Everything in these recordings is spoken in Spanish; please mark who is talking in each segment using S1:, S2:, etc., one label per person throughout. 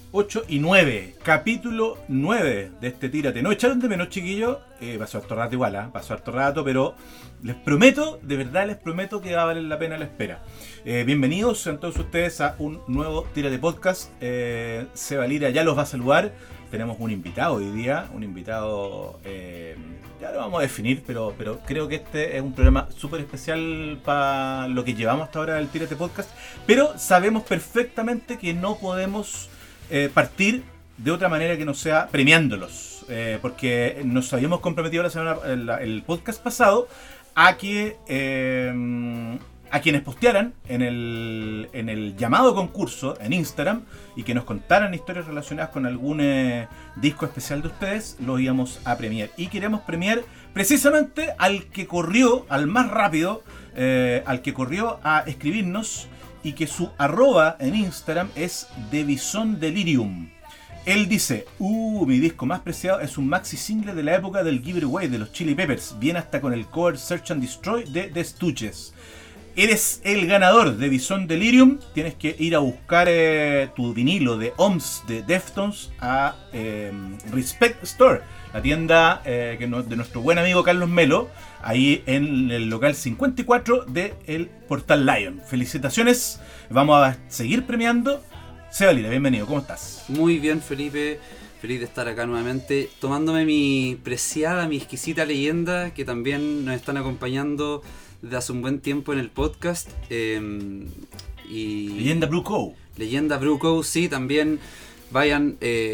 S1: 8 y 9, capítulo 9 de este Tírate. ¿No echaron de menos, chiquillos? Pasó harto rato igual, pasó harto rato, pero les prometo, de verdad les prometo que va a valer la pena la espera. Bienvenidos sean todos ustedes a un nuevo Tírate Podcast. Seba Lira ya los va a saludar. Tenemos un invitado hoy día, un invitado, ya lo vamos a definir, pero creo que este es un programa súper especial para lo que llevamos hasta ahora del Tírate Podcast. Pero sabemos perfectamente que no podemos partir de otra manera que no sea premiándolos, porque nos habíamos comprometido el podcast pasado a que a quienes postearan en el llamado concurso en Instagram y que nos contaran historias relacionadas con algún disco especial de ustedes, los íbamos a premiar. Y queremos premiar precisamente al que corrió, al más rápido, al que corrió a escribirnos y que su arroba en Instagram es DevisonDelirium. Él dice, mi disco más preciado es un maxi single de la época del Giveaway de los Chili Peppers. Viene hasta con el cover Search and Destroy de The Stooges. Eres el ganador de DevisonDelirium. Tienes que ir a buscar tu vinilo de OMS de Deftones a Respect Store, la tienda de nuestro buen amigo Carlos Melo, ahí en el local 54 del Portal Lion. Felicitaciones, vamos a seguir premiando. Seba Lira, bienvenido, ¿cómo estás?
S2: Muy bien, Felipe, feliz de estar acá nuevamente, tomándome mi preciada, mi exquisita leyenda, que también nos están acompañando desde hace un buen tiempo en el podcast.
S1: Leyenda Brew Co.
S2: Leyenda Brew Co, sí, también vayan,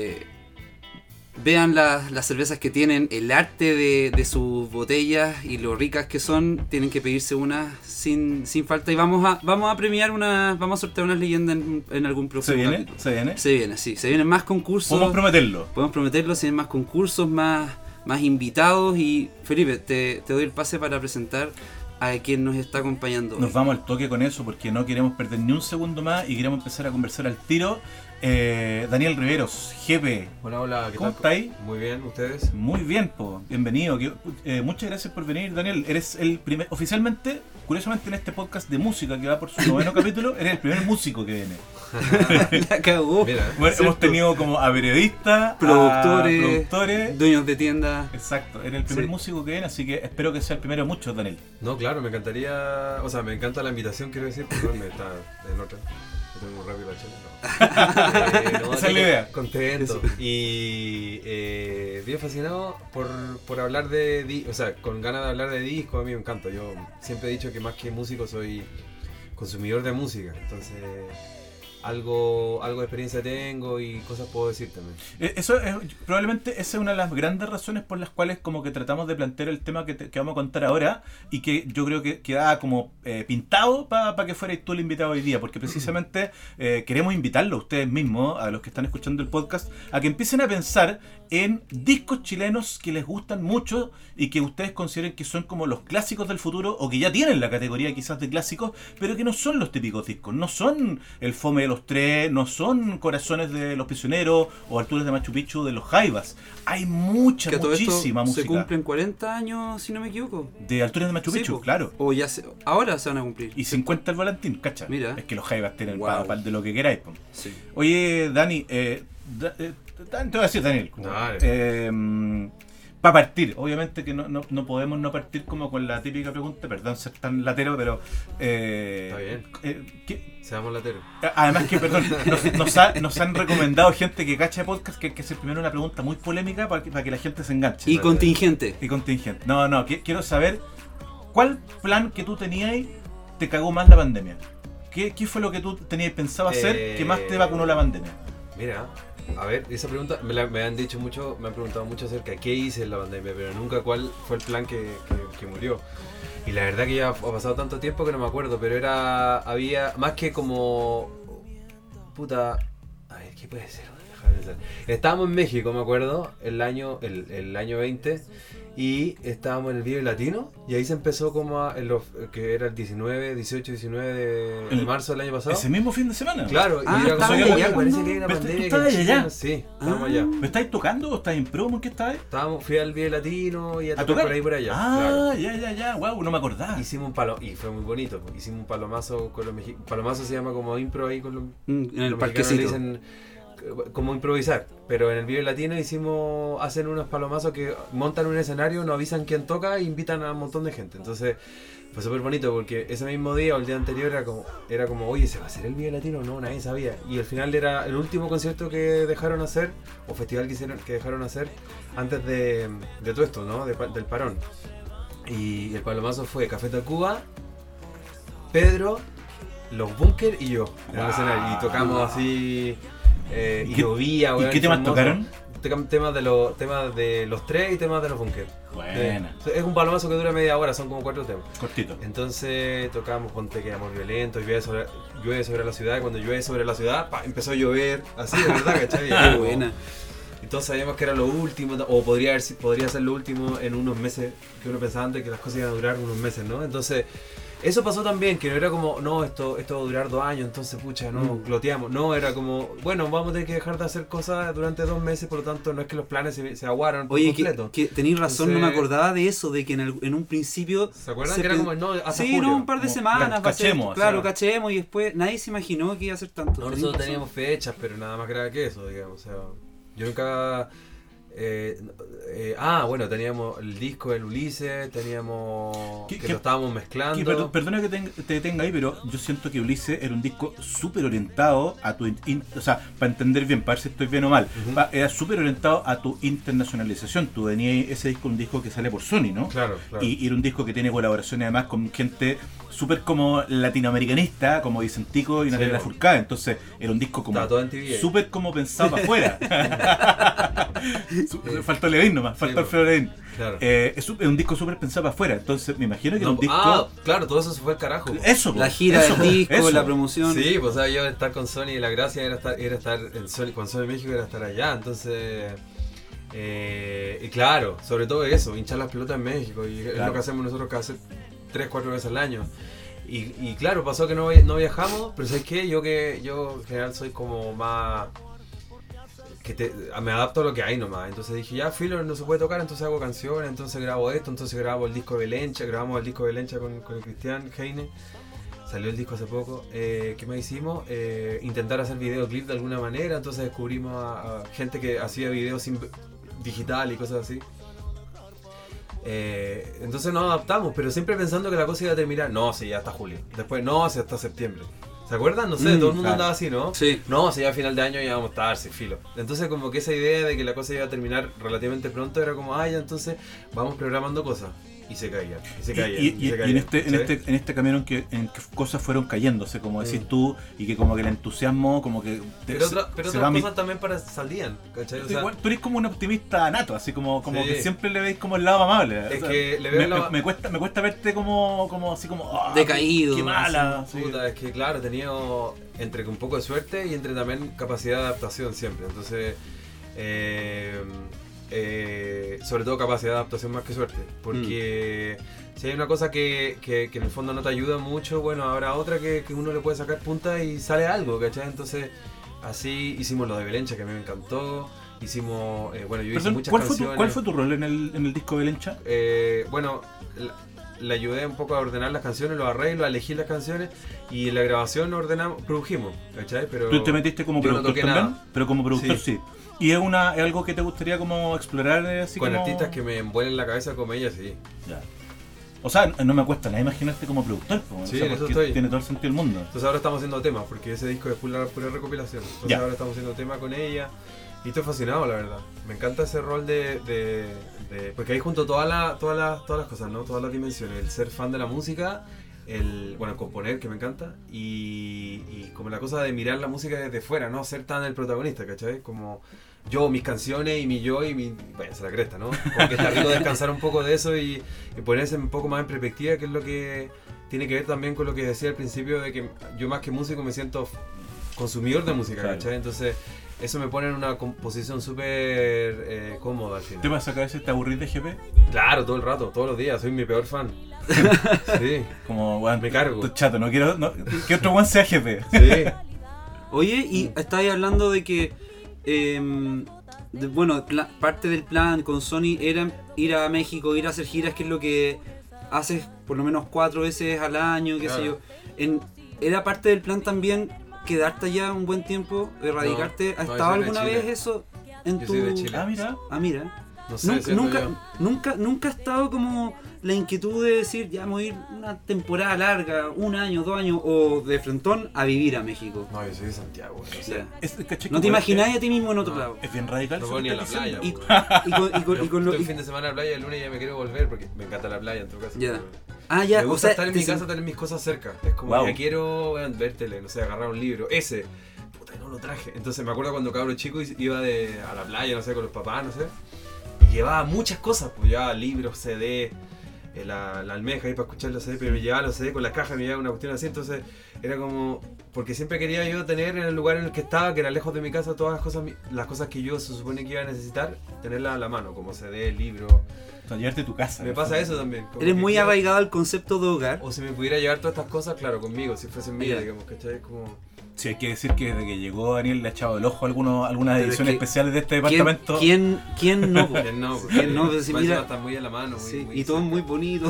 S2: vean las cervezas que tienen, el arte de sus botellas y lo ricas que son. Tienen que pedirse unas sin falta. Y vamos a premiar vamos a sortear unas leyendas en algún próximo capítulo. Se viene, sí. Se vienen más concursos.
S1: Podemos prometerlo.
S2: Se vienen más concursos, más invitados. Y Felipe, te doy el pase para presentar a quien nos está acompañando.
S1: Nos vamos al toque con eso porque no queremos perder ni un segundo más y queremos empezar a conversar al tiro. Daniel Riveros, GP.
S3: Hola, ¿qué
S1: ¿Cómo
S3: tal?
S1: estáis?
S3: Muy bien, ¿ustedes?
S1: Muy bien, bienvenido. Muchas gracias por venir, Daniel. Eres el primer, oficialmente, curiosamente en este podcast de música que va por su 9º capítulo, eres el primer músico que viene.
S2: La cagó.
S3: Mira,
S1: Bueno, hemos tenido como a periodistas,
S2: productores, dueños de tiendas.
S1: Exacto, eres el primer músico que viene, así que espero que sea el primero de muchos, Daniel.
S3: No, claro, me encantaría, o sea, me encanta la invitación, quiero decir, perdón, me está en otra. Yo tengo rápido la chela. No,
S1: esa es la idea.
S3: Contento. Y bien fascinado por hablar o sea, con ganas de hablar de disco. A mí me encanta. Yo siempre he dicho que más que músico soy consumidor de música. Entonces, algo de experiencia tengo y cosas puedo decir también.
S1: Probablemente esa es una de las grandes razones por las cuales como que tratamos de plantear el tema que vamos a contar ahora y que yo creo que quedaba como pintado para que fuerais tú el invitado hoy día, porque precisamente queremos invitarlo a ustedes mismos, a los que están escuchando el podcast, a que empiecen a pensar en discos chilenos que les gustan mucho y que ustedes consideren que son como los clásicos del futuro o que ya tienen la categoría quizás de clásicos, pero que no son los típicos discos, no son el Fome de los Tres, no son Corazones de los Prisioneros o Alturas de Machu Picchu de los Jaivas. Hay muchísima música.
S2: Se cumplen 40 años, si no me equivoco.
S1: De Alturas de Machu Picchu, claro.
S2: O ahora se van a cumplir.
S1: Y 50 el Volantín, ¿cacha?
S2: Mira.
S1: Es que los Jaivas tienen
S2: Wow.
S1: para de lo que queráis.
S2: Sí.
S1: Oye, Dani, te voy a decir, Daniel.
S3: Dale.
S1: Para partir, obviamente que no podemos no partir como con la típica pregunta, perdón ser tan latero, pero...
S3: Está bien. Seamos lateros.
S1: Además que, perdón, nos han recomendado gente que cacha de podcast que hay que hacer primero una pregunta muy polémica para que la gente se enganche.
S2: Y contingente.
S1: No, quiero saber cuál plan que tú tenías te cagó más la pandemia. ¿Qué fue lo que tú tenías pensado hacer que más te vacunó la pandemia?
S3: Mira, a ver, esa pregunta me han dicho mucho, me han preguntado mucho acerca de qué hice en la pandemia, pero nunca cuál fue el plan que murió. Y la verdad que ya ha pasado tanto tiempo que no me acuerdo, pero había más que como... Puta... A ver, ¿qué puede ser? Déjame pensar. Estábamos en México, me acuerdo, el año 20, y estábamos en el Vive Latino, y ahí se empezó como que era el 18, 19 de marzo del año pasado.
S1: ¿Ese mismo fin de semana?
S3: Claro, y era
S2: estaba
S3: como
S2: allá,
S3: parece que hay una
S1: ¿Pero
S3: pandemia.
S1: tú estabas allá?
S3: Sí, estábamos allá.
S1: ¿Me estáis tocando o estáis en promo? ¿En qué estáis?
S3: Fui al Vive Latino y a tocar
S1: tocar
S3: por ahí por allá.
S1: Ah,
S3: claro.
S1: ya, wow, no me acordaba.
S3: Hicimos y fue muy bonito, hicimos un palomazo con los mexicanos. Palomazo se llama como impro ahí con los
S2: En el
S3: los
S2: parquecito.
S3: mexicanos le dicen como improvisar. Pero en el Vive Latino hacen unos palomazos que montan un escenario, nos avisan quién toca e invitan a un montón de gente. Entonces fue súper bonito porque ese mismo día o el día anterior era como, oye, ¿se va a hacer el Vive Latino? No, nadie sabía. Y al final era el último concierto que dejaron hacer, o festival que dejaron hacer antes de todo esto, ¿no? Del parón. Y el palomazo fue Café Tacuba, Pedro, Los Bunkers y yo en el escenario. Y tocamos así, y llovía.
S1: ¿Y qué temas tocaron?
S3: Temas de los tres y temas de Los Bunkers.
S1: Buena.
S3: Es un palomazo que dura media hora, son como 4 temas.
S1: Cortito.
S3: Entonces tocamos Ponte que amor violento, llueve sobre la ciudad. Y cuando llueve sobre la ciudad, empezó a llover. Así de verdad, ¿cachai?
S2: Qué buena.
S3: Entonces sabíamos que era lo último, o podría ser lo último en unos meses, que uno pensaba antes que las cosas iban a durar unos meses, ¿no? Entonces, eso pasó también, que no era como, no, esto va a durar 2 años, entonces, pucha, no, gloteamos. No, era como, bueno, vamos a tener que dejar de hacer cosas durante 2 meses, por lo tanto, no es que los planes se aguaron por completo.
S2: Que tenéis razón,
S3: Entonces,
S2: no me acordaba de eso, de que en un principio...
S3: ¿Se acuerdan? Que era como, no, hasta
S2: sí,
S3: julio.
S2: no, un par de semanas.
S1: Cachemos.
S2: Claro,
S1: o sea,
S2: cachemos y después nadie se imaginó que iba a ser tanto.
S3: No, nosotros teníamos fechas, pero nada más grave que eso, digamos. O sea, yo nunca... bueno, teníamos el disco del Ulises, teníamos que lo estábamos mezclando.
S1: Perdona que te detenga ahí, pero yo siento que Ulises era un disco súper orientado a tu... o sea, para entender bien, para ver si estoy bien o mal, era súper orientado a tu internacionalización. Tú tenías ese disco, un disco que sale por Sony, ¿no?
S3: Claro.
S1: Y era un disco que tiene colaboraciones además con gente súper como latinoamericanista, como Vicentico y Natalia Lafourcade. Entonces era un disco como súper como pensado para afuera. Faltó Levin nomás, faltó Alfredo Levin.
S3: Claro.
S1: Es un disco súper pensado para afuera. Entonces me imagino que era un disco...
S3: claro, todo eso se fue al carajo.
S1: Eso,
S2: la gira del disco, la promoción.
S3: Sí, pues o sea, yo estar con Sony y la gracia era estar en Sony, con Sony México era estar allá. Entonces... y claro, sobre todo eso, hinchar las pelotas en México. Y es lo que hacemos nosotros cada 3-4 veces al año. Y claro, pasó que no viajamos, pero ¿sabes qué? Yo en general soy como más... me adapto a lo que hay nomás. Entonces dije, ya, filo, no se puede tocar, entonces hago canciones, entonces grabo esto, entonces grabo el disco de Belencha, grabamos el disco de Belencha con el Cristian Heine. Salió el disco hace poco. ¿Qué más hicimos? Intentar hacer videoclip de alguna manera, entonces descubrimos a gente que hacía videos digital y cosas así. Entonces nos adaptamos, pero siempre pensando que la cosa iba a terminar. No, sí, ya hasta julio. Después, no, sí, hasta septiembre. ¿Se acuerdan? No sé, todo el mundo andaba así, ¿no?
S2: Sí.
S3: No, si ya a final de año ya vamos a estar, sí, filo. Entonces como que esa idea de que la cosa iba a terminar relativamente pronto era como, ya entonces vamos programando cosas. Y se caían, y se caían.
S1: Y en este camino en que cosas fueron cayéndose, como decís tú, y que como que el entusiasmo, como que...
S3: Pero otras cosas también salían, ¿cachai? O sea,
S1: tú eres como un optimista nato, así como que siempre le veis como el lado amable.
S3: Es que le veo
S1: me cuesta verte como así como...
S2: decaído.
S1: Qué mala.
S3: Así, puta, es que claro, he tenido entre un poco de suerte y entre también capacidad de adaptación siempre. Entonces... sobre todo capacidad de adaptación más que suerte, porque si hay una cosa que en el fondo no te ayuda mucho, bueno, habrá otra que uno le puede sacar punta y sale algo, ¿cachai? Entonces así hicimos lo de Belencha, que a mí me encantó, hicimos, yo hice muchas canciones.
S1: ¿Cuál fue tu rol en el disco de Belencha?
S3: Le ayudé un poco a ordenar las canciones, los arreglos, a elegir las canciones, y en la grabación produjimos, ¿cachai? Pero
S1: tú te metiste como productor también,
S3: nada.
S1: Pero como productor sí. ¿Y es algo que te gustaría como explorar así
S3: con
S1: como...
S3: artistas que me envuelven la cabeza como ella, sí.
S1: Ya. O sea, no me cuesta nada imaginarte como productor,
S3: sí,
S1: o sea,
S3: eso estoy.
S1: Tiene todo el sentido del mundo.
S3: Entonces ahora estamos haciendo temas, porque ese disco es pura recopilación. Entonces ahora estamos haciendo temas con ella. Y estoy fascinado, la verdad. Me encanta ese rol de porque ahí junto todas las cosas, ¿no? Todas las dimensiones. El ser fan de la música, el componer, que me encanta, y como la cosa de mirar la música desde fuera, no ser tan el protagonista, ¿cachai? Como yo, mis canciones y mi yo y mi... Bueno, se la cresta, ¿no? Como que está rico descansar un poco de eso y ponerse un poco más en perspectiva, que es lo que tiene que ver también con lo que decía al principio, de que yo más que músico me siento consumidor de música,
S1: claro.
S3: ¿cachai? Entonces eso me pone en una posición súper cómoda al final.
S1: ¿Te pasa que a veces te aburrís de GP?
S3: Claro, todo el rato, todos los días, soy mi peor fan. Sí.
S1: Como, bueno,
S3: me cargo.
S1: Estoy chato, no quiero que otro one sea GP.
S3: Sí.
S2: Oye, y estáis hablando de que parte del plan con Sony era ir a México, ir a hacer giras, que es lo que haces por lo menos 4 veces al año, qué sé yo. Era parte del plan también quedarte allá un buen tiempo, radicarte. ¿Ha
S3: no,
S2: estado
S3: yo soy de
S2: alguna
S3: Chile.
S2: vez eso en
S3: Yo
S2: tu...?
S3: soy de Chile.
S1: mira.
S2: Ah, mira.
S3: No sé, siento yo.
S2: Nunca ha estado como la inquietud de decir, ya vamos a ir una temporada larga, 1 año, 2 años, o de frontón a vivir a México.
S3: No, yo soy de Santiago, no sé.
S2: Ya.
S1: ¿Cachai?
S2: No te
S1: Como
S2: imagináis a ti mismo en otro
S3: No.
S2: lado.
S1: Es bien radical.
S3: No
S1: eso
S3: voy
S1: que
S3: ni a la
S1: estás
S3: playa.
S1: diciendo.
S2: Y con lo...
S3: Estoy fin de semana en la playa y el lunes ya me quiero volver porque me encanta la playa en tu casa.
S2: Ya. Ah, ya,
S3: Me
S2: o
S3: gusta
S2: sea,
S3: estar en mi casa, tener mis cosas cerca. Es como,
S1: Wow.
S3: ya quiero ver tele, no sé, agarrar un libro. Ese, puta, no lo traje. Entonces me acuerdo cuando cabro chico iba a la playa, no sé, con los papás, no sé. Y llevaba muchas cosas, pues llevaba libros, CD, la almeja ahí para escuchar los CD, pero me llevaba los CD con las cajas, me llevaba una cuestión así. Entonces era como, porque siempre quería yo tener en el lugar en el que estaba, que era lejos de mi casa, todas las cosas que yo se supone que iba a necesitar, tenerlas a la mano, como CD, libro.
S1: O sea, llevarte a tu casa.
S3: Me pasa eso también. como
S2: eres
S3: que
S2: muy
S3: quiero-
S2: arraigado al concepto de hogar.
S3: O si me pudiera llevar todas estas cosas, claro, conmigo, si fuesen mías,
S2: Ya.
S3: digamos, ¿cachai? Como...
S1: Sí, hay que decir que desde que llegó Daniel le ha echado el ojo a algunas
S2: Pero
S1: ediciones
S2: es que,
S1: especiales de este departamento.
S2: ¿Quién no? po?
S3: ¿Quién no?
S2: ¿Quién no? Pues,
S3: Si
S2: mira-
S3: está muy en la mano, muy,
S2: Sí,
S3: muy
S2: y todo
S3: cerca.
S2: muy bonito.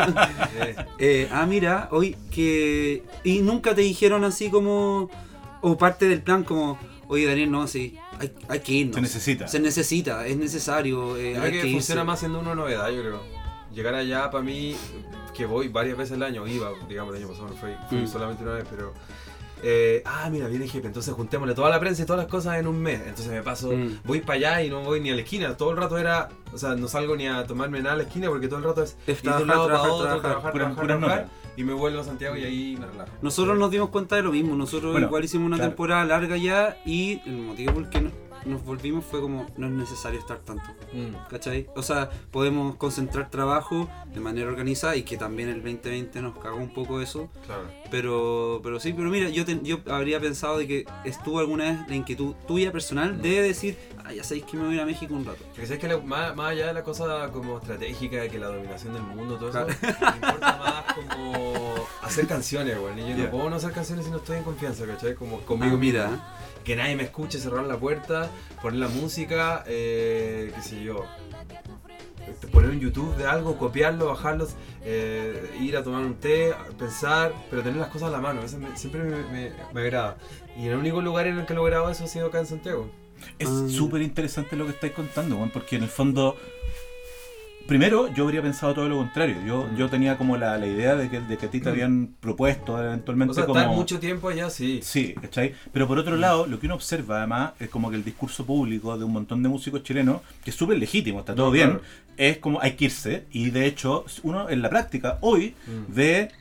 S3: Sí.
S2: Mira, hoy que... Y nunca te dijeron así como... O parte del plan como... Oye, Daniel, no, sí, hay que irnos.
S1: Se necesita.
S2: Se necesita, es necesario.
S3: Yo creo
S2: Hay
S3: que
S2: que
S3: funciona
S2: irse.
S3: más siendo una novedad, yo creo. Llegar allá para mí, que voy varias veces al año, iba, digamos, el año pasado no fui solamente una vez, pero... mira, viene jefe, entonces juntémosle toda la prensa y todas las cosas en un mes. Entonces me paso, voy para allá y no voy ni a la esquina. Todo el rato era, o sea, no salgo ni a tomarme nada a la esquina porque todo el rato es ir de un lado para otro, trabajar,
S1: Puras
S3: trabajar.
S1: notas.
S3: Y me vuelvo a Santiago y ahí me relajo.
S2: Nosotros nos dimos cuenta de lo mismo. Nosotros
S1: Bueno,
S2: igual hicimos una
S1: claro.
S2: temporada larga ya y el motivo por el que nos volvimos fue como no es necesario estar tanto. ¿Cachai? O sea, podemos concentrar trabajo de manera organizada y que también el 2020 nos cagó un poco eso.
S3: Claro.
S2: Pero sí, pero mira, yo habría pensado de que estuvo alguna vez la inquietud tuya personal de decir, ya sabéis que me voy a ir a México un rato.
S3: Porque sabes que más allá de la cosa como estratégica, de que la dominación del mundo, todo eso,
S2: Claro.
S3: me importa más como hacer canciones, güey. Y yo
S1: Ya.
S3: no puedo no hacer canciones si no estoy en confianza, ¿cachai? Como
S2: Ah,
S3: conmigo
S2: mira.
S3: mismo. Que nadie me escuche, cerrar la puerta, poner la música, qué sé yo. Poner un YouTube de algo, copiarlo, bajarlo, ir a tomar un té, pensar, pero tener las cosas a la mano, eso siempre me agrada. Y el único lugar en el que he logrado eso ha sido acá en Santiago.
S1: Es súper interesante lo que estáis contando, weón, porque en el fondo, primero yo habría pensado todo lo contrario. Yo tenía como la idea de que a ti te habían propuesto eventualmente
S3: O sea,
S1: como...
S3: estar mucho tiempo allá, sí.
S1: Sí, ¿cachai? Pero por otro lado, lo que uno observa además es como que el discurso público de un montón de músicos chilenos, que es súper legítimo, está todo
S3: No,
S1: bien,
S3: claro.
S1: es como hay que irse. Y de hecho, uno en la práctica hoy ve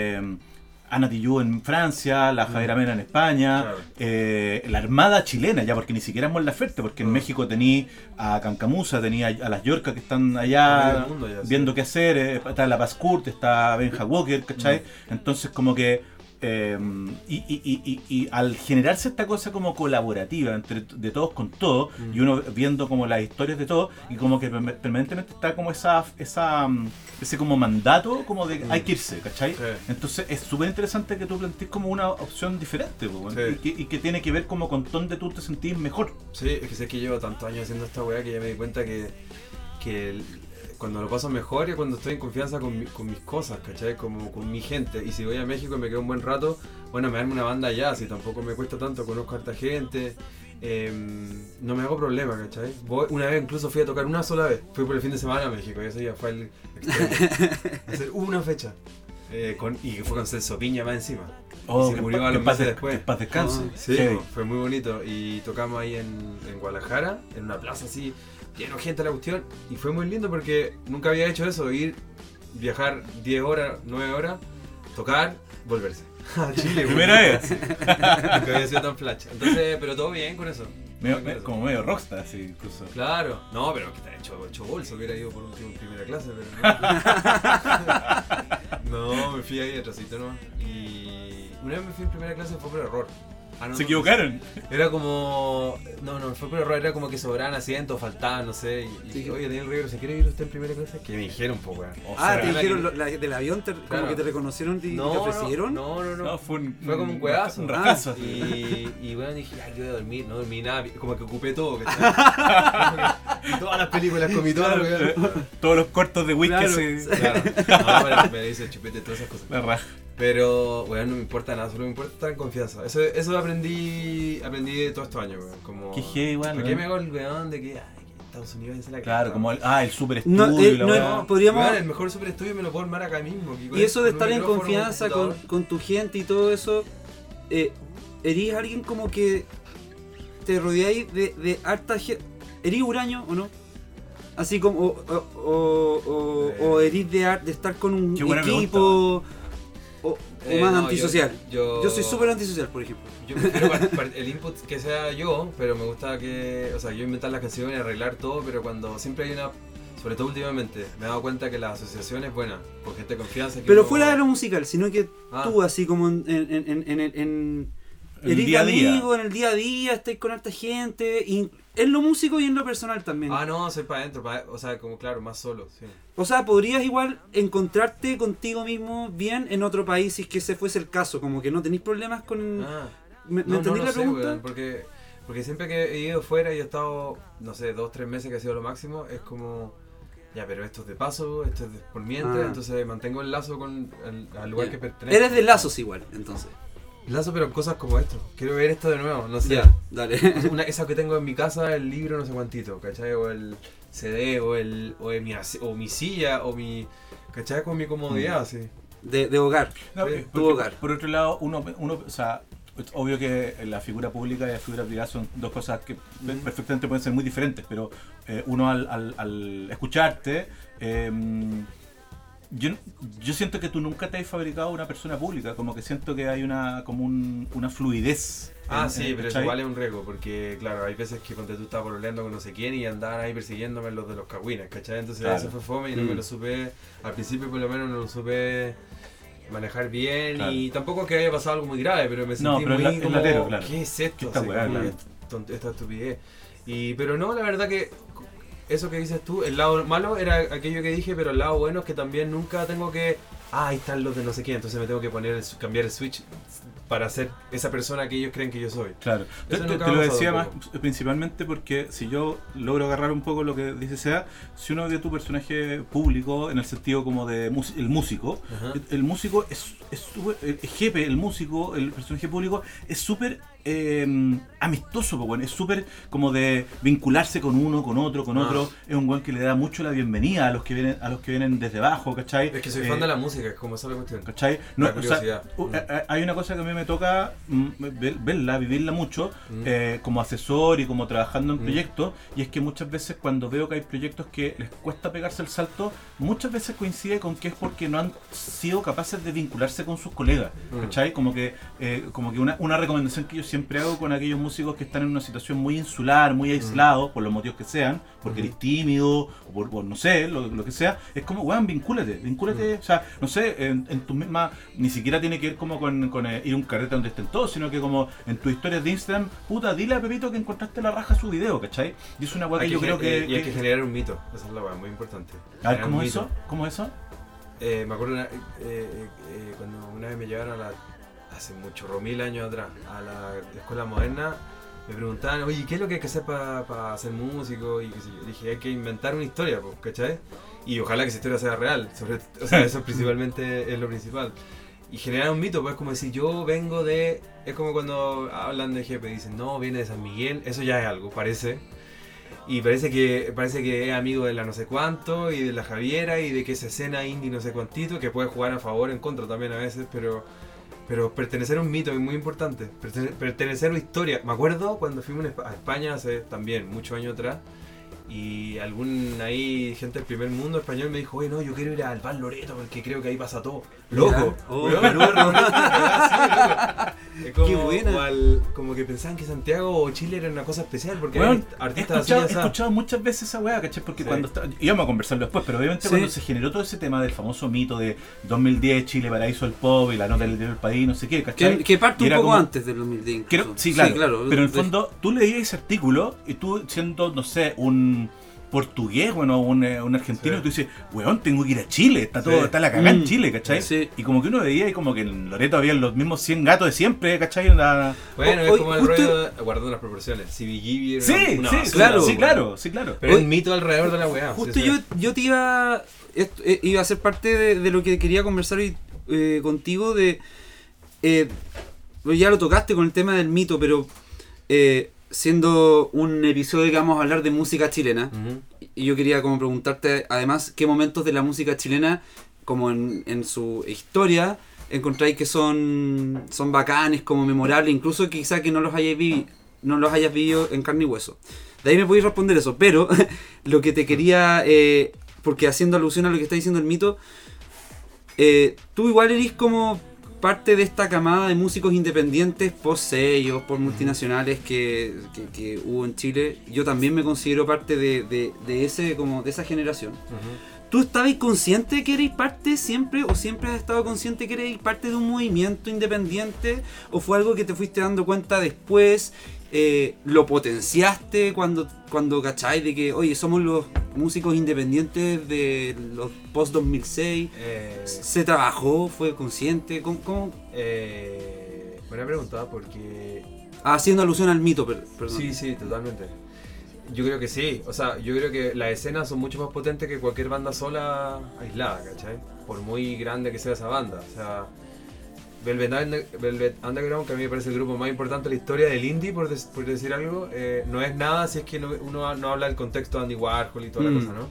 S1: a Natillú en Francia, la Javiera Mena en España,
S3: Claro.
S1: la Armada chilena, ya porque ni siquiera es Mon Laferte, porque en México tení a Cancamusa, tenía a las Yorcas que están allá
S3: Medio mundo ya, sí.
S1: viendo qué hacer, está la Paz Kurt, está Benja Walker, ¿cachai? Entonces como que y al generarse esta cosa como colaborativa de todos con todos, y uno viendo como las historias de todos, y como que permanentemente está como ese como mandato como de hay que irse, ¿cachai?
S3: Sí.
S1: Entonces es súper interesante que tú plantees como una opción diferente, po, weón,
S3: Sí.
S1: y que tiene que ver como con dónde tú te sentís mejor.
S3: Sí, es que sé que llevo tantos años haciendo esta weá que ya me di cuenta que cuando lo paso mejor es cuando estoy en confianza con mis cosas, ¿cachai? Como con mi gente. Y si voy a México y me quedo un buen rato, bueno, me armo una banda allá, si tampoco me cuesta tanto, conozco a harta gente, no me hago problema, ¿cachai? Una vez incluso fui a tocar una sola vez, fui por el fin de semana a México y ese ya fue el extremo. Hacer una fecha. Y fue con Celso Piña más encima.
S1: Oh,
S3: y se murió a los meses después.
S1: Que paz descanse.
S3: Sí,
S1: Heavy.
S3: fue muy bonito. Y tocamos ahí en Guadalajara, en una plaza así, lleno de gente la cuestión. Y fue muy lindo porque nunca había hecho eso, viajar 10 horas, 9 horas, tocar, volverse. A Chile,
S1: Primera vez.
S3: Nunca había sido tan flash. Entonces, pero todo bien con eso.
S1: Como medio rockstar, así, incluso.
S3: Claro, no, pero que te ha hecho bolso, hubiera ido por último en primera clase, pero no, me fui ahí atrásito nomás. Y una vez me fui en primera clase fue por error.
S1: Se equivocaron.
S3: Era como. No, fue por error, era como que sobraban asientos, faltaban, no sé. Y dije, oye, Daniel Rivero, ¿se quiere ir usted en primera clase? Que me dijeron, pues, weón.
S2: Te dijeron del avión, como
S3: Claro.
S2: que te reconocieron y te ofrecieron.
S3: No.
S1: Fue
S3: como un cuedazo.
S1: Un rascazo.
S3: Y bueno, dije, ay, yo voy a dormir, no dormí nada, como que ocupé todo, ¿cachai? Todas las películas comí todas, weón.
S1: Todos los cortos de whisky
S2: Claro.
S1: así.
S3: Claro. No, pero me dice chupete todas esas cosas.
S1: La raja.
S3: Pero, weón, no me importa nada, solo me importa estar en confianza. Eso aprendí de todos estos años, weón. Como,
S1: Qué heavy, igual,
S3: ¿por qué me hago el weón de que Estados Unidos es la
S1: Claro,
S3: cagada?
S1: como el super estudio.
S2: No, podríamos...
S3: Weón, el mejor super estudio me lo puedo armar acá mismo.
S2: Y eso de estar en
S3: micrófono,
S2: confianza con tu gente y todo eso, ¿erís alguien como que te rodeáis de harta gente? ¿Erís huraño o no? Así como, o erís de estar con un equipo, o más
S3: no,
S2: antisocial.
S3: Yo
S2: Yo soy súper antisocial, por ejemplo.
S3: Yo prefiero el input que sea yo, pero me gusta que, o sea, yo inventar las canciones, arreglar todo, pero cuando siempre hay una, sobre todo últimamente, me he dado cuenta que la asociación es buena, con gente de confianza. Que
S2: Pero fuera de lo musical, sino que tú así como en
S1: el día a día.
S2: Amigo, en el día a día, estáis con harta gente, y en lo músico y en lo personal también.
S3: No, soy para adentro, o sea, como claro, más solo, sí.
S2: O sea, podrías igual encontrarte contigo mismo bien en otro país si es que ese fuese el caso, como que no tenéis problemas con... ¿Me entendí la pregunta?
S3: Weón, porque siempre que he ido fuera y he estado, no sé, 2-3 meses que ha sido lo máximo, es como... Ya, pero esto es de paso, esto es por mientras, entonces mantengo el lazo con al lugar que pertenece.
S2: Eres de lazos igual, entonces.
S3: Lazo, pero cosas como esto. Quiero ver esto de nuevo, no sé.
S2: Ya, dale.
S3: Esa que tengo en mi casa, el libro no sé cuantito, ¿cachai? O el CD, o mi silla, o mi... ¿Cachai? Con mi comodidad, sí.
S2: De hogar.
S1: No,
S3: Sí,
S2: tu hogar.
S1: Por otro lado, uno, o sea, es obvio que la figura pública y la figura privada son dos cosas que perfectamente pueden ser muy diferentes, pero uno al escucharte, yo siento que tú nunca te has fabricado una persona pública, como que siento que hay una fluidez.
S3: Pero eso igual es un riesgo, porque claro, hay veces que cuando tú estabas pololeando con no sé quién y andaban ahí persiguiéndome los de los cagüines, ¿cachai? Entonces eso fue fome y no me lo supe, al principio por lo menos no lo supe manejar bien, y tampoco que haya pasado algo muy grave, pero me sentí muy como,
S1: latero, claro.
S3: ¿qué es esto?
S1: Esta weá, claro.
S3: Esta estupidez. Pero no, la verdad que eso que dices tú, el lado malo era aquello que dije, pero el lado bueno es que también nunca tengo que... ahí están los de no sé qué, entonces me tengo que cambiar el switch para ser esa persona que ellos creen que yo soy.
S1: Claro, te lo decía más principalmente porque si yo logro agarrar un poco lo que dice Sea, si uno ve tu personaje público en el sentido como de el músico, el músico es súper, el jefe, el músico, el personaje público es súper amistoso, es súper como de vincularse con uno, con otro, es un buen que le da mucho la bienvenida a los que vienen desde abajo, ¿cachai?
S3: Es que soy fan de la música, es como esa la cuestión.
S1: ¿Cachai? No, o sea, hay una cosa que a mí me toca verla, vivirla mucho, como asesor y como trabajando en proyectos, y es que muchas veces cuando veo que hay proyectos que les cuesta pegarse el salto, muchas veces coincide con que es porque no han sido capaces de vincularse con sus colegas, ¿cachai? Como que una recomendación que yo siempre hago con aquellos músicos que están en una situación muy insular, muy aislados, por los motivos que sean, porque eres tímido, o por no sé, lo que sea, es como, weón, vincúlate, o sea, no sé, en tu misma, ni siquiera tiene que ver como con ir a un carrete donde estén todos, sino que como en tus historias de Instagram, puta, dile a Pepito que encontraste la raja su video, ¿cachai? Y es una weá que yo creo que...
S3: Y hay que generar un mito, esa es la weá, muy importante.
S1: A ver, ¿cómo es eso? ¿Cómo es eso?
S3: Me acuerdo cuando una vez me llevaron hace mucho, 1000 años atrás, a la escuela moderna, me preguntaban, oye, ¿qué es lo que hay que hacer para ser músico? Y qué sé yo. Dije, hay que inventar una historia, ¿cachai? Y ojalá que esa historia sea real, o sea, eso principalmente es lo principal. Y generar un mito, pues como decir, yo vengo de... Es como cuando hablan de jefe, dicen, no, viene de San Miguel, eso ya es algo, parece. Y parece que es amigo de la no sé cuánto, y de la Javiera, y de que esa escena indie no sé cuantito, que puede jugar a favor o en contra también a veces, pero pertenecer a un mito es muy importante, pertenecer a una historia. Me acuerdo cuando fuimos a España hace también muchos años atrás, y gente del primer mundo español me dijo, oye, no, yo quiero ir al Bar Loreto porque creo que ahí pasa todo. ¡Loco!
S2: ¡Qué buena!
S3: Como que pensaban que Santiago o Chile era una cosa especial porque
S1: bueno,
S3: hay artistas
S1: he escuchado muchas veces esa weá, ¿cachai? Porque cuando íbamos a conversarlo después, pero obviamente cuando se generó todo ese tema del famoso mito de 2010, Chile, paraíso del pop y la nota del país, no sé qué, ¿cachai?
S2: Que parte un poco antes del 2010.
S1: Sí, claro. Pero en el fondo, tú leías ese artículo y tú siendo, no sé, un portugués, bueno, un argentino, y tú dices, weón, tengo que ir a Chile, está la cagada en Chile, ¿cachai?
S2: Sí.
S1: Y como que uno veía y como que en Loreto había los mismos 100 gatos de siempre, ¿cachai?
S3: Bueno, es como el rollo, guardando las proporciones, CBGB era una basura,
S1: sí, claro.
S3: Pero hay un mito alrededor de la weá.
S2: Justo yo te iba a ser parte de lo que quería conversar hoy contigo de... ya lo tocaste con el tema del mito, pero siendo un episodio que vamos a hablar de música chilena, y yo quería como preguntarte además qué momentos de la música chilena, como en su historia, encontráis que son bacanes, como memorables, incluso quizá que no los hayas vivido en carne y hueso. De ahí me podéis responder eso, pero lo que te quería, porque haciendo alusión a lo que está diciendo el mito, tú igual eres como parte de esta camada de músicos independientes post sellos, por multinacionales que hubo en Chile. Yo también me considero parte de esa generación. ¿Tú estabas consciente que eres parte siempre, o siempre has estado consciente que eres parte de un movimiento independiente, o fue algo que te fuiste dando cuenta después? ¿Lo potenciaste cuando cachai de que, oye, somos los músicos independientes de los post 2006? ¿Se trabajó? ¿Fue consciente? ¿Cómo?
S3: Buena pregunta, porque...
S2: haciendo alusión al mito, perdón.
S3: Sí, totalmente. Yo creo que sí, o sea, yo creo que las escenas son mucho más potentes que cualquier banda sola aislada, ¿cachai? Por muy grande que sea esa banda, o sea... Velvet Underground, que a mí me parece el grupo más importante de la historia del indie, por decir algo, no es nada si es que uno no habla del contexto de Andy Warhol y toda la cosa, ¿no?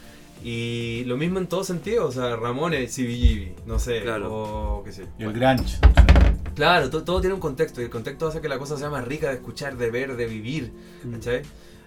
S3: Y lo mismo en todo sentido, o sea, Ramones, CBGB, no sé,
S2: claro.
S3: O qué sé.
S1: Y el grunge.
S3: Claro, todo tiene un contexto, y el contexto hace que la cosa sea más rica de escuchar, de ver, de vivir, ¿cachai?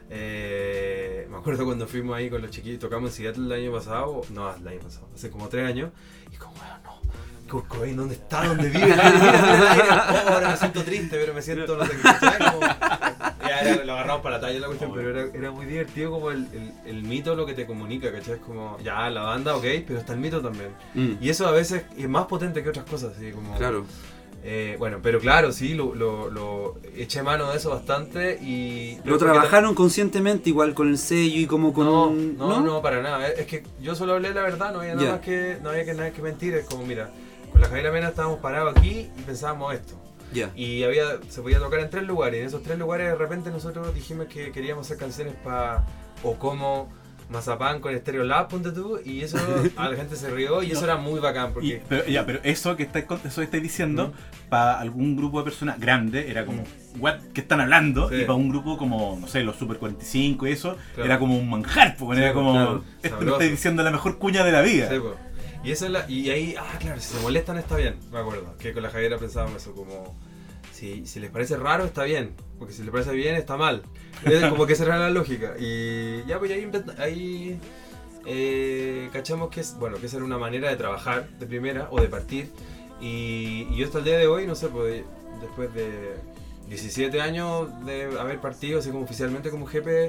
S3: Me acuerdo cuando fuimos ahí con los chiquillos, tocamos en Seattle el año pasado, hace como 3 años, y como, bueno, no, Kurt Cobain, ¿dónde está? ¿Dónde vive? Mira, ahora me siento triste, pero me siento, no sé qué, ¿cachai? Ya lo agarramos para la talla la cuestión, pero era muy divertido como el mito lo que te comunica, ¿cachai? Es como, ya, la banda, ok, pero está el mito también. Y eso a veces es más potente que otras cosas, así como...
S2: Claro.
S3: Bueno, pero claro, sí, lo eché mano de eso bastante y...
S2: ¿Lo trabajaron conscientemente igual con el sello y como con...?
S3: No, para nada. Es que yo solo hablé la verdad, no había nada nada que mentir. Es como, mira, con la Javiera Mena estábamos parados aquí y pensábamos esto. Y se podía tocar en 3 lugares. Y en esos 3 lugares de repente nosotros dijimos que queríamos hacer canciones o como Mazapán con Stereo Lab, ponte tú, y eso a la gente se rió y eso era muy bacán. Porque...
S1: Pero eso que estáis diciendo, para algún grupo de personas grande era como, what, ¿qué están hablando? Sí. Y para un grupo como, no sé, los Super 45 y eso, claro, era como un manjar, porque era como, claro, esto lo estáis diciendo la mejor cuña de la vida.
S3: Sí, pues. Y eso y ahí, claro, si se molestan está bien, me acuerdo, que con la Javiera pensábamos eso, como, si les parece raro está bien, porque si les parece bien está mal. Como que esa era la lógica. Y ya, pues ahí cachamos que esa era una manera de trabajar de primera o de partir. Y yo hasta el día de hoy, no sé, pues después de 17 años de haber partido así como oficialmente como jefe,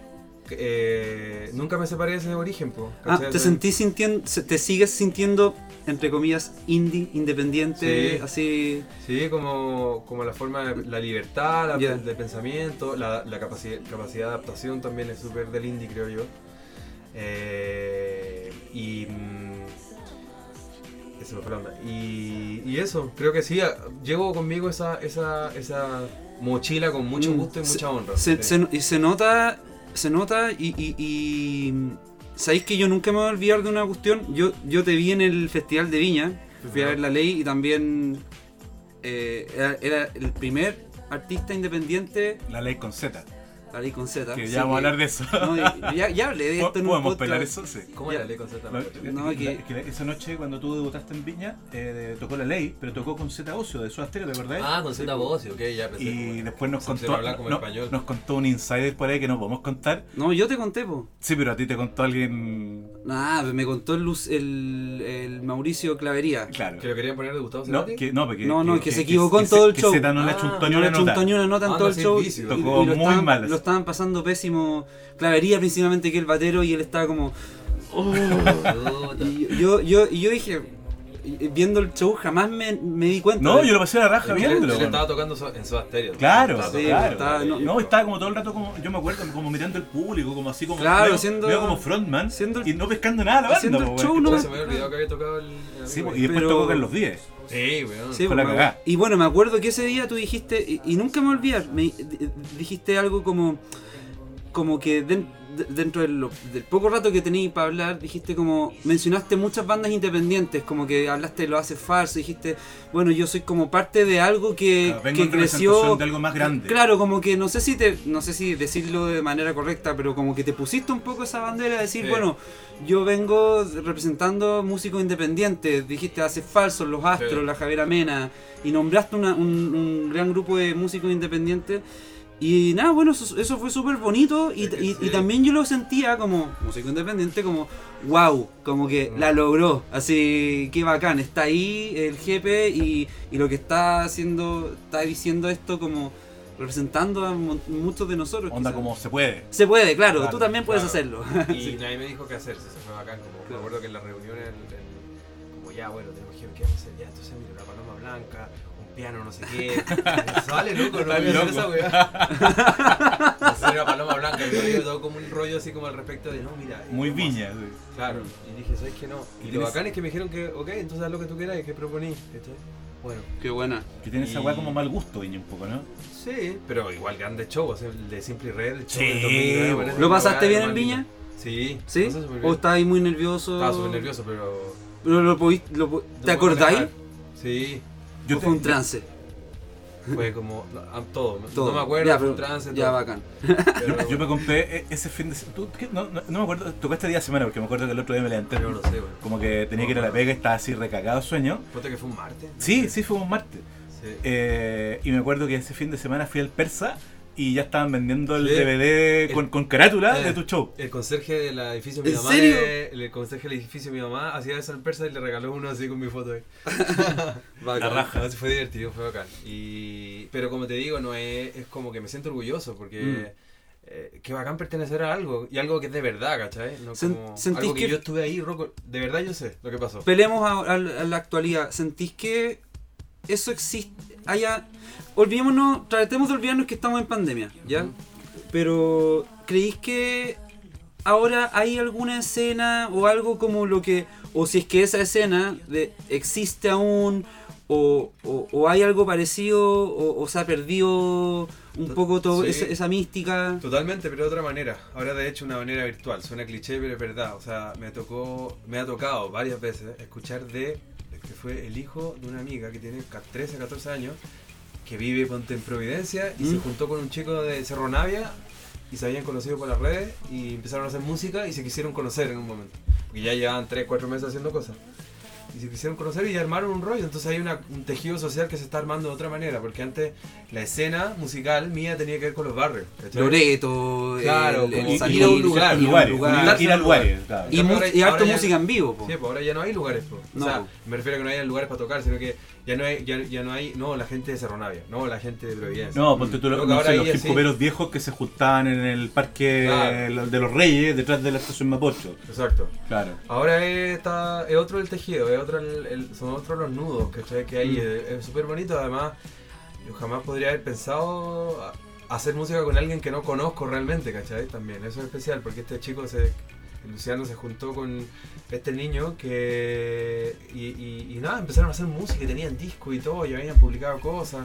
S3: nunca me separé de ese origen, pues.
S2: ¿Te sigues sintiendo, entre comillas, indie, independiente, sí, así?
S3: Sí, como la forma, la libertad de pensamiento, la capacidad de adaptación también es súper del indie, creo yo. Eso me fue la onda. Y eso, creo que sí, llevo conmigo esa mochila con mucho gusto y mucha honra. Se nota y sabéis que yo nunca me voy a olvidar de una cuestión. Yo te vi en el Festival de Viña, fui a ver La Ley y también era el primer artista independiente.
S1: La Ley con Z.
S2: La Ley con Z.
S1: Que ya vamos a hablar de eso.
S2: No, ya hablé de esto en un podcast.
S1: ¿Podemos pelar eso? Sí.
S3: ¿Cómo era La Ley con Z?
S1: Esa noche cuando tú debutaste en Viña, tocó La Ley, pero tocó con Z Ocio de Soda Stereo, ¿te acordás?
S3: Con Z Ocio, ok, ya pensé.
S1: Y después nos contó un insider por ahí que no podemos contar.
S2: No, yo te conté, po.
S1: Sí, pero a ti te contó alguien...
S2: Me contó el Mauricio Clavería.
S1: Claro.
S3: ¿Que lo querían poner de Gustavo Cerati?
S2: Que se equivocó en todo el show.
S1: Que Z no le chuntó ni una
S2: nota en todo el show.
S1: Tocó muy mal.
S2: Lo estaban pasando pésimo. Clavería principalmente, que el batero, y él estaba como... y yo dije, viendo el show jamás me di cuenta.
S1: No, yo lo pasé a la raja viéndolo.
S3: Él estaba tocando en Soda Stereo.
S1: Claro,
S2: claro.
S1: Estaba como todo el rato, como yo me acuerdo, como mirando el público, como así, como
S2: claro,
S1: medio como frontman, y no pescando nada la banda.
S2: Haciendo el show, ¿no?
S3: Se me había olvidado que había tocado el
S1: sí, y después tocó Carlos Díez.
S3: Sí, weón.
S2: Sí, y bueno, me acuerdo que ese día tú dijiste, y nunca me olvidar, dijiste algo como que dentro del poco rato que tenéis para hablar, dijiste como, mencionaste muchas bandas independientes, como que hablaste de Lo Hace Falso, dijiste, bueno, yo soy como parte de algo que creció,
S1: de algo más grande.
S2: Claro, como que no sé si decirlo de manera correcta, pero como que te pusiste un poco esa bandera de decir, bueno, yo vengo representando músicos independientes, dijiste Hace Falso, Los Astros, la Javiera Mena, y nombraste un gran grupo de músicos independientes. Y nada, bueno, eso fue súper bonito y también yo lo sentía como músico independiente, como wow, como que la logró, así que bacán, está ahí el jefe y lo que está diciendo esto como representando a muchos de nosotros.
S1: Onda como se puede.
S2: Se puede, claro, tú también puedes hacerlo.
S3: Y nadie me dijo qué hacer, eso fue bacán, como me acuerdo que en las reuniones, como ya, bueno, tenemos que hacer, ya, entonces mira, una paloma blanca, piano, no sé qué. Sale, loco, no voy a hacer esa weá. Hacer una paloma blanca, y yo todo como un rollo así como al respecto de no, mira.
S1: Muy Viña, sí.
S3: Claro, y dije, ¿sabes qué no? Y lo bacán es que me dijeron que, ok, entonces haz lo que tú quieras y que proponí. Bueno.
S2: Qué buena.
S1: Que tiene esa weá como mal gusto, Viña, un poco, ¿no?
S3: Sí, pero igual grande show, o sea, el de Simply Red, el show
S1: del
S3: 2009.
S2: ¿Lo pasaste bien en Viña?
S3: Sí.
S2: ¿Sí? ¿O estabas ahí muy nervioso?
S3: Estaba súper nervioso, pero...
S2: ¿Te acordáis?
S3: Sí.
S2: Fue un trance.
S3: Fue como todo. No me acuerdo,
S2: ya,
S3: fue un trance.
S2: Ya, bacán.
S1: Pero... Yo me compré ese fin de semana. No me acuerdo, tocó este día de semana porque me acuerdo que el otro día me levanté.
S3: Yo no lo sé, güey.
S1: Como que tenía que ir a la pega y estaba así recagado sueño.
S3: ¿Fue que fue un martes?
S1: Sí, fue un martes.
S3: Sí.
S1: Y me acuerdo que ese fin de semana fui al Persa y ya estaban vendiendo el DVD con carátula de tu show.
S3: El conserje del edificio de mi mamá.
S2: serio?
S3: El conserje del edificio de mi mamá hacía eso al Persa y le regaló uno así con mi foto ahí.
S2: La
S1: raja.
S3: No, fue divertido, fue bacán. Pero como te digo, no es como que me siento orgulloso porque qué bacán pertenecer a algo y algo que es de verdad, ¿cachai? No como algo que yo estuve ahí, Rocco, de verdad yo sé lo que pasó.
S2: Peleemos a la actualidad. ¿Sentís que eso existe? Tratemos de olvidarnos que estamos en pandemia, ¿ya? Pero ¿creís que ahora hay alguna escena o algo como lo que, o si es que esa escena existe aún, o hay algo parecido, o se ha perdido un poco todo esa mística?
S3: Totalmente, pero de otra manera. Ahora de hecho una manera virtual, suena cliché pero es verdad. O sea, me ha tocado varias veces escuchar que fue el hijo de una amiga que tiene 13, 14 años, que vive en Providencia y se juntó con un chico de Cerro Navia y se habían conocido por las redes y empezaron a hacer música y se quisieron conocer en un momento. Porque ya llevaban 3, 4 meses haciendo cosas. Y se quisieron conocer y armaron un rollo. Entonces hay un tejido social que se está armando de otra manera. Porque antes la escena musical mía tenía que ver con los barrios, ¿cachai?
S2: Loreto,
S3: claro,
S2: salir a un lugar.
S1: Ir a lugares, claro.
S2: Y harto música en vivo, po.
S3: Sí, pues ahora ya no hay lugares, po.
S2: No.
S3: O sea, me refiero a que no haya lugares para tocar, sino que ya no hay la gente de Cerro Navia, no la gente de Providencia.
S1: No, ponte tú los hip-hoperos viejos que se juntaban en el parque de los Reyes, detrás de la estación Mapocho.
S3: Exacto.
S1: Claro.
S3: Ahora es otro el tejido, son otros los nudos, ¿cachai? Que hay, es súper bonito. Además, yo jamás podría haber pensado hacer música con alguien que no conozco realmente, ¿cachai? También, eso es especial, porque este chico Luciano se juntó con este niño y nada, empezaron a hacer música y tenían disco y todo, y habían publicado cosas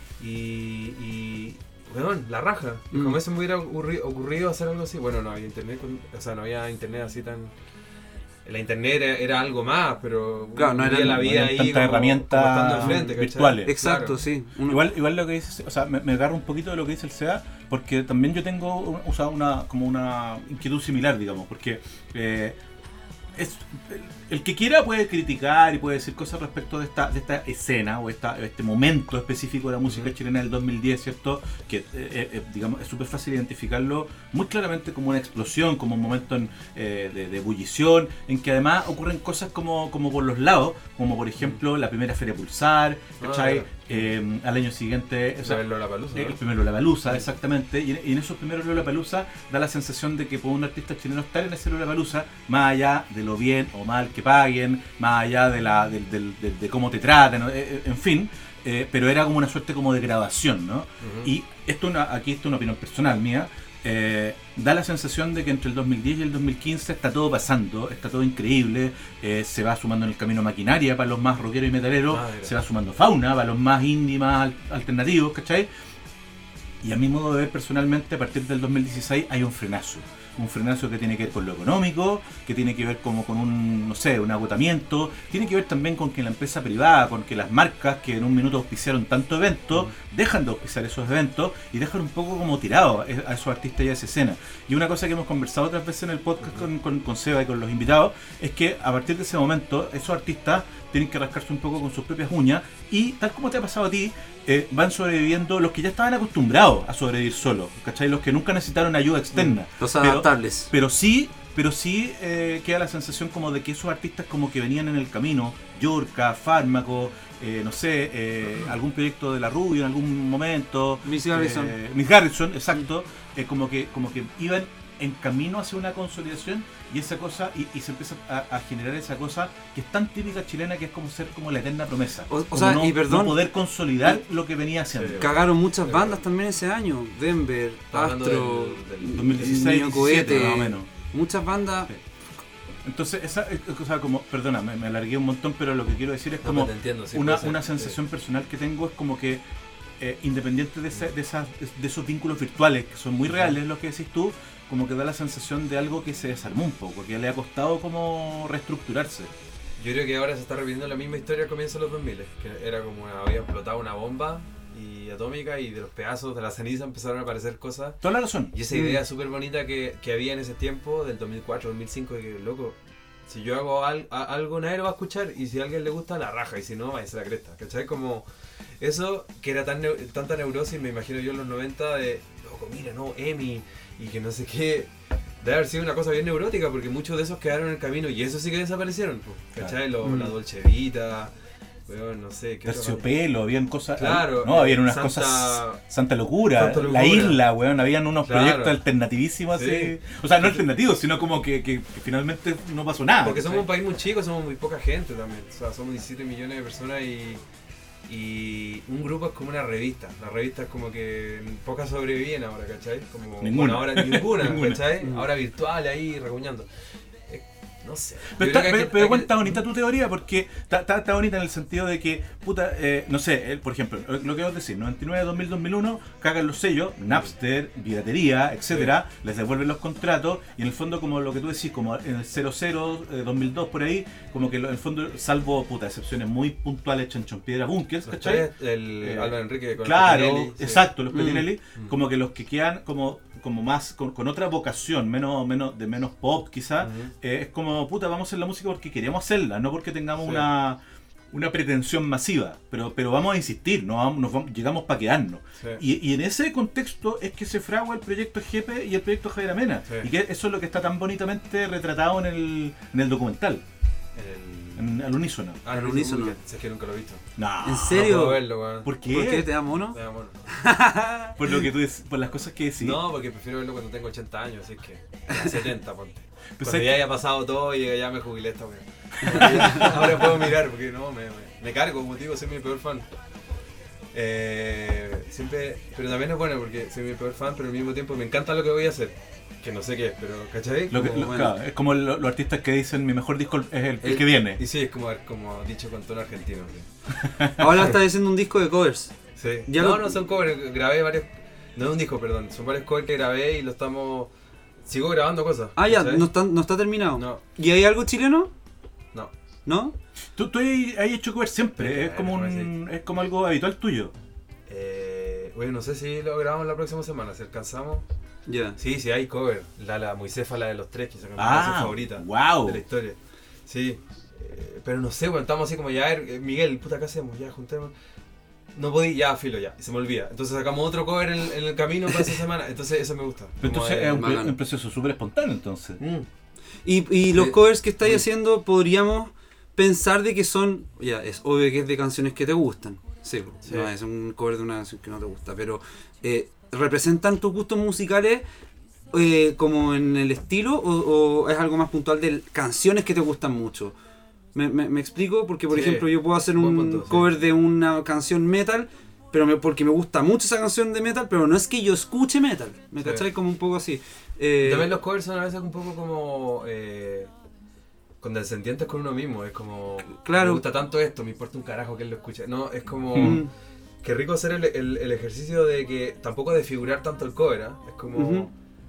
S3: y bueno, la raja. Y como eso me hubiera ocurrido hacer algo así, bueno, no había internet, no había internet así tan... La internet era algo más, pero
S2: claro, no era
S3: la vida ahí
S1: tantas herramientas virtuales.
S2: Exacto,
S3: claro.
S2: Sí.
S1: Igual lo que dice, o sea, me agarro un poquito de lo que dice el SEA, porque también yo tengo una inquietud similar, digamos, porque el que quiera puede criticar y puede decir cosas respecto de esta escena o este momento específico de la música chilena del 2010, ¿cierto? Que digamos es súper fácil identificarlo muy claramente como una explosión, como un momento de ebullición, en que además ocurren cosas como por los lados, como por ejemplo la primera Feria Pulsar, ¿cachai? Al año siguiente el primer Lollapalooza, exactamente, y en esos primeros Lollapalooza da la sensación de que puede un artista chileno estar en ese Lollapalooza más allá de lo bien o mal que paguen, más allá de cómo te traten, en fin, pero era como una suerte como de graduación, ¿no? Y aquí esto es una opinión personal mía. Da la sensación de que entre el 2010 y el 2015 está todo pasando, está todo increíble, se va sumando en el camino maquinaria para los más rockeros y metaleros, se va sumando fauna para los más indie, más alternativos, ¿cachai? Y a mi modo de ver personalmente, a partir del 2016 hay un frenazo. un frenazo que tiene que ver con lo económico, que tiene que ver como con un agotamiento, tiene que ver también con que la empresa privada, con que las marcas que en un minuto auspiciaron tanto evento, dejan de auspiciar esos eventos y dejan un poco como tirado a esos artistas y a esa escena. Y una cosa que hemos conversado otras veces en el podcast con Seba y con los invitados, es que a partir de ese momento esos artistas tienen que rascarse un poco con sus propias uñas y, tal como te ha pasado a ti, van sobreviviendo los que ya estaban acostumbrados a sobrevivir solos, ¿cachai? Los que nunca necesitaron ayuda externa.
S2: Los adaptables.
S1: Pero sí queda la sensación como de que esos artistas como que venían en el camino, Yurka, Fármaco, algún proyecto de La Rubio en algún momento.
S2: Miss Garrison.
S1: Miss Garrison, exacto. Como que iban en camino hacia una consolidación y esa cosa y se empieza a generar esa cosa que es tan típica chilena, que es como ser como la eterna promesa,
S2: o sea,
S1: no,
S2: y perdón,
S1: no poder consolidar lo que venía haciendo.
S2: Cagaron muchas bandas también ese año, Denver, Astro,
S1: del 2016,
S2: Niño Cohete,
S1: más o menos.
S2: Muchas bandas.
S1: Sí. Entonces esa cosa, como, perdona, me alargué un montón, pero lo que quiero decir es como una sensación personal que tengo, es como que independiente de esos vínculos virtuales que son muy reales, lo que decís tú, como que da la sensación de algo que se desarmó un poco, que le ha costado como reestructurarse.
S3: Yo creo que ahora se está repitiendo la misma historia al comienzo de los 2000, que era como había explotado una bomba y atómica y de los pedazos de la ceniza empezaron a aparecer cosas.
S1: Toda la razón.
S3: Y esa idea súper bonita que había en ese tiempo, del 2004, 2005, de que, loco, si yo hago algo, nadie lo va a escuchar, y si a alguien le gusta, la raja, y si no, va a ser la cresta, ¿cachai? Como eso, que era tanta neurosis, me imagino yo en los 90, de, loco, mira, no, Emi, y que no sé qué, debe haber sido una cosa bien neurótica, porque muchos de esos quedaron en el camino, y esos sí que desaparecieron, ¿cachai?
S1: Claro.
S3: La Dolce Vita, bueno, no sé, ¿qué
S1: Terciopelo, habían cosas,
S3: claro,
S1: no, habían unas cosas, Santa Locura, La Isla, weón, habían unos proyectos alternativísimos,
S3: sí.
S1: Así, o sea, no alternativos, sino como que finalmente no pasó nada.
S3: Porque somos un país muy chico, somos muy poca gente también, o sea, somos 17 millones de personas y un grupo es como una revista. Las revistas como que pocas sobreviven ahora, ¿cachai? Como,
S1: ninguna.
S3: Bueno, ahora ninguna,
S1: Ninguna.
S3: ¿cachai? Ahora virtual ahí, recuñando. No sé.
S1: Pero está bonita tu teoría, porque está bonita en el sentido de que, puta, no sé, por ejemplo, lo que vos decís, 99, 2000, 2001, cagan los sellos, Napster, piratería, etcétera, les devuelven los contratos, y en el fondo, como lo que tú decís, como en el 00, 2002, por ahí, como que en el fondo, salvo, puta, excepciones muy puntuales, Chanchón Piedra Bunkers, ¿cachai?
S3: El Álvaro Enrique con
S1: claro,
S3: Petinelli,
S1: exacto, los Petinelli, como que los que quedan como más con otra vocación, menos pop quizás, es como, puta, vamos a hacer la música porque queremos hacerla, no porque tengamos una pretensión masiva, pero vamos a insistir, llegamos para quedarnos. Sí. Y en ese contexto es que se fragua el proyecto Jepe y el proyecto Javier Amena, y que eso es lo que está tan bonitamente retratado en el documental. Al unísono.
S3: Al unísono. Es que nunca lo he visto.
S1: No.
S2: ¿En serio?
S3: No puedo verlo, weón.
S1: ¿Por qué?
S2: ¿Por qué? ¿Te da mono?
S3: Me da mono.
S1: Por lo que tú por las cosas que decís.
S3: No, porque prefiero verlo cuando tengo 80 años, así que 70, ponte.
S1: Pues
S3: cuando ya haya pasado todo y ya me jubilé esta weón. Ahora puedo mirar, porque no, me cargo, como digo, soy mi peor fan. Siempre, pero también es bueno porque soy mi peor fan, pero al mismo tiempo me encanta lo que voy a hacer. Que no sé qué es, pero ¿cachai?
S1: Claro, es como los artistas que dicen mi mejor disco es el que viene.
S3: Y sí, es como dicho con tono argentino. Sí.
S2: Ahora estás haciendo un disco de covers.
S3: Sí. No son covers, grabé varios. No es un disco, perdón. Son varios covers que grabé y lo estamos. Sigo grabando cosas.
S2: Ah, ya, no está terminado.
S3: No.
S2: ¿Y hay algo chileno?
S3: No.
S1: ¿No? Tú has hecho covers siempre, es como algo habitual tuyo.
S3: Bueno, no sé si lo grabamos la próxima semana, si alcanzamos.
S2: Ya.
S3: Sí, hay cover. La muy céfala de los tres, que es mi canción favorita
S1: wow.
S3: de la historia. Sí. Pero no sé, bueno, estamos así como ya, Miguel, puta, ¿qué hacemos? Ya, juntemos. No podí, ya, filo, ya. Y se me olvida. Entonces sacamos otro cover en el camino para esa semana. Entonces eso me gusta.
S1: Pero entonces es un proceso súper espontáneo, entonces.
S2: Y los covers que estáis haciendo, podríamos pensar de que son... Ya, es obvio que es de canciones que te gustan. Sí. No es un cover de una canción que no te gusta, pero... ¿representan tus gustos musicales como en el estilo o es algo más puntual de canciones que te gustan mucho? ¿Me explico? Porque, por ejemplo, yo puedo hacer un cover de una canción metal, pero porque me gusta mucho esa canción de metal, pero no es que yo escuche metal. ¿Me cachai? Como un poco así.
S3: También los covers son a veces un poco como... condescendientes con uno mismo. Es como...
S2: Claro.
S3: Me gusta tanto esto, me importa un carajo que él lo escuche. No, es como... Qué rico hacer el ejercicio de que tampoco desfigurar tanto el cover, ¿eh? Es como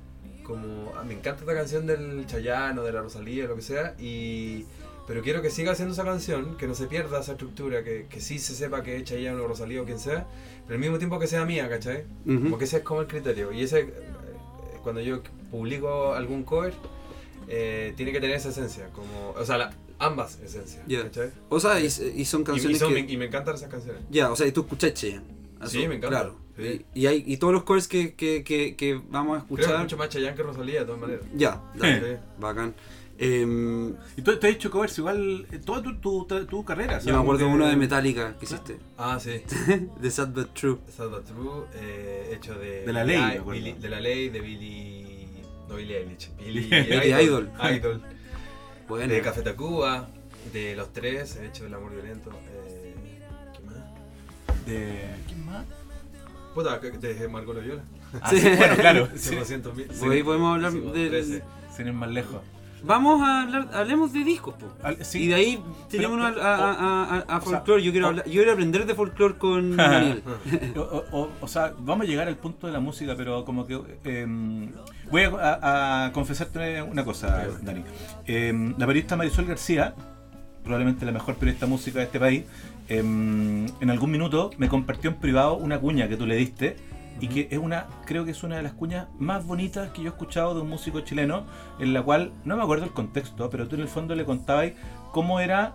S3: como, me encanta esta canción del Chayanne o de la Rosalía, lo que sea, pero quiero que siga haciendo esa canción, que no se pierda esa estructura, que sí se sepa que es Chayanne o Rosalía o quien sea, pero al mismo tiempo que sea mía, ¿cachai? Como que ese es como el criterio. Y ese, cuando yo publico algún cover, tiene que tener esa esencia, como, o sea, ambas esencias, ¿cachai?
S2: O sea, y son canciones
S3: y me encantan esas canciones.
S2: O sea, y tú escuchás Chayanne.
S3: Sí, me encanta. Claro.
S2: Sí. Y todos los covers que vamos a escuchar...
S3: Creo que mucho más Chayanne que Rosalía, de todas maneras.
S2: Dale, bacán.
S1: Y tú has hecho covers igual toda tu carrera.
S2: Yo me acuerdo de uno de Metallica que hiciste.
S3: Sí.
S2: De Sad But True.
S3: Sad But True, hecho de
S1: La Ley.
S3: De La Ley, de Billy... No Billy Eilish. Billy
S2: Idol.
S3: Bueno. De Café Tacuba, de Los Tres, hecho El Amor Violento. ¿Qué más?
S1: ¿Quién más?
S3: Puta, de Margot Loyola.
S1: Sí, bueno, claro.
S3: 200.000.
S2: Hoy podemos hablar de...
S1: Sin ir más lejos.
S2: Vamos a hablar, hablemos de discos, po.
S1: Sí.
S2: Y de ahí tirémonos a folclore. Yo quiero aprender de folclore con Daniel.
S1: O sea, vamos a llegar al punto de la música, pero como que voy a confesarte una cosa, Dani. La periodista Marisol García, probablemente la mejor periodista de música de este país, en algún minuto me compartió en privado una cuña que tú le diste. Y que creo que es una de las cuñas más bonitas que yo he escuchado de un músico chileno, en la cual, no me acuerdo el contexto, pero tú en el fondo le contabas cómo era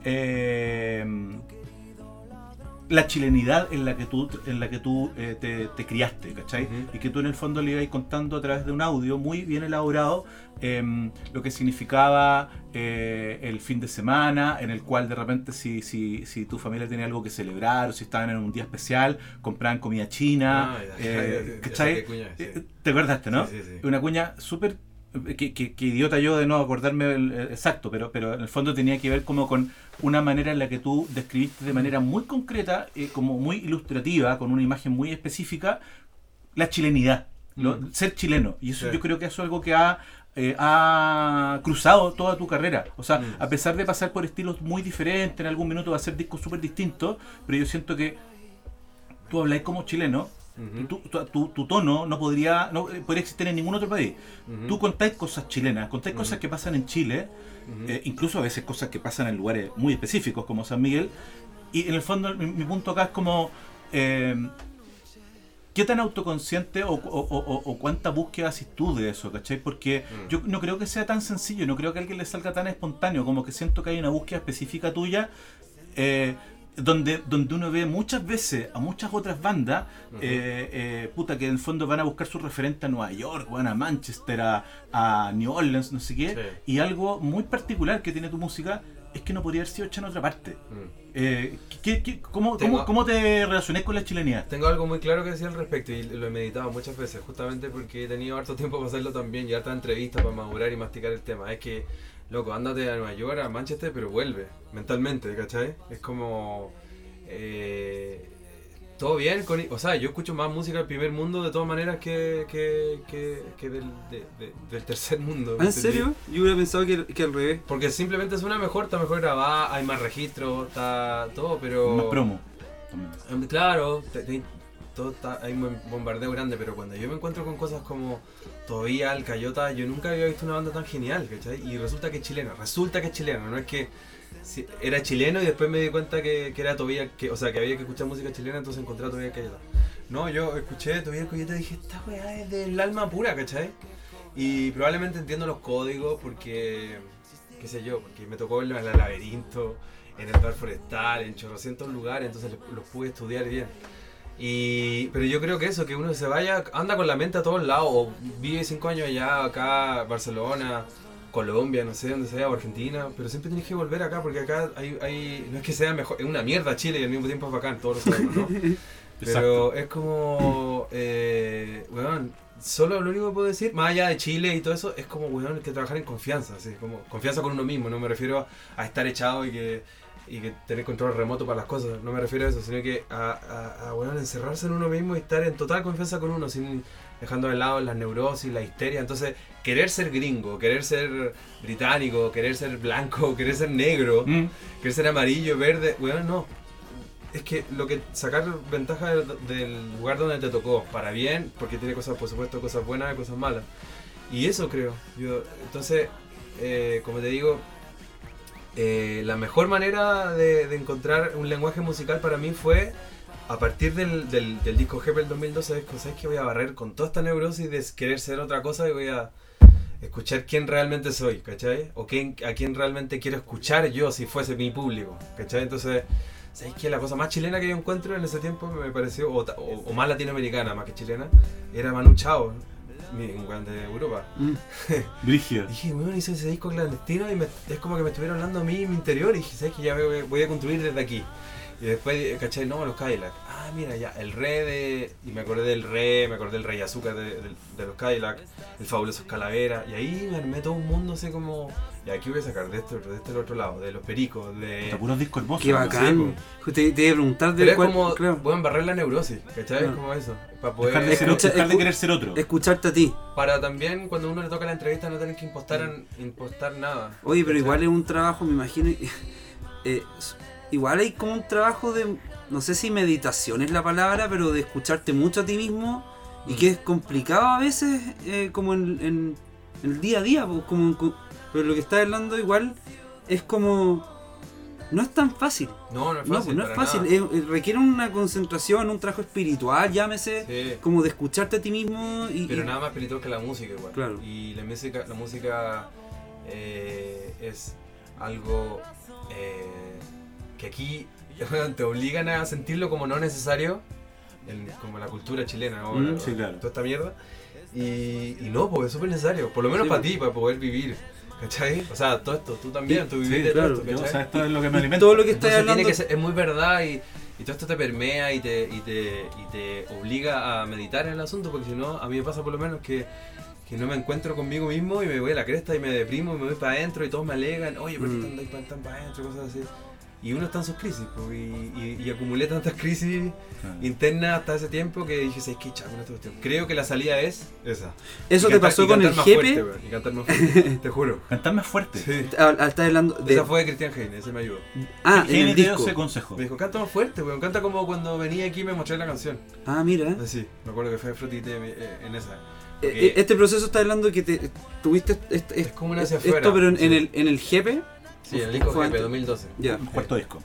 S1: la chilenidad en la que tú te criaste, ¿cachai? Y que tú en el fondo le ibas contando a través de un audio muy bien elaborado lo que significaba el fin de semana, en el cual de repente si tu familia tenía algo que celebrar o si estaban en un día especial, compraban comida china, ¿cachai? ¿Te acordaste, no?
S3: Sí.
S1: Una cuña súper... Que idiota yo de no acordarme exacto, pero en el fondo tenía que ver como con una manera en la que tú describiste de manera muy concreta, como muy ilustrativa, con una imagen muy específica, la chilenidad, ser chileno. Y eso yo creo que eso es algo que ha cruzado toda tu carrera. O sea, a pesar de pasar por estilos muy diferentes, en algún minuto va a ser discos súper distintos, pero yo siento que tú hablas como chileno. Tu tono no podría existir en ningún otro país. Tú contáis cosas chilenas, contáis cosas que pasan en Chile, incluso a veces cosas que pasan en lugares muy específicos como San Miguel, y en el fondo mi punto acá es como ¿qué tan autoconsciente o cuánta búsqueda haces tú de eso, ¿cachai? Porque yo no creo que sea tan sencillo, no creo que a alguien le salga tan espontáneo, como que siento que hay una búsqueda específica tuya, donde uno ve muchas veces a muchas otras bandas que en el fondo van a buscar su referente a Nueva York, van a Manchester, a New Orleans, no sé qué, y algo muy particular que tiene tu música es que no podría haber sido hecha en otra parte. ¿Cómo te relacionás con la chilenidad?
S3: Tengo algo muy claro que decir al respecto y lo he meditado muchas veces, justamente porque he tenido harto tiempo para hacerlo también y harta entrevistas para madurar y masticar el tema. Es que, loco, ándate a Nueva York, a Manchester, pero vuelve mentalmente, ¿cachai? Es como... todo bien, o sea, yo escucho más música del primer mundo de todas maneras que del tercer mundo.
S2: ¿En serio? Yo hubiera pensado que al revés.
S3: Porque simplemente suena mejor, está mejor grabada, hay más registros, está todo, pero...
S1: Más promo.
S3: Claro, hay un bombardeo grande, pero cuando yo me encuentro con cosas como Todavía, Alcayota, yo nunca había visto una banda tan genial, ¿cachai? Y resulta que es chileno, no es que... Sí, era chileno y después me di cuenta que era Tobías, que había que escuchar música chilena, entonces encontré a Tobías Alcayota. No, yo escuché Tobías Alcayota y dije, esta weá es del alma pura, ¿cachai? Y probablemente entiendo los códigos porque, qué sé yo, porque me tocó en el laberinto, en el bar forestal, en chorrocientos lugares, entonces los pude estudiar bien. Pero yo creo que eso, que uno se vaya, anda con la mente a todos lados, o vive 5 años allá, acá, Barcelona, Colombia, no sé dónde sea, o Argentina, pero siempre tienes que volver acá porque acá hay no es que sea mejor, es una mierda Chile y al mismo tiempo es bacán, todos lo sabemos, ¿no? Pero es como, weón, solo lo único que puedo decir, más allá de Chile y todo eso, es como, weón, que trabajar en confianza, así, como confianza con uno mismo, no me refiero a estar echado y que tener control remoto para las cosas, no me refiero a eso, sino que a weón, encerrarse en uno mismo y estar en total confianza con uno, sin dejando de lado las neurosis, la histeria. Entonces, querer ser gringo, querer ser británico, querer ser blanco, querer ser negro, querer ser amarillo, verde, bueno, no. Es que sacar ventaja del lugar donde te tocó, para bien, porque tiene cosas, por supuesto, cosas buenas y cosas malas. Y eso creo. Entonces, como te digo, la mejor manera de encontrar un lenguaje musical para mí fue a partir del disco Jefe del 2012. ¿Sabes que voy a barrer con toda esta neurosis de querer ser otra cosa y voy a escuchar quién realmente soy, ¿cachai? O a quién realmente quiero escuchar yo si fuese mi público, ¿cachai? Entonces, ¿sabes qué? La cosa más chilena que yo encuentro en ese tiempo me pareció, o más latinoamericana más que chilena, era Manu Chao, un weón de Europa.
S1: Brígido.
S3: Dije, weón, hizo ese disco clandestino y es como que me estuviera hablando a mí en mi interior y dije, ¿sabes qué? Ya voy a construir desde aquí. Y después, ¿cachai? No, los Cadillac. Ah, mira, ya, el re de... Y me acordé del Rey Azúcar de los Cadillac, el Fabulosos Calavera. Y ahí me armé todo un mundo así como... Y aquí voy a sacar de este otro lado, de los Pericos, de...
S1: Puros discos hermosos.
S2: Qué bacán. Te iba a preguntar de
S3: cuál... Pero es como, voy a embarrar la neurosis, ¿cachai? Es como eso. Para poder...
S1: Dejar de querer ser otro.
S2: Escucharte a ti.
S3: Para también, cuando uno le toca la entrevista, no tener que impostar nada.
S2: Oye, pero igual es un trabajo, me imagino... igual hay como un trabajo de, no sé si meditación es la palabra, pero de escucharte mucho a ti mismo y que es complicado a veces como en el día a día, pues, pero lo que estás hablando igual es como, no es tan fácil.
S3: No es fácil.
S2: No es fácil, requiere una concentración, un trabajo espiritual, llámese,
S3: sí.
S2: Como de escucharte a ti mismo.
S3: Pero nada más espiritual que la música igual.
S2: Claro.
S3: Y la música es algo... que aquí te obligan a sentirlo como no necesario, como la cultura chilena, ¿no?
S1: Sí, claro.
S3: Toda esta mierda. Y no, pues es súper necesario, por lo menos para ti, para poder vivir, ¿cachai? O sea, todo esto, tú también,
S1: sí,
S3: tú vivís de
S1: claro,
S3: todo esto, ¿cachai?
S1: O sea, esto es lo que me alimenta.
S2: Todo lo que estás
S3: Entonces
S2: hablando
S3: tiene que ser, es muy verdad y todo esto te permea y te obliga a meditar en el asunto, porque si no, a mí me pasa por lo menos que no me encuentro conmigo mismo y me voy a la cresta y me deprimo y me voy para adentro y todos me alegan, oye, ¿por qué están para adentro? Cosas así. Y uno está en sus crisis, pues, y acumulé tantas crisis internas hasta ese tiempo que dije, ¿sabes qué? Chavo, creo que la salida es esa.
S2: ¿Eso te pasó con el jefe?
S3: Y cantar más fuerte, te juro.
S1: Cantar más fuerte.
S3: Sí.
S2: Estás hablando de...
S3: Esa fue de Cristian Heine, ese me ayudó.
S2: Ah, en el disco.
S1: Ese consejo.
S3: Me dijo, canta más fuerte, weón, canta como cuando venía aquí y me mostré la canción.
S2: Ah, mira.
S3: Sí, me acuerdo que fue Frutite en esa.
S2: Este proceso está hablando que tuviste
S3: es como una hacia afuera.
S2: Esto, pero
S3: sí.
S2: en el jefe.
S3: Sí, el disco GP 2012.
S2: Ya.
S1: Cuarto disco.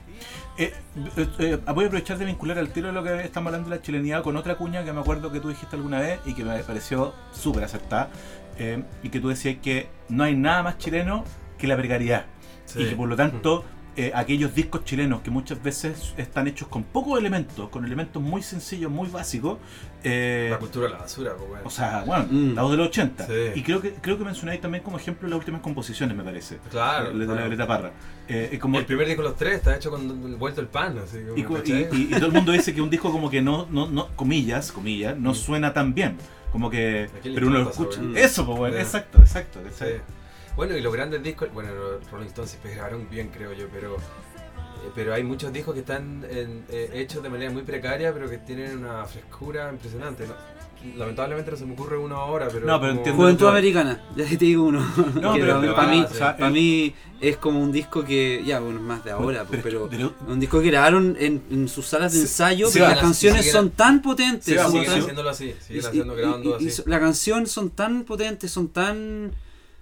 S1: Voy a aprovechar de vincular al tiro de lo que estamos hablando de la chilenidad con otra cuña que me acuerdo que tú dijiste alguna vez y que me pareció súper acertada. Y que tú decías que no hay nada más chileno que la precariedad. Sí. Y que por lo tanto aquellos discos chilenos que muchas veces están hechos con pocos elementos, con elementos muy sencillos, muy básicos.
S3: La cultura de la basura, pues bueno.
S1: O sea, bueno, la voz de los 80.
S3: Sí.
S1: Y creo que mencionáis también como ejemplo las últimas composiciones, me parece.
S3: Claro.
S1: De la Violeta Parra. Como
S3: el primer disco de los tres está hecho con vuelto el pan. Así, como,
S1: y todo el mundo dice que un disco como que no comillas, no suena tan bien. Como que. Pero uno lo escucha. Eso, pues bueno, exacto.
S3: Sí. Bueno, y los grandes discos, bueno, los Rolling Stones se grabaron bien, creo yo, pero hay muchos discos que están hechos de manera muy precaria, pero que tienen una frescura impresionante, ¿no? Lamentablemente no se me ocurre uno ahora, pero...
S2: No, pero entiendo. Juventud Americana, ya te digo uno.
S1: No, pero
S2: para mí es como un disco que, ya, bueno, es más de ahora, pero un disco que grabaron en sus salas de ensayo, pero las canciones son tan potentes.
S3: Siguen haciéndolo así, grabando así.
S2: La canción son tan potentes, son tan...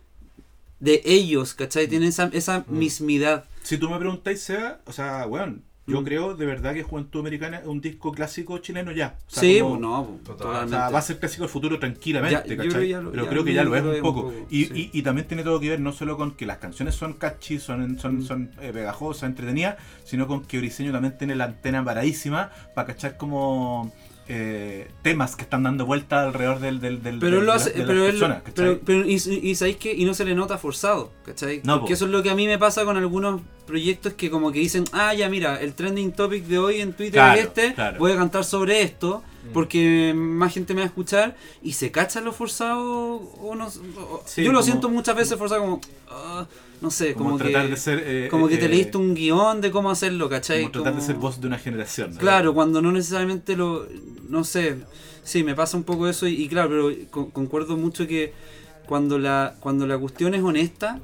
S2: de ellos, ¿cachai? Tienen esa mismidad.
S1: Si tú me preguntáis, Seba, o sea, bueno, yo creo de verdad que Juventud Americana es un disco clásico chileno ya. O sea,
S2: sí,
S1: como,
S2: no, totalmente.
S1: O sea, va a ser clásico del futuro tranquilamente, ¿cachai?
S2: Pero
S1: creo que ya lo es un poco.
S2: Sí.
S1: Y también tiene todo que ver no solo con que las canciones son catchy, son pegajosas, entretenidas, sino con que Briseño también tiene la antena paradísima para cachar como... temas que están dando vuelta alrededor
S2: pero lo hace, pero
S1: personas,
S2: y sabéis que y no se le nota forzado, ¿cachai?
S1: No,
S2: porque eso es lo que a mí me pasa con algunos proyectos que como que dicen, ya mira, el trending topic de hoy en Twitter es voy a cantar sobre esto porque más gente me va a escuchar y se cacha lo forzado o no. Sí, yo lo siento muchas veces forzado como no sé, como
S1: tratar
S2: que,
S1: de ser
S2: como que te leíste un guión de cómo hacerlo, ¿cachai?
S1: Como tratar de ser voz de una generación, ¿no?
S2: Claro, cuando no necesariamente no sé, sí, me pasa un poco eso y claro, pero concuerdo mucho que cuando la cuestión es honesta,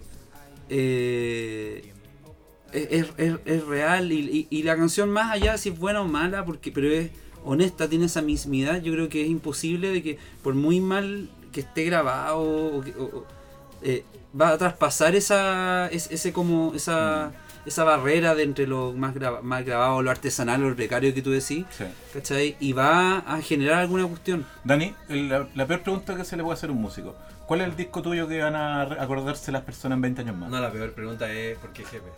S2: es real y la canción más allá de si es buena o mala, pero es honesta, tiene esa mismidad. Yo creo que es imposible de que por muy mal que esté grabado va a traspasar esa barrera de entre lo más grabado, lo artesanal, lo precario que tú decís,
S1: Sí.
S2: ¿cachai? Y va a generar alguna cuestión.
S1: Dani, la peor pregunta que se le puede hacer a un músico. ¿Cuál es el disco tuyo que van a acordarse las personas en 20 años más?
S3: No, la peor pregunta es ¿por qué jefe?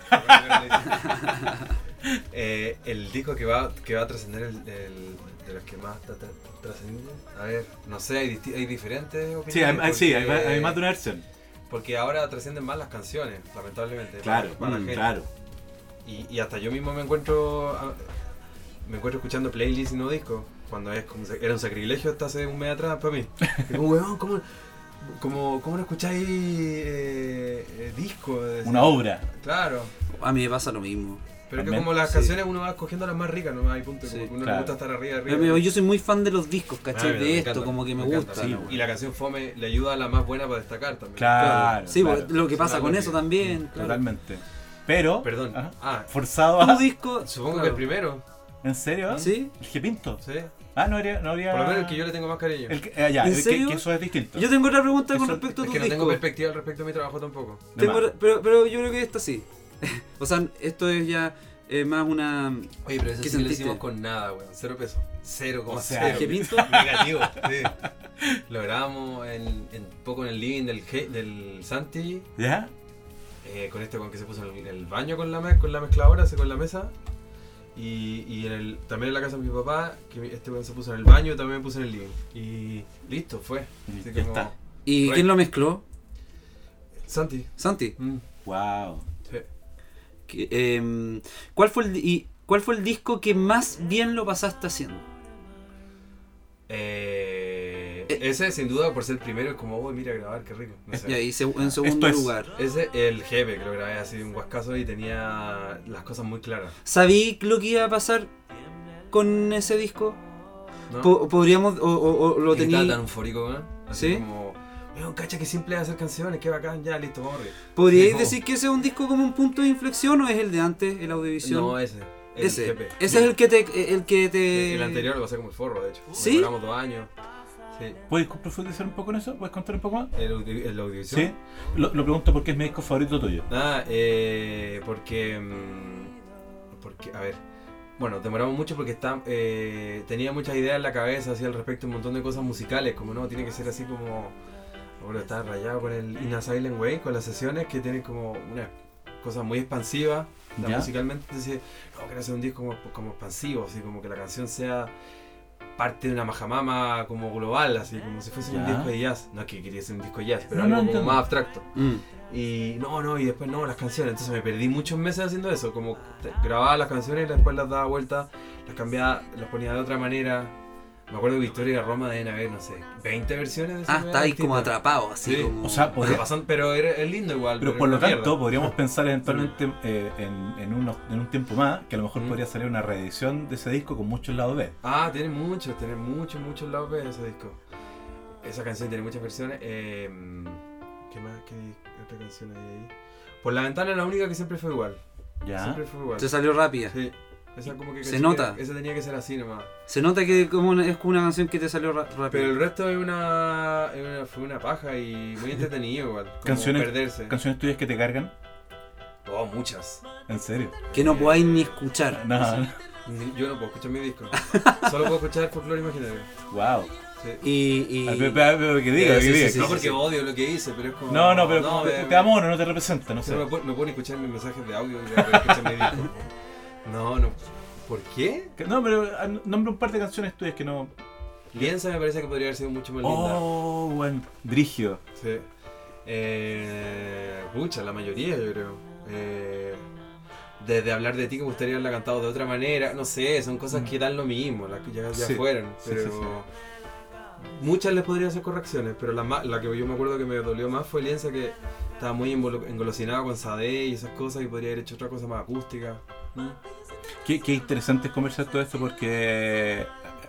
S3: El disco que va a trascender de los que más trascenden. A ver, no sé, hay diferentes opiniones.
S1: Hay más de una versión.
S3: Porque ahora trascienden más las canciones, lamentablemente.
S1: Claro,
S3: para la gente.
S1: claro.
S3: Y hasta yo mismo me encuentro escuchando playlists y no discos. Cuando era un sacrilegio hasta hace un mes atrás para mí. Como, weón, ¿cómo no escucháis discos?
S1: Una obra.
S3: Claro.
S2: A mí me pasa lo mismo.
S3: Pero que
S2: También,
S3: como las
S2: sí.
S3: canciones uno va escogiendo las más ricas, no hay punto.
S2: Sí,
S3: Como que uno
S1: claro.
S3: le gusta estar arriba.
S2: Pero yo soy muy fan de los discos, ¿cachai?
S3: Mira,
S2: de
S3: me
S2: esto,
S3: encanta,
S2: como que me
S3: encanta.
S2: gusta.
S1: Sí,
S2: ¿no?
S3: Y la canción fome le ayuda a la más buena para destacar también.
S1: Claro.
S2: Sí,
S1: claro.
S2: lo que pasa
S3: Es
S2: con
S3: algo
S2: eso
S3: que-
S2: también. Claro.
S1: Totalmente. Pero.
S3: Perdón.
S1: Ajá, forzado a.
S2: Tu disco.
S3: Supongo
S2: claro.
S3: que el primero.
S1: ¿En serio?
S2: ¿Sí?
S1: ¿El que pinto?
S3: Sí.
S1: Ah, no habría.
S3: Por lo menos el que yo le tengo más cariño.
S1: Ya,
S2: ¿En serio?
S1: que eso es distinto.
S2: Yo tengo otra pregunta con
S1: Eso-
S2: respecto a
S3: Es
S2: tu
S3: que no
S2: disco.
S3: tengo perspectiva al respecto de mi trabajo tampoco.
S1: De más.
S2: Pero yo creo que esta sí. O sea, esto es ya más una...
S3: Oye, pero eso
S2: ¿Qué
S3: sí que lo
S2: sentiste?
S3: hicimos con nada, weón. 0 pesos. 0,0.
S1: O sea,
S2: ¿Qué pinto?
S3: Negativo, sí. Lo grabamos un poco en el living del Santi.
S1: ¿Ya?
S3: Con que se puso en el baño con la mezcladora, con la mesa. Y también en la casa de mi papá, que este weón se puso en el baño y también me puse en el living. Y listo, fue.
S1: Y
S3: Así
S1: ya
S3: como-
S1: está.
S2: ¿Y
S3: Right.
S2: quién lo mezcló?
S3: Santi.
S2: Santi.
S1: Wow.
S3: Sí.
S2: ¿Cuál fue el disco que más bien lo pasaste haciendo?
S3: Ese sin duda por ser el primero es como, mira grabar, qué rico. No sé.
S2: Y ahí en segundo
S1: Esto es-
S2: lugar.
S3: Ese el jefe que lo grabé así un guascazo y tenía las cosas muy claras.
S2: ¿Sabí lo que iba a pasar con ese disco?
S3: ¿No?
S2: Podríamos, o lo
S3: Y estaba tan
S2: tenía...
S3: eufórico, ¿no? Así
S2: ¿Sí?
S3: como, weón, cacha que simple hacer canciones, qué bacán, ya listo, vamos a reír.
S2: ¿Podríais
S3: Sí,
S2: decir que ese es un disco como un punto de inflexión o es el de antes, el Audiovisión?
S3: No, ese. El
S2: ese.
S3: jefe.
S2: Ese es el que te...
S3: El anterior lo pasé como el forro, de hecho.
S2: ¿Sí?
S3: Duramos 2 años. Sí.
S1: ¿Puedes profundizar un poco en eso? ¿Puedes contar un poco más?
S3: El audiovisión.
S1: Sí. Lo pregunto porque es mi disco favorito tuyo.
S3: Porque, a ver, bueno, demoramos mucho porque tenía muchas ideas en la cabeza así al respecto, un montón de cosas musicales, como no, tiene que ser así como, bueno, estaba rayado con el In a Silent Way, con las sesiones que tienen como una cosa muy expansiva,
S1: ¿Ya?
S3: musicalmente, entonces, no, quiero hacer un disco como expansivo, así como que la canción sea parte de una majamama como global, así como si fuese un
S1: ¿Ya?
S3: disco de jazz, no es que quería hacer un disco de jazz, pero
S1: No, no
S3: algo como
S1: entiendo.
S3: más abstracto.
S2: Mm.
S3: Y y después las canciones. Entonces me perdí muchos meses haciendo eso. Como grababa las canciones y después las daba vuelta, las cambiaba, las ponía de otra manera. Me acuerdo que Victoria y Roma deben haber, no sé, 20 versiones de esa
S2: Está ahí como
S3: distintas.
S2: atrapado, así
S3: Sí.
S2: como...
S1: O sea,
S3: Pero es lindo igual.
S1: Pero por lo
S3: es una
S1: tanto,
S3: mierda.
S1: podríamos pensar eventualmente en un tiempo más que a lo mejor
S3: Mm.
S1: podría salir una reedición de ese disco con muchos lados B.
S3: Tiene muchos lados B ese disco. Esa canción tiene muchas versiones. ¿Qué más? ¿Qué otra canción hay ahí? Por la ventana es la única que siempre fue igual.
S1: ¿Ya?
S3: Siempre fue igual.
S2: Se salió rápida.
S3: Sí. Esa como que
S2: Se
S3: caché
S2: nota.
S3: que esa tenía que ser así nomás.
S2: Se nota que es como una canción que te salió rápida.
S3: Pero el resto fue una paja y muy entretenido igual. Como
S1: Canciones-
S3: perderse.
S1: ¿Canciones tuyas que te cargan?
S3: Oh, muchas.
S1: ¿En serio?
S2: Que no podáis ni escuchar.
S1: No.
S3: Yo no puedo escuchar mi disco. Solo puedo escuchar folclore imaginario.
S1: Wow.
S3: Sí.
S2: Y...
S1: Pero que diga,
S2: Sí,
S1: que diga.
S2: sí,
S3: no
S2: sí,
S3: porque
S2: sí.
S3: odio lo que hice, pero es como.
S1: No, pero te amo, no te representa, no sé.
S3: Me pueden escuchar mis mensajes de audio y me pueden escuchar mi disco. No. ¿Por qué?
S1: No, pero nombra un par de canciones tuyas que no.
S3: Lienza me parece que podría haber sido mucho más linda.
S1: Oh, buen Brigio.
S3: Sí. Pucha, la mayoría yo creo. Desde hablar de ti que me gustaría haberla cantado de otra manera. No sé, son cosas que dan lo mismo, las que ya
S1: Sí.
S3: fueron.
S1: Sí,
S3: Pero
S1: sí, sí.
S3: muchas les podría hacer correcciones, pero la que yo me acuerdo que me dolió más fue Lienza, que estaba muy engolosinado con Sade y esas cosas y podría haber hecho otra cosa más acústica.
S1: Qué interesante es conversar todo esto porque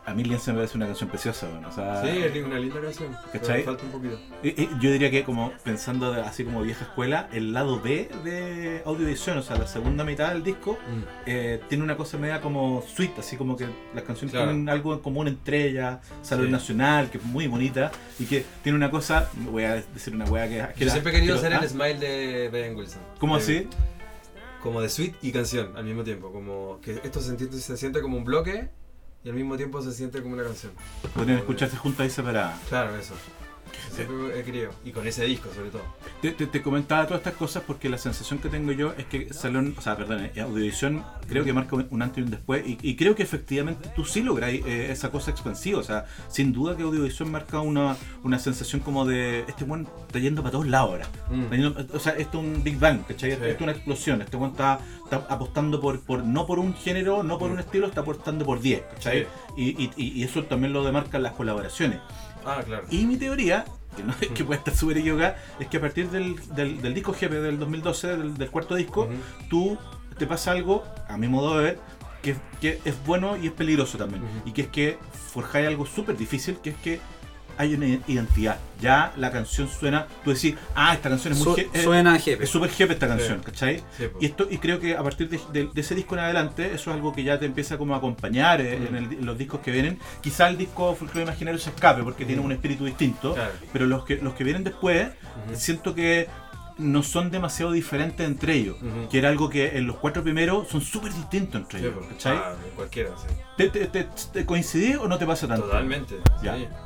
S1: a mí Lienzo me parece una canción preciosa, bueno, o sea,
S3: Sí, es una linda canción.
S1: ¿cachai?
S3: Pero falta un poquito.
S1: Yo diría que como pensando así como vieja escuela, el lado B de Audiovisión, o sea, la segunda mitad del disco, tiene una cosa media como sweet, así como que las canciones tienen algo en común entre ellas, Salud Nacional, que es muy bonita, y que tiene una cosa, voy a decir una wea que
S3: Yo siempre he querido hacer el Smile de Brian Wilson.
S1: ¿Cómo así?
S3: Como de suite y canción al mismo tiempo, como que esto se siente como un bloque y al mismo tiempo se siente como una canción.
S1: Podrían escucharse juntas y separadas.
S3: Claro, eso. Siempre he querido. Y con ese disco, sobre todo.
S1: Te comentaba todas estas cosas porque la sensación que tengo yo es que Audiovisión creo que marca un antes y un después. Y creo que efectivamente tú sí logras esa cosa expansiva. O sea, sin duda que Audiovisión marca una sensación como de este buen está yendo para todos lados ahora. O sea, esto es un Big Bang, ¿cachai? Esto es una explosión. Este buen está apostando no por un género, no por un estilo, está apostando por 10, ¿cachai? Sí. Y eso también lo demarcan las colaboraciones.
S3: Ah, claro.
S1: Y mi teoría, que puede estar súper equivocada, es que a partir del disco GP del 2012, del cuarto disco, tú te pasa algo, a mi modo de ver, que es bueno y es peligroso también. Y que es que forjáis algo súper difícil, que es que hay una identidad. Ya la canción suena, tú decís, esta canción es muy
S2: suena GP.
S1: Es súper GP esta canción,
S3: sí.
S1: ¿cachai?
S3: Sí,
S1: y creo que a partir de ese disco en adelante, eso es algo que ya te empieza como a acompañar en los discos que vienen. Quizá el disco Folklore Imaginario se escape porque tiene un espíritu distinto, pero los que vienen después, siento que no son demasiado diferentes entre ellos, que era algo que en los 4 primeros son súper distintos entre ellos, ¿cachai?
S3: Cualquiera, sí.
S1: ¿Te coincidís o no te pasa tanto?
S3: Totalmente,
S1: ya.
S3: Sí.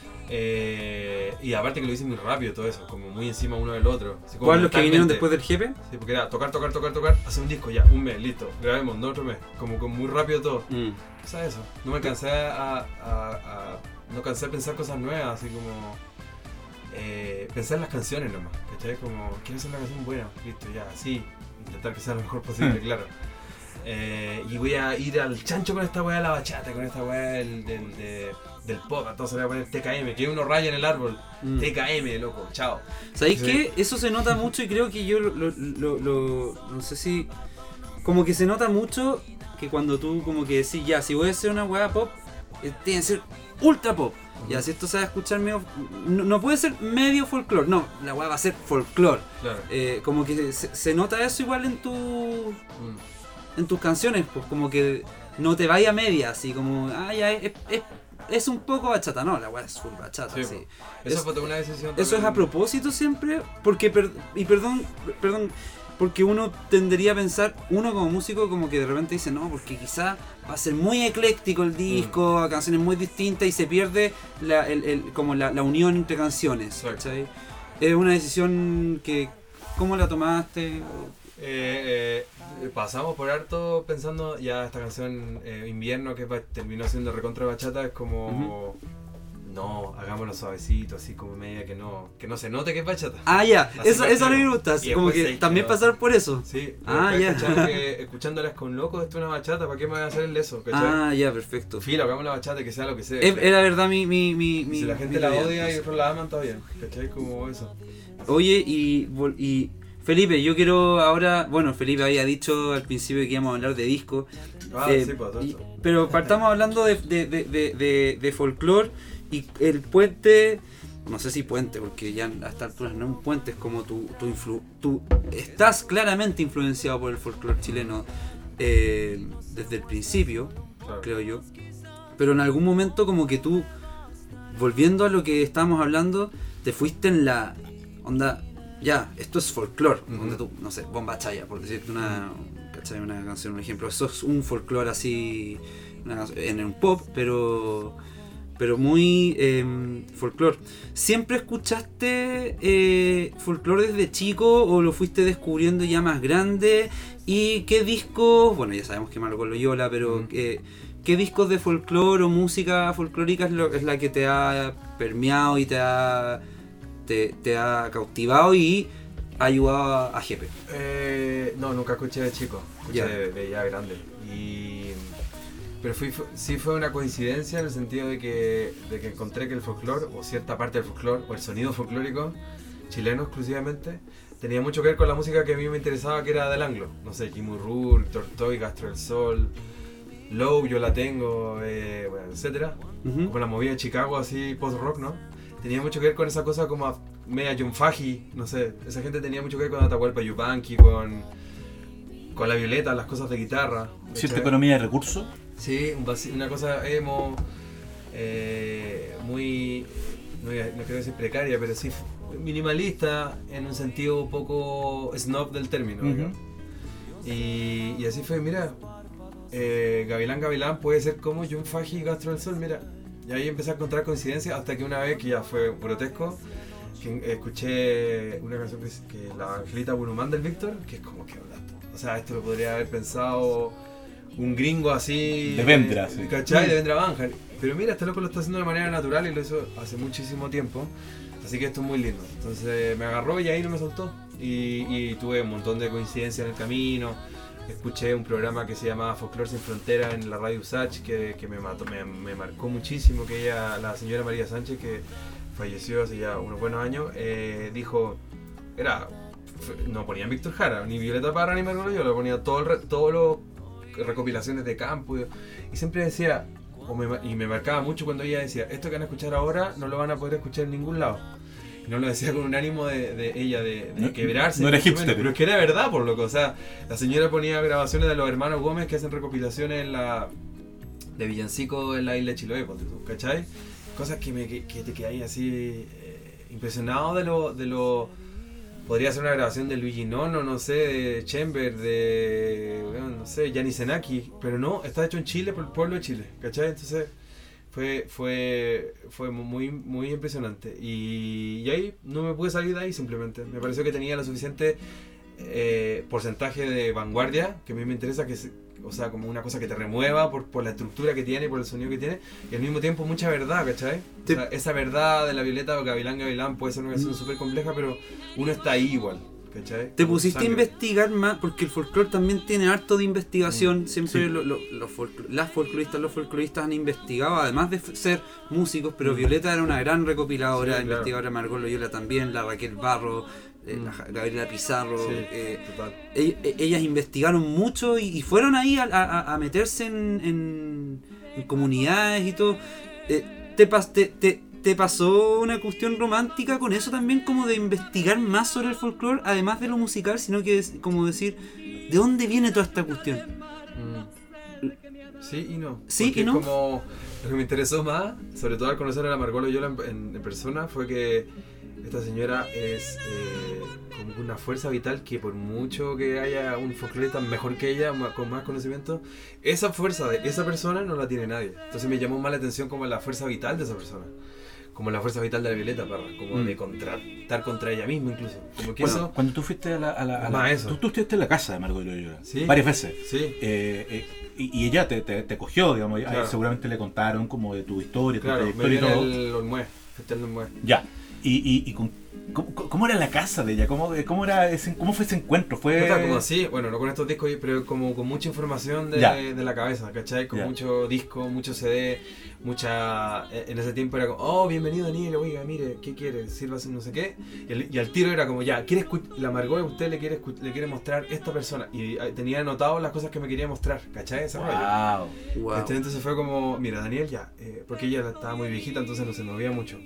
S3: Y aparte que lo hice muy rápido todo eso, como muy encima uno del otro.
S2: ¿Cuáles los que vinieron después del GP?
S3: Sí, porque era tocar, hacer un disco ya, un mes, listo, grabemos, no otro mes, como muy rápido todo. O sea, eso, no me cansé no cansé de pensar cosas nuevas, así como pensar en las canciones nomás, ¿cachai? Como, quiero hacer una canción buena, listo, ya, así, intentar que sea lo mejor posible, claro. Y voy a ir al chancho con esta weá de la bachata, con esta weá del pop, entonces voy a poner TKM, que uno raya en el árbol, TKM, loco, chao.
S2: ¿Sabéis qué? Eso se nota mucho y creo que yo no sé si... Como que se nota mucho que cuando tú como que decís, ya, si voy a hacer una weá pop, tiene que ser ultra pop. Ya, si esto se va a escuchar medio... No puede ser medio folclore, no, la weá va a ser folclore.
S3: Claro.
S2: Como que se nota eso igual en tus canciones, pues como que no te vaya a media, así como, ya es un poco bachata, no, la weá es full bachata, sí.
S3: Eso fue toda una decisión.
S2: Eso es a propósito siempre, porque, perdón, porque uno tendería a pensar, uno como músico como que de repente dice, no, porque quizá va a ser muy ecléctico el disco, a canciones muy distintas y se pierde como la unión entre canciones, ¿cachai? Es una decisión que, ¿cómo la tomaste?
S3: Pasamos por harto pensando ya esta canción Invierno que terminó siendo recontra bachata, es como no, hagámoslo suavecito, así como media que no se note que es bachata.
S2: Ya, eso a mí me gusta, como que también pasar por eso.
S3: Sí,
S2: ya.
S3: Escuchándolas con locos, esto es una bachata, ¿para qué me voy a hacer el eso? ¿Cachai?
S2: Ya, perfecto.
S3: Filo, hagamos la bachata, que sea lo que sea.
S2: Era verdad mi
S3: si la gente la odia y otros la aman, está bien, ¿cachai? Como eso.
S2: Oye, y Felipe, yo quiero ahora... Bueno, Felipe había dicho al principio que íbamos a hablar de disco.
S3: Sí, pues todo eso.
S2: Pero partamos hablando de folclore y el puente... No sé si puente, porque ya a esta altura no es un puente, es como tú estás claramente influenciado por el folclore chileno desde el principio, claro. Creo yo. Pero en algún momento como que tú, volviendo a lo que estábamos hablando, te fuiste en la onda... Ya, esto es folclore, donde tú, no sé, Bomba Chaya, por decirte una canción, un ejemplo. Eso es un folclore así, en un pop, pero muy folclore. ¿Siempre escuchaste folclore desde chico o lo fuiste descubriendo ya más grande? ¿Y qué discos, bueno, ya sabemos que Marco Loyola, pero qué discos de folclore o música folclórica es la que te ha permeado y te ha cautivado y ha ayudado a Jepe?
S3: No, nunca escuché de chico, escuché de ya grande. Pero sí fue una coincidencia en el sentido de que encontré que el folclore, o cierta parte del folclore, o el sonido folclórico, chileno exclusivamente, tenía mucho que ver con la música que a mí me interesaba, que era del anglo. No sé, Kim Urur, Tortoy, Castro del Sol, Low, Yo la tengo, bueno, etcétera.
S2: Ujú.
S3: Como la movida de Chicago, así post-rock, ¿no? Tenía mucho que ver con esa cosa como media John Fahey, no sé. Esa gente tenía mucho que ver con Atahualpa Yupanqui, con La Violeta, las cosas de guitarra.
S1: Cierta
S3: ¿cachai?
S1: economía de recursos.
S3: Sí, una cosa emo, muy, no quiero decir precaria, pero sí minimalista en un sentido un poco snob del término.
S1: Ujú.
S3: digamos. Y así fue, mira, Gavilán Gavilán puede ser como John Fahey y Castro del Sol, mira. Y ahí empecé a encontrar coincidencias hasta que una vez, que ya fue grotesco, que escuché una canción que la Angelita Burumán del Víctor, que es como que, o sea, esto lo podría haber pensado un gringo así...
S1: De Vendra, sí.
S3: ¿Cachai? De Vendra Banjar. Pero mira, este loco lo está haciendo de manera natural y lo hizo hace muchísimo tiempo. Así que esto es muy lindo. Entonces me agarró y ahí no me soltó. Y tuve un montón de coincidencias en el camino. Escuché un programa que se llamaba Folklore Sin Frontera en la radio USACH que me marcó muchísimo. Que ella, la señora María Sánchez, que falleció hace ya unos buenos años, dijo, no ponían Víctor Jara, ni Violeta Parra, ni Margot Loyola, ponía todos los recopilaciones de campo. Y siempre decía, y me marcaba mucho cuando ella decía, esto que van a escuchar ahora no lo van a poder escuchar en ningún lado. Y no lo decía con un ánimo de ella de quebrarse.
S1: No era hipster.
S3: Pero es que era verdad, por loco. O sea, la señora ponía grabaciones de los hermanos Gómez que hacen recopilaciones de villancicos en la isla de Chiloé, ¿cachai? Cosas que te quedáis así impresionado de lo... Podría ser una grabación de Luigi Nono, no sé, de Chamber, bueno, no sé, Gianni Senaki, pero no, está hecho en Chile por el pueblo de Chile, ¿cachai? Entonces fue muy, muy impresionante. Y ahí no me pude salir de ahí simplemente. Me pareció que tenía lo suficiente porcentaje de vanguardia, que a mí me interesa, o sea, como una cosa que te remueva por la estructura que tiene, por el sonido que tiene, y al mismo tiempo mucha verdad, ¿cachai? O sea, esa verdad de la Violeta o Gavilán Gavilán puede ser una canción súper compleja, pero uno está ahí igual, ¿cachai?
S2: Te
S3: Como
S2: pusiste a
S3: sangre.
S2: investigar más, porque el folclore también tiene harto de investigación. Siempre
S1: sí.
S2: los folcloristas han investigado, además de ser músicos, pero Violeta era una gran recopiladora,
S3: Sí, claro.
S2: investigadora, Margot Loyola también, la Raquel Barro, la Gabriela Pizarro.
S3: Sí, total.
S2: Ellas investigaron mucho y fueron ahí a meterse en comunidades y todo. ¿Te pasó una cuestión romántica con eso también, como de investigar más sobre el folclore, además de lo musical, sino que es como decir, ¿de dónde viene toda esta cuestión?
S3: Sí y no.
S2: Sí
S3: Porque
S2: y no.
S3: Como lo que me interesó más, sobre todo al conocer a la Margot Loyola en persona, fue que esta señora es como una fuerza vital que por mucho que haya un folclorista mejor que ella, con más conocimiento, esa fuerza de esa persona no la tiene nadie. Entonces me llamó más la atención como la fuerza vital de esa persona. Como la fuerza vital de la Violeta Parra, como de estar contra ella misma incluso. Como que
S1: Bueno,
S3: eso...
S1: cuando tú fuiste
S3: eso.
S1: tú estuviste en la casa de Margot Loyola
S3: Sí.
S1: varias veces.
S3: Sí.
S1: Y ella te cogió, digamos.
S3: Claro.
S1: Seguramente le contaron como de tu historia,
S3: Claro,
S1: tu
S3: me vi
S1: trayectoria
S3: en
S1: y todo.
S3: el Olmué, festival del Olmué.
S1: Ya. ¿Cómo era la casa de ella? ¿Cómo fue ese encuentro?
S3: Puta, como así, bueno, no con estos discos, pero como con mucha información de la cabeza, ¿cachai? Con mucho disco, mucho CD, en ese tiempo era como, oh, bienvenido Daniel, oiga, mire, ¿qué quiere? Sírvase no sé qué. Y al tiro era como, ya, la Margot, usted le quiere mostrar esta persona. Y tenía anotado las cosas que me quería mostrar, ¿cachai? Ese rollo.
S2: Wow.
S3: Entonces fue como, mira, Daniel ya, porque ella estaba muy viejita, entonces no se movía mucho.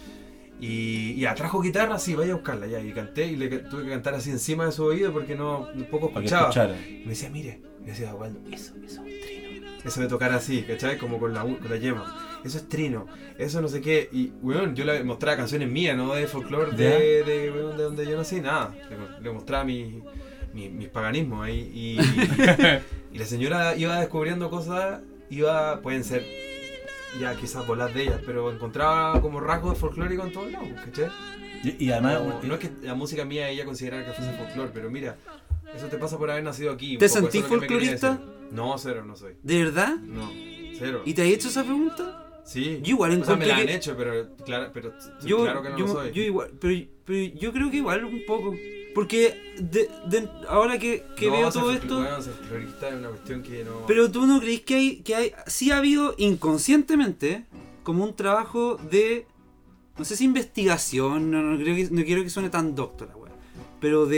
S3: Y ya, trajo guitarra, sí, vaya a buscarla ya. Y canté y tuve que cantar así encima de su oído porque poco escuchaba. Y me decía, mire, me decía, Waldo, eso es un trino. Eso de tocar así, ¿cachai? Como con la yema. Eso es trino, eso no sé qué. Y, weón, yo le mostraba canciones mías, no de folclore de donde yo nací, nada. Le mostraba mis paganismos ahí. Y la señora iba descubriendo cosas, pueden ser ya quizás bolas de ellas, pero encontraba como rasgos folclóricos en todos lados, ¿cachai?
S1: Y además...
S3: No es que la música mía ella considerara que fuese folclore, pero mira, eso te pasa por haber nacido aquí.
S2: ¿Te sentís folclorista?
S3: No, cero, no soy.
S2: ¿De verdad?
S3: No, cero.
S2: ¿Y te has hecho esa pregunta?
S3: Sí.
S2: Yo igual
S3: me la han
S2: que...
S3: hecho, pero claro que no lo soy.
S2: Yo igual, pero yo creo que igual un poco. Porque ahora que veo todo esto...
S3: Bueno, ser folclorista es una cuestión que no...
S2: Pero tú no crees que hay sí ha habido inconscientemente como un trabajo de, no sé si investigación, no quiero que suene tan doctora, pero de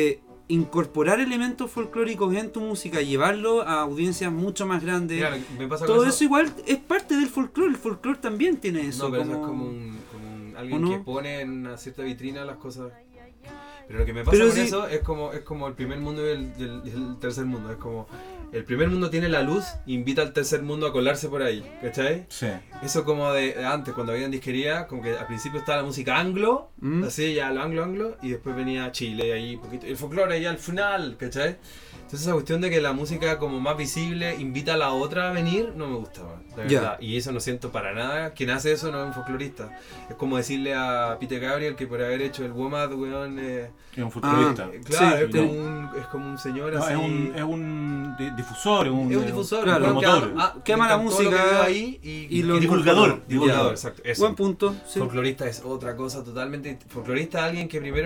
S2: incorporar elementos folclóricos en tu música, llevarlo a audiencias mucho más grandes.
S3: Mira, me pasa
S2: Todo
S3: con
S2: eso igual es parte del folclore. El folclore también tiene eso.
S3: No, pero
S2: como...
S3: eso es como alguien
S2: ¿O no?
S3: que pone en una cierta vitrina las cosas. Pero lo que me pasa
S2: Pero
S3: con
S2: sí.
S3: eso es como el primer mundo y el tercer mundo. Es como el primer mundo tiene la luz, invita al tercer mundo a colarse por ahí, ¿cachai?
S1: Sí.
S3: Eso como de antes, cuando había en disquería, como que al principio estaba la música anglo, así ya lo anglo, y después venía Chile ahí un poquito, y el folclore ahí al final, ¿cachai? Entonces esa cuestión de que la música como más visible invita a la otra a venir, no me gusta, man, de verdad. Y eso no siento para nada. Quien hace eso no es un folclorista. Es como decirle a Peter Gabriel que por haber hecho el WOMAD, weón...
S1: Es un folclorista.
S3: claro,
S2: Sí,
S3: es como un señor
S1: No,
S3: así...
S1: es un difusor, es un
S3: difusor,
S2: claro,
S3: un
S1: promotor.
S2: que ama la música
S3: ahí
S2: y lo
S1: divulgador.
S3: divulgador, exacto. Eso.
S2: Buen punto. Sí.
S3: Folclorista es otra cosa totalmente. Folclorista es alguien que primero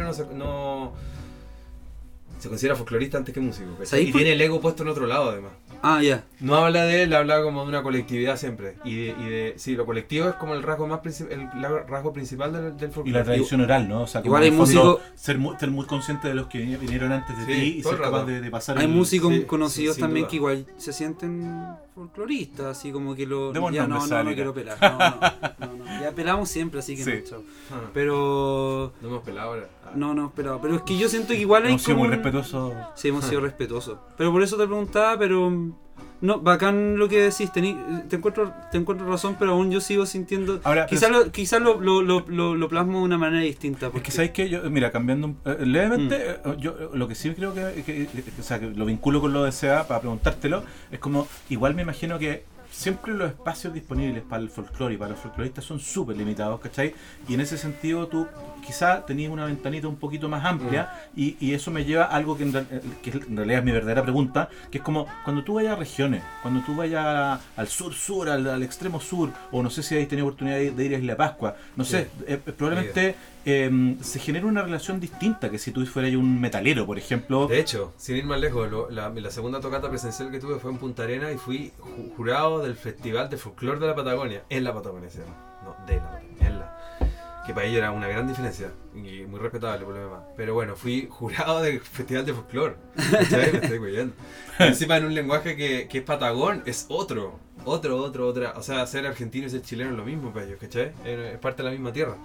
S3: se considera folclorista antes que músico, ¿cachai? Y tiene el ego puesto en otro lado además.
S2: Ah, ya.
S3: No habla de él, habla como de una colectividad siempre. Sí, lo colectivo es como el rasgo rasgo principal del folclore.
S1: Y la tradición oral, ¿no? O sea,
S2: Igual
S1: como
S2: hay
S1: en el fondo,
S2: músicos-
S1: ser muy consciente de los que vinieron antes de
S3: Sí,
S1: ti y
S3: todo
S1: ser
S3: el
S1: capaz
S3: rato.
S1: de pasar
S2: Hay músicos
S3: sí,
S2: conocidos
S3: sin
S2: también
S3: duda.
S2: que igual se sienten folcloristas, así como que lo...
S1: Demos
S2: Ya
S1: nombres,
S2: no
S1: Sálica.
S2: quiero pelar. No. Ya pelamos siempre, así que
S1: Sí.
S2: no, chao.
S3: Ah,
S2: Pero...
S3: no hemos pelado ahora. Ah.
S2: No esperaba. Pero es que yo siento que igual hay
S1: Hemos sido
S2: como
S1: muy
S2: un-
S1: respetuosos.
S2: Sí, hemos sido respetuosos. Pero por eso te preguntaba, pero... No, bacán lo que decís, te encuentro razón, pero aún yo sigo sintiendo...
S1: Ahora,
S2: Quizás lo plasmo de una manera distinta.
S1: Es
S2: Porque...
S1: que sabes que yo, mira, cambiando levemente, yo lo que sí creo que lo vinculo con lo de SEA para preguntártelo, es como, igual me imagino que siempre los espacios disponibles para el folclore y para los folcloristas son súper limitados, ¿cachai? Y en ese sentido tú quizás tenías una ventanita un poquito más amplia y eso me lleva a algo que en realidad es mi verdadera pregunta, que es como cuando tú vayas a regiones, cuando tú vayas al sur, al extremo sur, o no sé si habéis tenido oportunidad de ir a Isla Pascua, no sé, probablemente se genera una relación distinta que si tú fueras un metalero, por ejemplo.
S3: De hecho, sin ir más lejos, la segunda tocata presencial que tuve fue en Punta Arenas y fui jurado del Festival de Folclore de la Patagonia. En la Patagonia se llama. No, de la Patagonia, en la. Que para ello era una gran diferencia y muy respetable por lo demás. Pero bueno, fui jurado del Festival de Folclore. ¿Cachai? Me estoy cuidando. Encima en un lenguaje que es patagón, es otra. O sea, ser argentino y ser chileno es lo mismo para ellos, ¿cachai? Es parte de la misma tierra.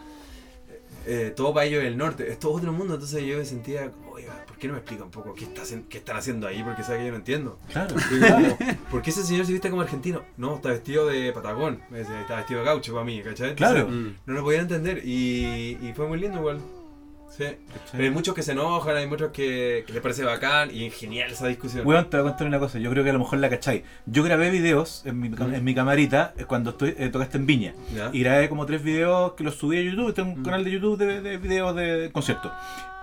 S3: Todo para ellos es el norte, es todo otro mundo. Entonces yo me sentía, oye, ¿por qué no me explica un poco qué están haciendo ahí? Porque sabe que yo no entiendo.
S1: Claro.
S3: Como, ¿por qué ese señor se viste como argentino? No, está vestido de patagón. Me decía, está vestido de gaucho para mí, ¿cachai? Entonces,
S1: Claro.
S3: no lo podía entender y fue muy lindo igual. Sí. Pero hay muchos que se enojan, hay muchos que les parece bacán y genial esa discusión.
S1: Weón, te voy a contar una cosa, yo creo que a lo mejor la cachai. Yo grabé videos en mi camarita cuando tocaste en Viña.
S3: ¿Ya?
S1: Y grabé como 3 videos que los subí a YouTube. Tengo un canal de YouTube de videos de conciertos.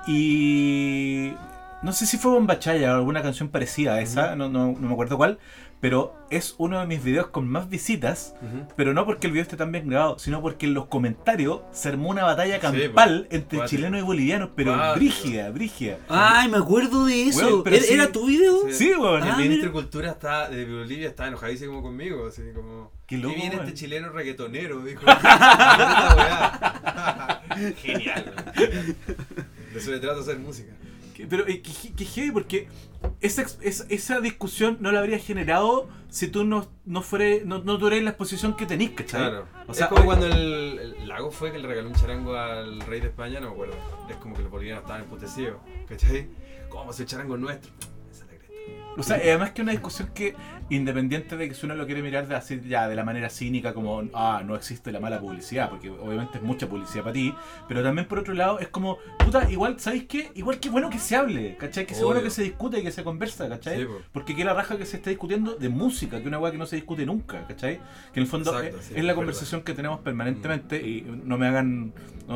S1: Y no sé si fue Bombachaya o alguna canción parecida a esa, no me acuerdo cuál. Pero es uno de mis videos con más visitas. Pero no porque el video esté tan bien grabado, sino porque en los comentarios se armó una batalla campal entre
S3: cuático.
S1: chilenos y bolivianos, pero
S3: Cuático.
S1: brígida.
S2: Ay, me acuerdo de eso.
S1: Weón, pero
S2: ¿Era
S1: sí.
S2: tu video?
S1: Sí, weón.
S3: El
S2: Ah,
S3: ministro
S2: mira.
S3: de Cultura de Bolivia está enojadísimo conmigo, así como...
S1: Qué loco,
S3: viene
S1: weón.
S3: este chileno reggaetonero, dijo. Esta weá. Genial. De eso se trata hacer música.
S1: Pero que heavy, porque esa discusión no la habría generado si tú no tuvieras la exposición que tenés, ¿cachai?
S3: Claro.
S1: O sea,
S3: es como cuando el Lago fue que le regaló un charango al rey de España, no me acuerdo. Es como que los bolivianos estaban emputecidos, ¿cachai? ¿Cómo si el charango es nuestro? Esa es la cresta.
S1: O sea, además que una discusión que, independiente de que si uno lo quiere mirar así ya de la manera cínica, como, no existe la mala publicidad, porque obviamente es mucha publicidad para ti, pero también por otro lado es como, puta, igual, ¿sabéis qué? Igual que bueno que se hable, ¿cachai? Que sea bueno que se discute y que se conversa, ¿cachai?
S3: Sí, po.
S1: Porque que la raja que se está discutiendo de música, que una weá que no se discute nunca, ¿cachai? Que en el fondo
S3: Exacto, sí,
S1: es la
S3: es
S1: conversación que tenemos permanentemente y no me hagan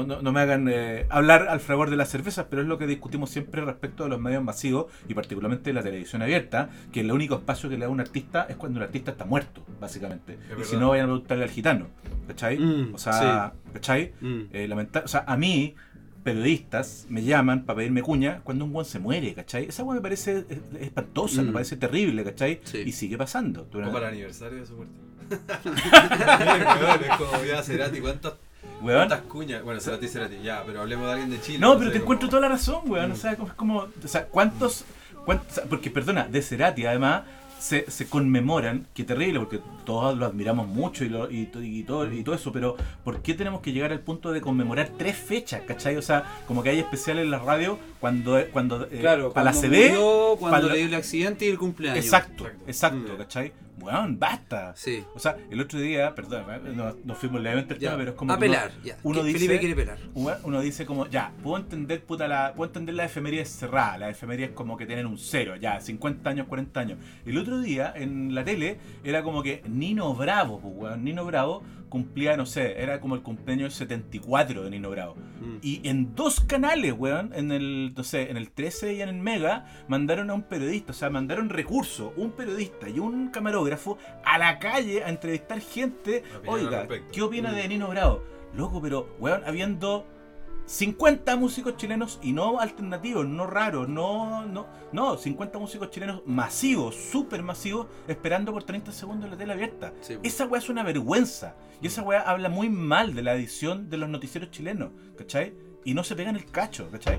S1: hablar al fragor de las cervezas, pero es lo que discutimos siempre respecto a los medios masivos y particularmente la televisión abierta, que el único espacio que le da a un artista es cuando el artista está muerto, básicamente. Y
S3: verdad.
S1: si no, vayan a preguntarle al gitano, ¿cachai? O sea, ¿cachai? O sea, a mí, periodistas me llaman para pedirme cuña cuando un weón se muere, ¿cachai? Esa weón me parece espantosa, me parece terrible, ¿cachai?
S2: Sí.
S1: Y sigue pasando.
S3: O para el aniversario de su muerte. Es como ya Cerati,
S1: weón.
S3: ¿Cuántas cuñas? Bueno, Cerati, ya, pero hablemos de alguien de Chile.
S1: No, pero te
S3: sé,
S1: encuentro
S3: como...
S1: toda la razón, weón. O sea, es como. O sea, ¿cuántos? O sea, porque, perdona, de Cerati, además, se conmemoran, que terrible, porque todos lo admiramos mucho y todo eso, pero ¿por qué tenemos que llegar al punto de conmemorar 3 fechas, ¿cachai? O sea, como que hay especiales en la radio cuando
S2: Claro,
S1: para la
S2: cuando
S1: CB,
S2: murió, cuando
S1: para
S2: le dio el accidente y el cumpleaños.
S1: Exacto, ¿cachai? Weón, basta.
S2: Sí.
S1: O sea, el otro día, perdón, nos fuimos levemente el tema, pero es como
S2: a
S1: que
S2: pelar, ya.
S1: uno dice,
S2: Felipe quiere pelar.
S1: uno dice como, ya, puedo entender las efemérides cerradas, las efemérides como que tienen un cero, ya, 50 años, 40 años. El otro día, en la tele, era como que Nino Bravo, pues, weón, Nino Bravo cumplía, no sé, era como el cumpleaños 74 de Nino Bravo. Y en 2 canales, weón, en el 13 y en el Mega, mandaron a un periodista, o sea, mandaron recursos, un periodista y un camarógrafo a la calle a entrevistar gente. Oiga, ¿qué opina de Nino Bravo? Loco, pero, weón, habiendo 50 músicos chilenos y no alternativos, no raros, no, 50 músicos chilenos masivos, súper masivos, esperando por 30 segundos en la tele abierta. Sí. Esa weá es una vergüenza. Y esa weá habla muy mal de la edición de los noticieros chilenos, ¿cachai? Y no se pegan el cacho, ¿cachai?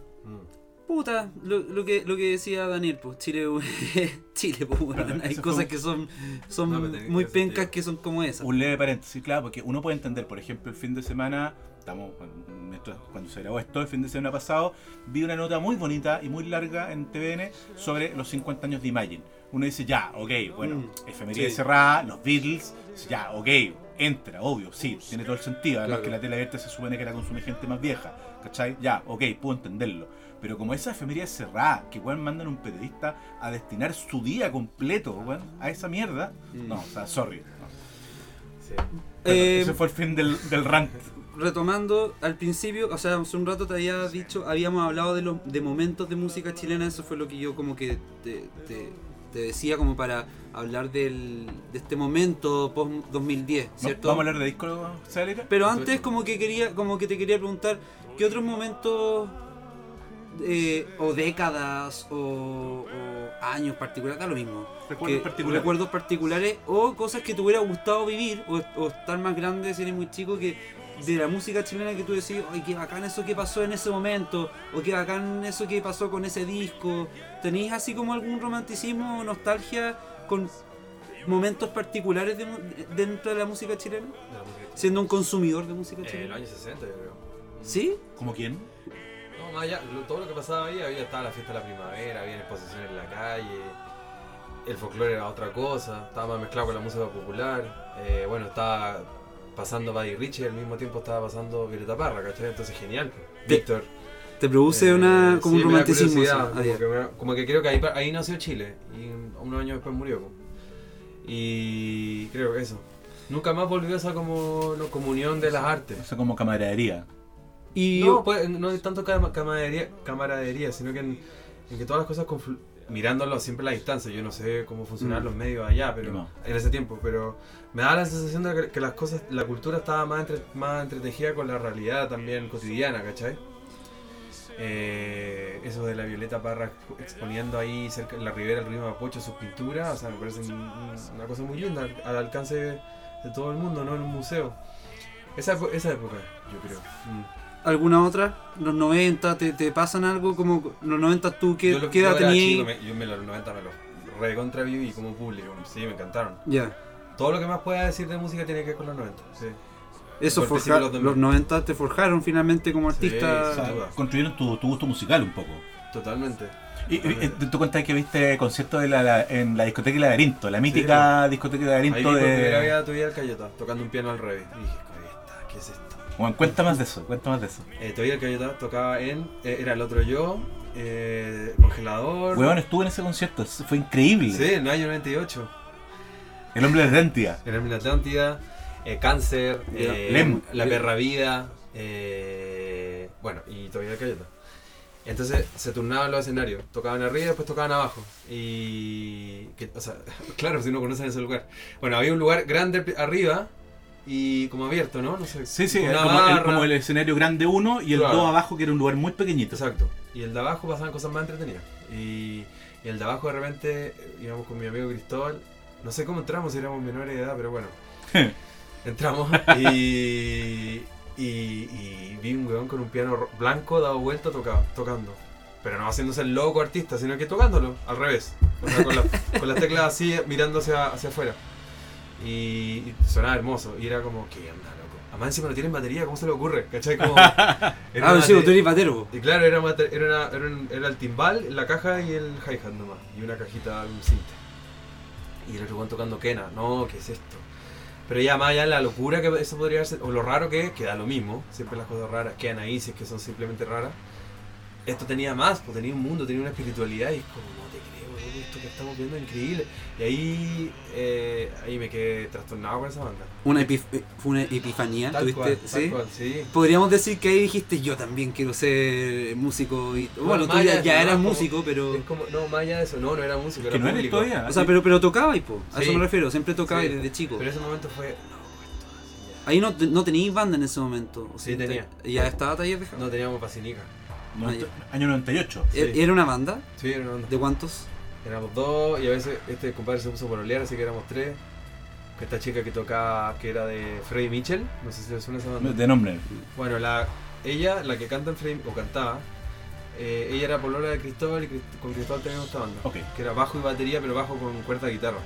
S2: Puta, lo que decía Daniel, pues Chile, pues bueno, hay cosas que son muy pencas que son como esas.
S1: Un leve paréntesis, claro, porque uno puede entender, por ejemplo, el fin de semana, cuando se grabó esto, el fin de semana pasado, vi una nota muy bonita y muy larga en TVN sobre los 50 años de Imagine. Uno dice, ya, ok, bueno, efeméride cerrada, los Beatles, ya, ok, entra, obvio, sí, tiene todo el sentido, además que la tele abierta se supone que la consume gente más vieja, ¿cachai? Ya, ok, puedo entenderlo. Pero como esa efeméride cerrada, que weón mandan a un periodista a destinar su día completo, weón, a esa mierda, no, o sea, sorry. No. Sí. Ese fue el fin del rant.
S2: Retomando al principio, o sea, hace un rato te había dicho, habíamos hablado de momentos de música chilena, eso fue lo que yo como que te decía como para hablar de este momento post 2010, ¿cierto?
S1: ¿Vamos a hablar de disco, Celera?
S2: Pero antes como que te quería preguntar, ¿qué otros momentos o décadas o años particulares, da lo mismo, recuerdos particulares o cosas que te hubiera gustado vivir o estar más grande si eres muy chico, que de la música chilena que tú decís, ay, qué bacán eso que pasó en ese momento, o qué bacán eso que pasó con ese disco? ¿Tenéis así como algún romanticismo o nostalgia con momentos particulares dentro de la música chilena? Siendo un consumidor de música chilena.
S3: En los años 60, yo creo.
S2: ¿Sí?
S1: ¿Como quién?
S3: No, más allá, todo lo que pasaba ahí, estaba la fiesta de la primavera, había exposiciones en la calle, el folclore era otra cosa, estaba más mezclado con la música popular, bueno, estaba pasando Buddy Richie y al mismo tiempo estaba pasando Violeta Parra, ¿cachai? Entonces genial, Víctor.
S2: ¿Te produce un romanticismo?
S3: Como que creo que ahí nació Chile y unos años después murió. Y creo que eso. Nunca más volvió esa como comunión de las artes.
S1: Esa como camaradería.
S2: Y
S3: no, pues, no es tanto camaradería, sino que en que todas las cosas mirándolo siempre a la distancia. Yo no sé cómo funcionaban los medios allá, pero en ese tiempo, pero me da la sensación de que las cosas, la cultura estaba más entretejida con la realidad también cotidiana, ¿cachai? Eso de la Violeta Parra exponiendo ahí cerca en la ribera del río Mapocho sus pinturas, o sea, me parece una cosa muy linda al alcance de todo el mundo, ¿no? En un museo. Esa época, yo creo.
S2: ¿Alguna otra? ¿Los 90 te pasan algo? Como los 90 tú, ¿qué edad tenías?
S3: Yo los 90 me los recontra viví como público, sí, me encantaron.
S2: Ya.
S3: Todo lo que más pueda decir de música tiene que ver con los 90, sí.
S2: Eso, los 90 te forjaron finalmente como artista.
S1: Sí, construyeron tu gusto musical un poco.
S3: Totalmente.
S1: Y tú contabas que viste conciertos en la discoteca Laberinto, la mítica discoteca Laberinto.
S3: Ahí vi por primera vez a Tobias Cayota tocando un piano al revés. Y dije, ¿qué es esto?
S1: Bueno, cuenta más de eso.
S3: Tobias Cayota tocaba era el otro yo, Congelador.
S1: Weón, estuve en ese concierto, fue increíble.
S3: Sí, en el año 98.
S1: El hombre de Atlántida.
S3: El hombre de Atlántida, Cáncer, La Perra Vida, bueno, y Tobias Cayota. Entonces se turnaban los escenarios, tocaban arriba y después tocaban abajo. O sea, claro, si no conocen ese lugar. Bueno, había un lugar grande arriba y como abierto, ¿no? No sé.
S1: Sí, como el escenario grande 1 y el 2 abajo, que era un lugar muy pequeñito.
S3: Exacto. Y el de abajo pasaban cosas más entretenidas. Y el de abajo de repente íbamos con mi amigo Cristóbal. No sé cómo entramos, si éramos menores de edad, pero bueno. Entramos y y vi un weón con un piano blanco dado vuelta tocando. Pero no haciéndose el loco artista, sino que tocándolo, al revés. O sea, con las teclas así, mirando hacia afuera. Y sonaba hermoso. Y era como, ¿qué onda, loco? Además encima no tienen batería, ¿cómo se le ocurre? ¿Cachai? Como,
S2: sí, tú eres batero.
S3: y claro, era el timbal, la caja y el hi-hat nomás. Y una cajita, un synth. Y el otro weón tocando Kena. No, ¿qué es esto? Pero ya más allá de la locura que eso podría ser, o lo raro que da lo mismo. Siempre las cosas raras quedan ahí, si es que son simplemente raras. Esto tenía más, pues tenía un mundo, tenía una espiritualidad y es como, no te creo, loco, esto que estamos viendo es increíble. Y ahí me quedé trastornado con esa banda.
S2: Fue una epifanía,
S3: Tal
S2: ¿tuviste?
S3: cual, sí.
S2: Podríamos decir que ahí dijiste, yo también quiero ser músico. Y, bueno, tú ya eras músico, pero...
S3: Es como, no, más allá de eso, no era músico,
S1: que
S3: era
S1: no eres
S3: público.
S1: todavía.
S2: O sea, pero tocabais, po. A
S3: Sí.
S2: eso me refiero, siempre tocabais
S3: Sí.
S2: desde chico.
S3: Pero ese momento fue,
S2: Ahí no teníais banda en ese momento. O
S3: Sí,
S2: sea,
S3: tenía.
S2: ¿Ya estaba Taller de Java?
S3: no teníamos Pasinica.
S1: Año 98.
S3: Sí.
S2: ¿Era una banda?
S3: Sí, era una banda.
S2: ¿De cuántos?
S3: Éramos dos y a veces este compadre se puso por olear, así que éramos tres. Que esta chica que tocaba, que era de Freddie Mitchell, no sé si le suena esa banda.
S1: De nombre.
S3: Bueno, ella, la que canta en Freddie, o cantaba, ella era polola de Cristóbal y con Cristóbal teníamos esta banda.
S1: Ok.
S3: Que era bajo y batería, pero bajo con cuerda de guitarra.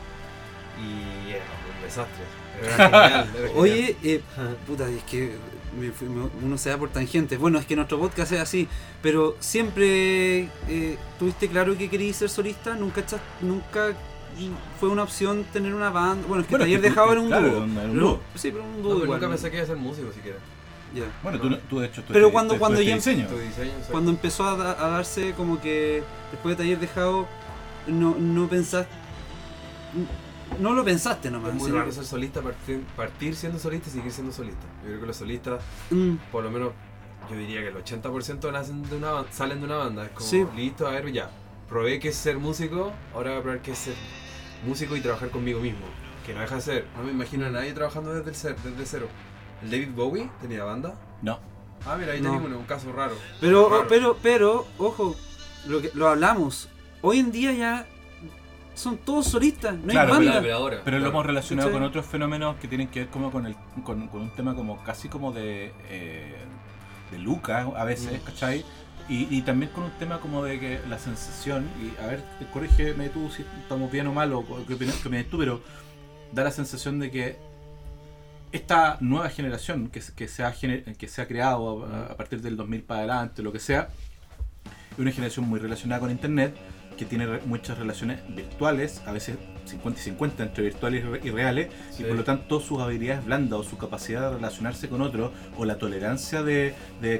S3: Y era un desastre. Era genial. Era genial.
S2: Oye, puta, es que uno se da por tangentes. Bueno, es que nuestro podcast es así, pero siempre tuviste claro que querías ser solista, nunca fue una opción tener una banda. Bueno, es que Taller de Java era un
S1: claro,
S2: dúo.
S1: era un dúo.
S2: Sí, pero un
S3: No,
S2: dúo
S3: pero
S2: igual.
S3: nunca
S2: ¿no?
S3: pensé que iba a ser músico siquiera.
S2: Ya.
S1: Bueno, tú de hecho
S2: Pero cuando ya
S1: diseño.
S3: Tu diseño, sí.
S2: Cuando empezó a darse como que después de Taller de Java no pensaste, no lo pensaste nomás.
S3: Es muy
S2: sino
S3: raro
S2: que-
S3: ser solista, partir siendo solista y seguir siendo solista. Yo creo que los solistas,
S2: Mm,
S3: por lo menos, yo diría que el 80% salen de una banda. Es como,
S2: Sí.
S3: listo, a ver, ya. Probé que es ser músico, ahora voy a probar que es ser músico y trabajar conmigo mismo. Que no deja de ser. No me imagino a nadie trabajando desde cero. ¿El David Bowie tenía banda?
S1: No.
S3: Ah, mira, ahí
S2: No.
S3: tenemos un caso raro.
S2: Pero,
S3: Raro.
S2: ojo, lo hablamos. Hoy en día ya son todos solistas, no
S1: Claro,
S2: hay banda.
S3: Pero ahora.
S1: Pero lo
S3: claro.
S1: hemos relacionado
S2: ¿Cachai?
S1: con otros fenómenos que tienen que ver como con un tema como casi como de Lucas a veces, ¿cachai? Y también con un tema como de que la sensación, y a ver, corrígeme tú si estamos bien o mal o qué opinas tú, pero da la sensación de que esta nueva generación que se ha creado a partir del 2000 para adelante, lo que sea, es una generación muy relacionada con internet, que tiene muchas relaciones virtuales, a veces 50 y 50 entre virtuales y reales,
S3: Sí.
S1: y por lo tanto sus habilidades blandas o su capacidad de relacionarse con otros o la tolerancia de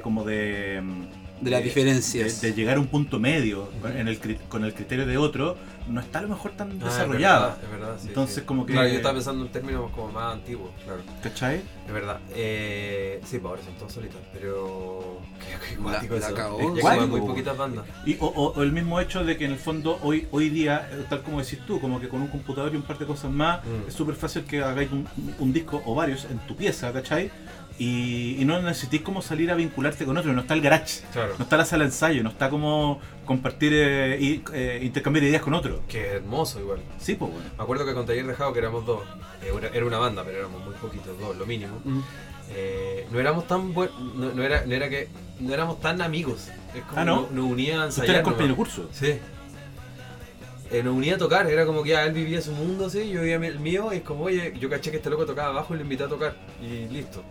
S2: las diferencias.
S1: de llegar a un punto medio con el criterio de otro, no está a lo mejor tan
S3: Ah,
S1: desarrollada.
S3: Es verdad, sí,
S1: Entonces,
S3: sí.
S1: como que-
S3: Claro, yo estaba pensando en términos como más antiguos, claro.
S1: ¿Cachai?
S3: Es verdad. Sí, pues ahora son todos solitos, pero. Qué cuático
S2: La
S3: eso.
S2: cagó,
S3: Es que
S1: cuático,
S3: son muy
S1: po.
S3: poquitas bandas.
S1: O el mismo hecho de que en el fondo hoy día, tal como decís tú, como que con un computador y un par de cosas más, es súper fácil que hagáis un disco o varios en tu pieza, ¿cachai? Y no necesitís como salir a vincularte con otro, no está el garage,
S3: Claro.
S1: no está la sala de ensayo, no está como compartir intercambiar ideas con otro.
S3: Que es hermoso igual.
S1: Sí, pues bueno.
S3: Me acuerdo que con Taller de Jao, que éramos dos, era una banda, pero éramos muy poquitos, dos, lo mínimo. No éramos tan buenos, no éramos tan amigos. Es como
S1: ¿no?
S3: nos unía a
S1: Usted
S3: ensayar.
S1: era compañero de
S3: nomás.
S1: curso.
S3: Sí. Nos unía a tocar, era como que ya él vivía su mundo, ¿sí? Yo vivía el mío, y es como, oye, yo caché que este loco tocaba abajo y lo invité a tocar, y listo.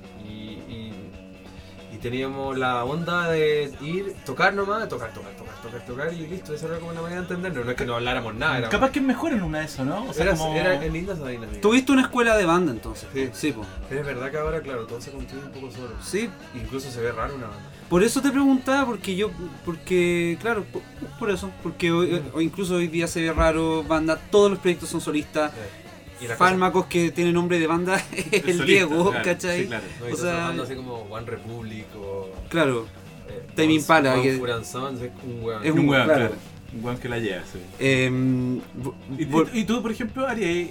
S3: Y teníamos la onda de ir, tocar nomás, tocar, y listo. Esa era como una manera de entenderlo, no es que no habláramos nada. Era,
S1: Capaz que es mejor en una de esas, ¿no? O sea, como...
S3: era linda esa dinámica.
S2: Tuviste una escuela de banda entonces.
S3: Sí.
S2: Sí, po.
S3: Pero es verdad que ahora, claro, todo se construye un poco solo.
S2: Sí.
S3: Incluso se ve raro una banda.
S2: Por eso te preguntaba, claro, por eso, porque o incluso hoy día se ve raro banda, todos los proyectos son solistas.
S3: Y la
S2: Fármacos que tiene nombre de banda es el
S1: solista,
S2: Diego,
S1: claro,
S2: ¿cachai?
S1: sí, claro.
S3: No, y
S2: O sea,
S3: sonando así como One Republic o.
S2: Claro, Tame Impala,
S3: One
S2: que-
S3: Furan Sons, es un weón.
S2: Es
S1: un weón,
S2: claro.
S1: claro. Un weón que la lleva, sí.
S2: vo-
S1: Y tú, por ejemplo, Ari,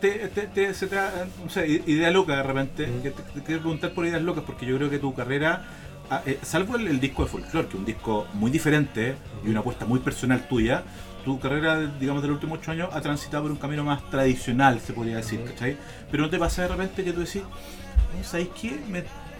S1: o sea, idea loca de repente, que te quiero preguntar por ideas locas, porque yo creo que tu carrera, salvo el disco de Folklore, que es un disco muy diferente y una apuesta muy personal tuya, tu carrera, digamos, de los últimos 8 años ha transitado por un camino más tradicional, se podría decir, ¿cachai? Pero no te pasa de repente que tú decís, ¿sabéis qué?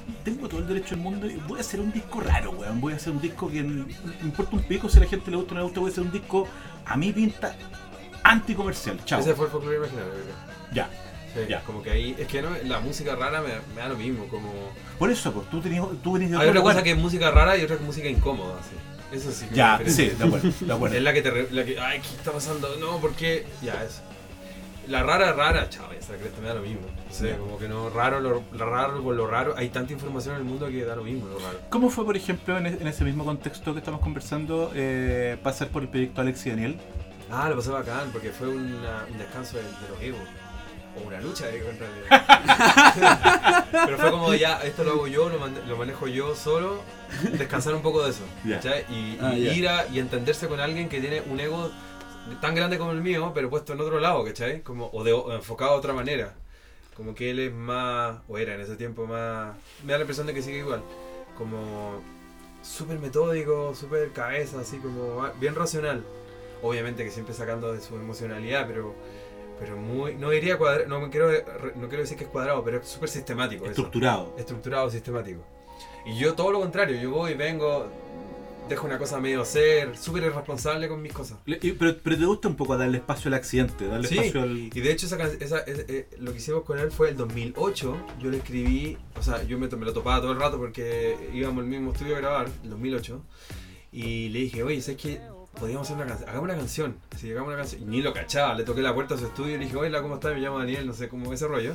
S1: tengo todo el derecho del mundo y voy a hacer un disco raro, weón. Voy a hacer un disco que no importa un pico si a la gente le gusta o no le gusta, voy a hacer un disco a mi pinta anticomercial. Chao.
S3: Ese fue el folclore imaginario, creo.
S1: Ya.
S3: Sí,
S1: Ya.
S3: como que ahí, es que no, la música rara me da lo mismo, como...
S1: Por eso, pues tú venís de
S3: Hay otra
S1: lugar.
S3: cosa que es música rara y otra que es música incómoda, sí. Eso sí que
S1: Ya,
S3: es
S1: sí,
S3: diferente.
S1: de acuerdo.
S3: Es la que, ay, ¿qué está pasando? No, ¿por qué? Ya, eso. La rara, chao, esa cresta me da lo mismo. O sea,
S1: Ya.
S3: como que no, raro con lo raro. Hay tanta información en el mundo que da lo mismo lo raro.
S1: ¿Cómo fue, por ejemplo, en ese mismo contexto que estamos conversando, pasar por el proyecto Alex y Daniel?
S3: Ah, lo pasé bacán, porque fue un descanso de los egos. O una lucha de egos en realidad. Pero fue como ya, esto lo hago yo, lo manejo yo solo. Descansar un poco de eso.
S1: Ya.
S3: ¿Cachai? Y
S2: Ya.
S3: ir y entenderse con alguien que tiene un ego tan grande como el mío, pero puesto en otro lado, ¿cachai? Como, o enfocado de otra manera. Como que él es más, o era en ese tiempo más, me da la impresión de que sigue igual. Como súper metódico, súper cabeza, así como bien racional. Obviamente que siempre sacando de su emocionalidad, pero muy, no diría cuadrado, no quiero decir que es cuadrado, pero es súper sistemático.
S1: Estructurado.
S3: Eso. Estructurado, sistemático. Y yo todo lo contrario, yo voy, vengo, dejo una cosa medio ser, súper irresponsable con mis cosas.
S1: Pero te gusta un poco darle espacio al accidente, darle
S3: Sí,
S1: espacio al...
S3: y de hecho lo que hicimos con él fue el 2008, yo le escribí, o sea, yo me lo topaba todo el rato porque íbamos al mismo estudio a grabar, el 2008, y le dije, oye, ¿sabes qué? Podríamos hacer una canción, hagamos una canción, así hagamos una canción, y ni lo cachaba, le toqué la puerta a su estudio y le dije, hola, ¿cómo estás? Me llamo Daniel, no sé cómo ese rollo,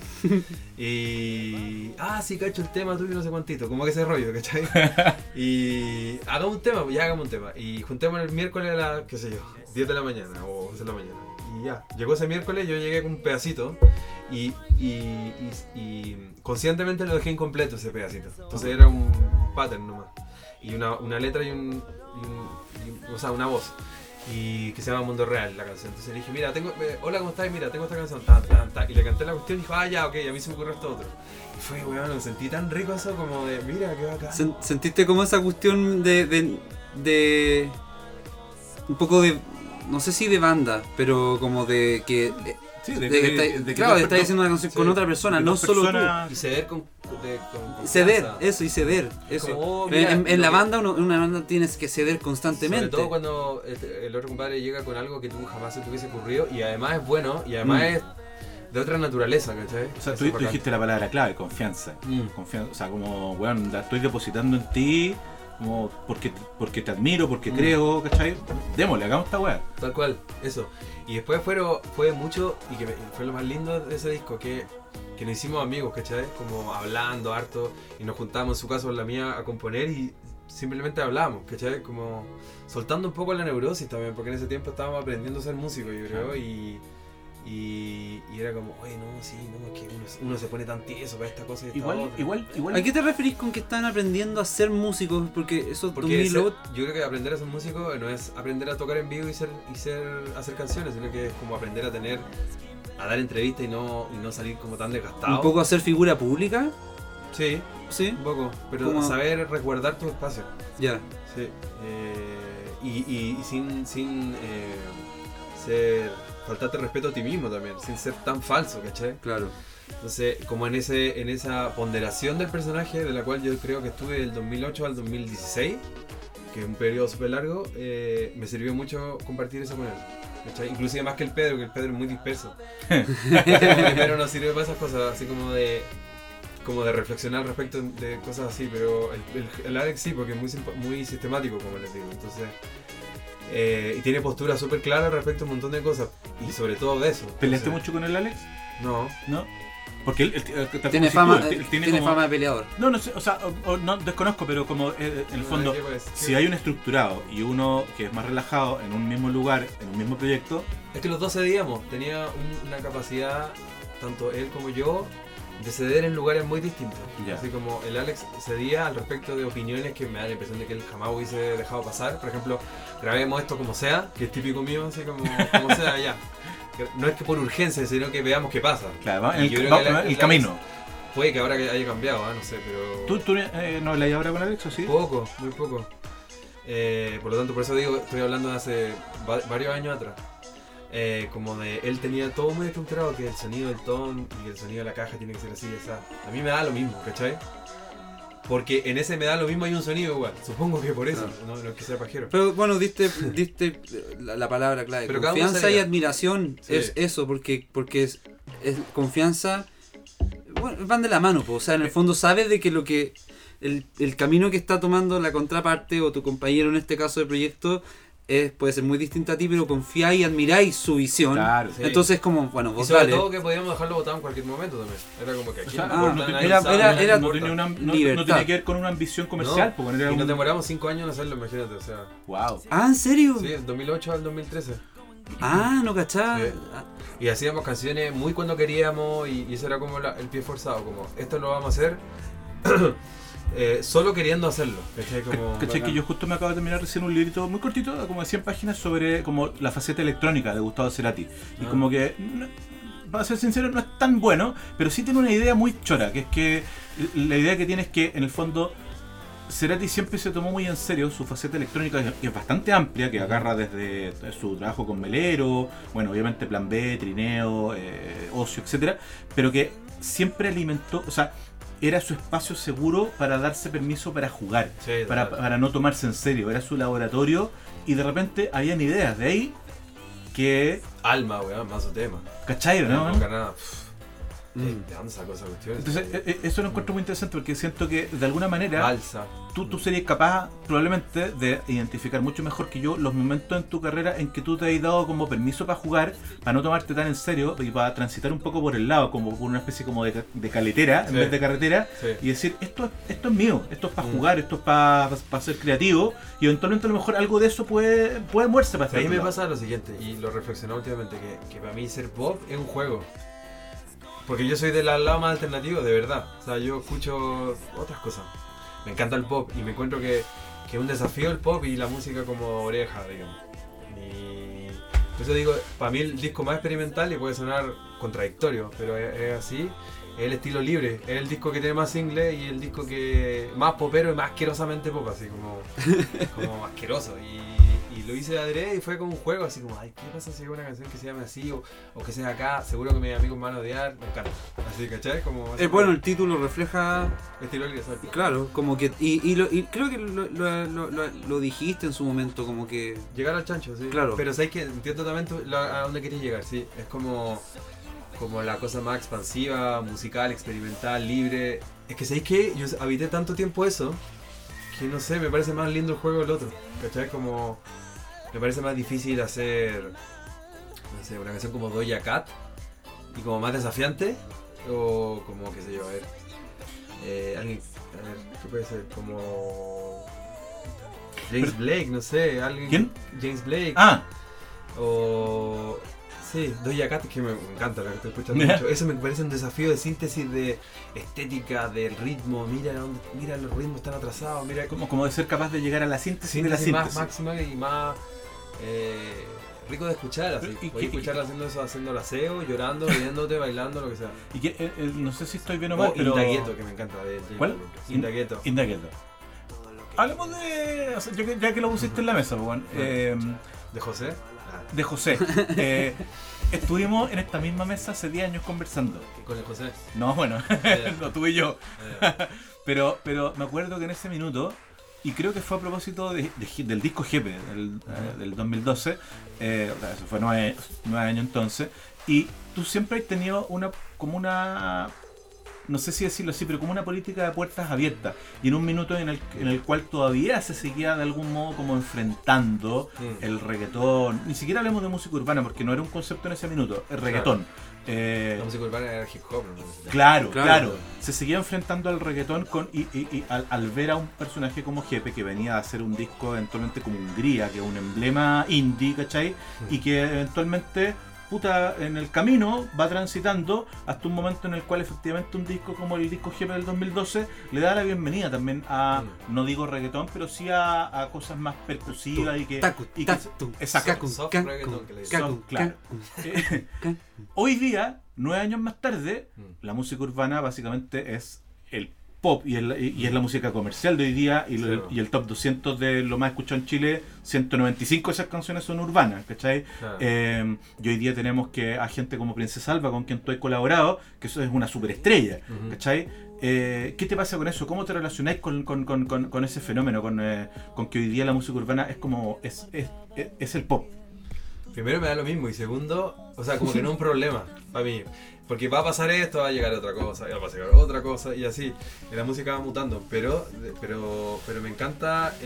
S3: y, sí, cacho el tema tuyo, no sé cuántito, como que ese rollo, ¿cachai? Y hagamos un tema, ya hagamos un tema, y juntemos el miércoles a las, qué sé yo, 10 de la mañana o 11 de la mañana, y ya, llegó ese miércoles, yo llegué con un pedacito, y conscientemente lo dejé incompleto ese pedacito, entonces era un pattern nomás, y una letra y o sea, una voz, y que se llama Mundo Real la canción. Entonces le dije, mira, hola, ¿cómo estás? Mira, tengo esta canción, y le canté la cuestión y dijo, ya, ok, a mí se me ocurrió esto otro. Y fue, weón, me sentí tan rico eso como de, mira, qué bacán.
S2: ¿Sentiste como esa cuestión de un poco de, no sé si de banda, pero como de que...
S1: Sí,
S2: claro, de estar haciendo una canción con otra persona, no solo tú.
S3: Y ceder con
S2: Ceder,
S3: confianza.
S2: eso, y ceder. Eso.
S3: Como, mira,
S2: en la
S3: lo que-
S2: banda, una banda tienes que ceder constantemente.
S3: Sobre todo cuando el otro compadre llega con algo que tú jamás se te hubiese ocurrido y además es bueno y además es de otra naturaleza, ¿cachai?
S1: O sea,
S3: Eso
S1: tú
S3: es bacán.
S1: dijiste la palabra clave, confianza. Confianza, o sea, como, weón, la estoy depositando en ti, como porque te admiro, porque creo, ¿cachai? Démosle, hagamos esta weá.
S3: Tal cual, eso. Y después fue mucho, y que fue lo más lindo de ese disco, que nos hicimos amigos, ¿cachai? Como hablando harto, y nos juntamos en su casa o en la mía a componer y simplemente hablábamos, ¿cachai? Como soltando un poco la neurosis también, porque en ese tiempo estábamos aprendiendo a ser músicos, yo creo, y era como, oye, no, sí, no, es que uno se pone tan tieso para esta cosa y esta otra.
S1: Igual.
S2: ¿A qué te referís con que están aprendiendo a ser músicos? Porque eso
S3: Porque
S2: 2008...
S3: yo creo que aprender a ser músico no es aprender a tocar en vivo y hacer canciones, sino que es como aprender a dar entrevistas y no salir como tan desgastado.
S2: un poco a ser figura pública.
S3: Sí,
S2: Sí,
S3: un poco, pero
S2: Como-
S3: saber resguardar tu espacio.
S2: ya.
S3: Sí. Y sin ser faltarte respeto a ti mismo también, sin ser tan falso, ¿cachai?
S2: Claro.
S3: Entonces, como en esa ponderación del personaje, de la cual yo creo que estuve del 2008 al 2016, que es un periodo súper largo, me sirvió mucho compartir eso con él. ¿Cachai? Inclusive más que el Pedro es muy disperso. El Pedro no sirve para esas cosas, así como de reflexionar respecto de cosas así, pero el Alex sí, porque es muy sistemático, como les digo. Entonces, y tiene postura súper clara respecto a un montón de cosas, y sobre todo de eso.
S1: ¿Peleaste
S3: Entonces,
S1: mucho con el Alex?
S3: No.
S1: ¿No? Porque él tal
S2: Tiene
S1: como
S2: fama,
S1: si tú, él
S2: tiene
S1: como-
S2: fama de peleador.
S1: No sé, o sea, no desconozco, pero como en el fondo,
S3: ¿Qué pues?
S1: si hay un estructurado y uno que es más relajado en un mismo lugar, en un mismo proyecto,
S3: Es que los dos cedíamos, tenía una capacidad, tanto él como yo, de ceder en lugares muy distintos.
S1: Ya.
S3: Así como el Alex cedía al respecto de opiniones que me da la impresión de que él jamás hubiese dejado pasar. Por ejemplo, grabemos esto como sea, que es típico mío, así como sea, ya. Que no es que por urgencia, sino que veamos qué pasa.
S1: claro, va en
S3: Y yo
S1: el,
S3: creo
S1: va-
S3: que
S1: el
S3: Alex
S1: camino.
S3: Puede que ahora que haya cambiado, no sé, pero...
S1: ¿Tú no hablas ahora con Alex o sí?
S3: Poco, muy poco. Por lo tanto, por eso digo, estoy hablando de hace varios años atrás. Como de él tenía todo muy estructurado, que el sonido del ton y el sonido de la caja tiene que ser así, esa. A mí me da lo mismo, ¿cachai? Porque en ese me da lo mismo, hay un sonido igual. Supongo que por eso, no es que sea pajero.
S2: Pero bueno, diste la palabra clave.
S3: Pero cada uno
S2: Confianza
S3: sería.
S2: y admiración
S3: Sí.
S2: es eso, porque es confianza. Bueno, van de la mano, po. O sea, en el fondo sabes de que lo que el camino que está tomando la contraparte o tu compañero en este caso de proyecto puede ser muy distinto a ti, pero confiáis y admiráis su visión.
S1: Claro,
S3: sí.
S2: Entonces como, bueno,
S3: Y
S2: vos
S3: sobre
S2: dale.
S3: todo que podíamos dejarlo botado en cualquier momento también. Era como que aquí
S1: O sea,
S3: no
S2: no
S3: importa, nadie
S1: era-
S3: sabe,
S2: era-
S3: nadie
S2: era-
S3: importa.
S1: no
S2: libertad.
S1: tenía que ver con una ambición comercial.
S3: No,
S1: Porque era
S3: y nos
S1: un...
S3: demoramos 5 años en hacerlo, imagínate, o sea.
S1: Wow.
S2: Ah, ¿en serio?
S3: Sí, del 2008 al 2013.
S2: Ah, no cachaba.
S3: Sí. Y hacíamos canciones muy cuando queríamos y eso era como el pie forzado, como esto lo vamos a hacer solo queriendo hacerlo. ¿Cachai? Como,
S1: ¿Cachai? Que yo justo me acabo de terminar recién un librito muy cortito, como de 100 páginas, sobre como la faceta electrónica de Gustavo Cerati. Y como que, para ser sincero, no es tan bueno, pero sí tiene una idea muy chora, que es que la idea que tiene es que, en el fondo, Cerati siempre se tomó muy en serio su faceta electrónica, que es bastante amplia, que agarra desde su trabajo con Melero, bueno, obviamente Plan B, Trineo, Ocio, etcétera, pero que siempre alimentó, o sea, era su espacio seguro para darse permiso para jugar,
S3: Sí,
S1: para no tomarse en serio, era su laboratorio y de repente habían ideas de ahí que,
S3: Alma, weón, más su tema.
S1: ¿cachai? ¿No?
S3: No, nada. ¿De dónde sacó esa cuestión?
S1: Entonces, eso lo encuentro muy interesante porque siento que de alguna manera
S3: Balsa.
S1: tú serías capaz probablemente de identificar mucho mejor que yo los momentos en tu carrera en que tú te has dado como permiso para jugar, para no tomarte tan en serio y para transitar un poco por el lado, como por una especie como de caletera en
S3: Sí.
S1: vez de carretera,
S3: Sí.
S1: y decir, esto es mío, esto es para jugar, esto es para ser creativo, y eventualmente a lo mejor algo de eso puede moverse para
S3: A mí
S1: este
S3: me
S1: lado.
S3: pasa lo siguiente, y lo reflexioné últimamente, que para mí ser pop es un juego. Porque yo soy del lado más alternativo, de verdad. O sea, yo escucho otras cosas. Me encanta el pop y me encuentro que es un desafío el pop y la música como oreja, digamos. Y por eso digo, para mí el disco más experimental y puede sonar contradictorio, pero es así. Es el estilo libre, es el disco que tiene más singles y el disco que más popero y más asquerosamente pop, así como asqueroso. Y lo hice de adrede y fue como un juego, así como, ay, ¿qué pasa si hago una canción que se llame así o que sea acá? Seguro que mis amigos me van a odiar, me encanta. Así, ¿cachai? Como
S2: Bueno, el título refleja,
S3: estilo libre, ¿sabes?
S2: claro, como que, y creo que lo dijiste en su momento, como que...
S3: Llegar al chancho, sí.
S2: Claro.
S3: Pero sabes que entiendo también a dónde quieres llegar, sí. Es como la cosa más expansiva, musical, experimental, libre. Es que sabéis que yo habité tanto tiempo eso que no sé, me parece más lindo el juego el otro. ¿Cachai? Como me parece más difícil hacer, no sé, una canción como Doja Cat y como más desafiante o como, qué sé yo, a ver, ¿qué puede ser? Como James Blake, no sé, alguien.
S1: ¿Quién?
S3: James Blake.
S1: Ah,
S3: O. Sí, Doja Cat, que me encanta la que estoy escuchando mucho. Eso me parece un desafío de síntesis de estética, del ritmo. Mira los ritmos están atrasados. Mira
S1: como de ser capaz de llegar a la síntesis de la
S3: síntesis más
S1: síntesis.
S3: máxima y más rico de escuchar. Así.
S1: ¿Y
S3: Puedes
S1: qué-
S3: escucharla haciendo eso, haciendo el aseo, llorando, riéndote, bailando, lo que sea.
S1: Y que, no sé si estoy bien o mal,
S3: O
S1: pero...
S3: Indagueto, que me encanta.
S1: ¿Cuál?
S3: Indagueto.
S1: Indagueto. Hablemos de... o sea, ya que lo pusiste en la mesa, pues, bueno,
S3: ¿De José?
S1: de José. Estuvimos en esta misma mesa hace 10 años conversando.
S3: Con el José.
S1: No, bueno,
S3: Ya.
S1: lo tuve yo.
S3: Eh,
S1: Pero me acuerdo que en ese minuto, y creo que fue a propósito del disco Jepe del 2012, o sea, eso fue 9 años entonces, y tú siempre has tenido como una, no sé si decirlo así, pero como una política de puertas abiertas, y en un minuto en el cual todavía se seguía de algún modo como enfrentando el reggaetón, ni siquiera hablemos de música urbana porque no era un concepto en ese minuto, el reggaetón.
S3: la música urbana era hip hop, ¿no?
S1: Claro. Se seguía enfrentando al reggaetón y al ver a un personaje como Jepe, que venía a hacer un disco eventualmente como Hungría, que es un emblema indie, ¿cachai? Y que eventualmente, en el camino va transitando hasta un momento en el cual efectivamente un disco como el disco Jepe del 2012 le da la bienvenida también a, no digo reggaetón, pero sí a cosas más percusivas y que... Exacto.
S3: Soft reggaeton que le dicen.
S1: Son, claro. Hoy día, 9 años más tarde, la música urbana básicamente es pop y es la música comercial de hoy día y,
S3: Sí.
S1: y el top 200 de lo más escuchado en Chile, 195 de esas canciones son urbanas, ¿cachai?
S3: Claro.
S1: Y hoy día tenemos que a gente como Princesa Alba, con quien tú has colaborado, que eso es una superestrella,
S3: Ujú.
S1: ¿cachai? ¿Qué te pasa con eso? ¿Cómo te relacionáis con ese fenómeno? Con que hoy día la música urbana es como es el pop.
S3: Primero me da lo mismo y segundo, o sea, como que no es un problema para mí. Porque va a pasar esto, va a llegar otra cosa, y va a pasar otra cosa y así. Y la música va mutando, pero me encanta a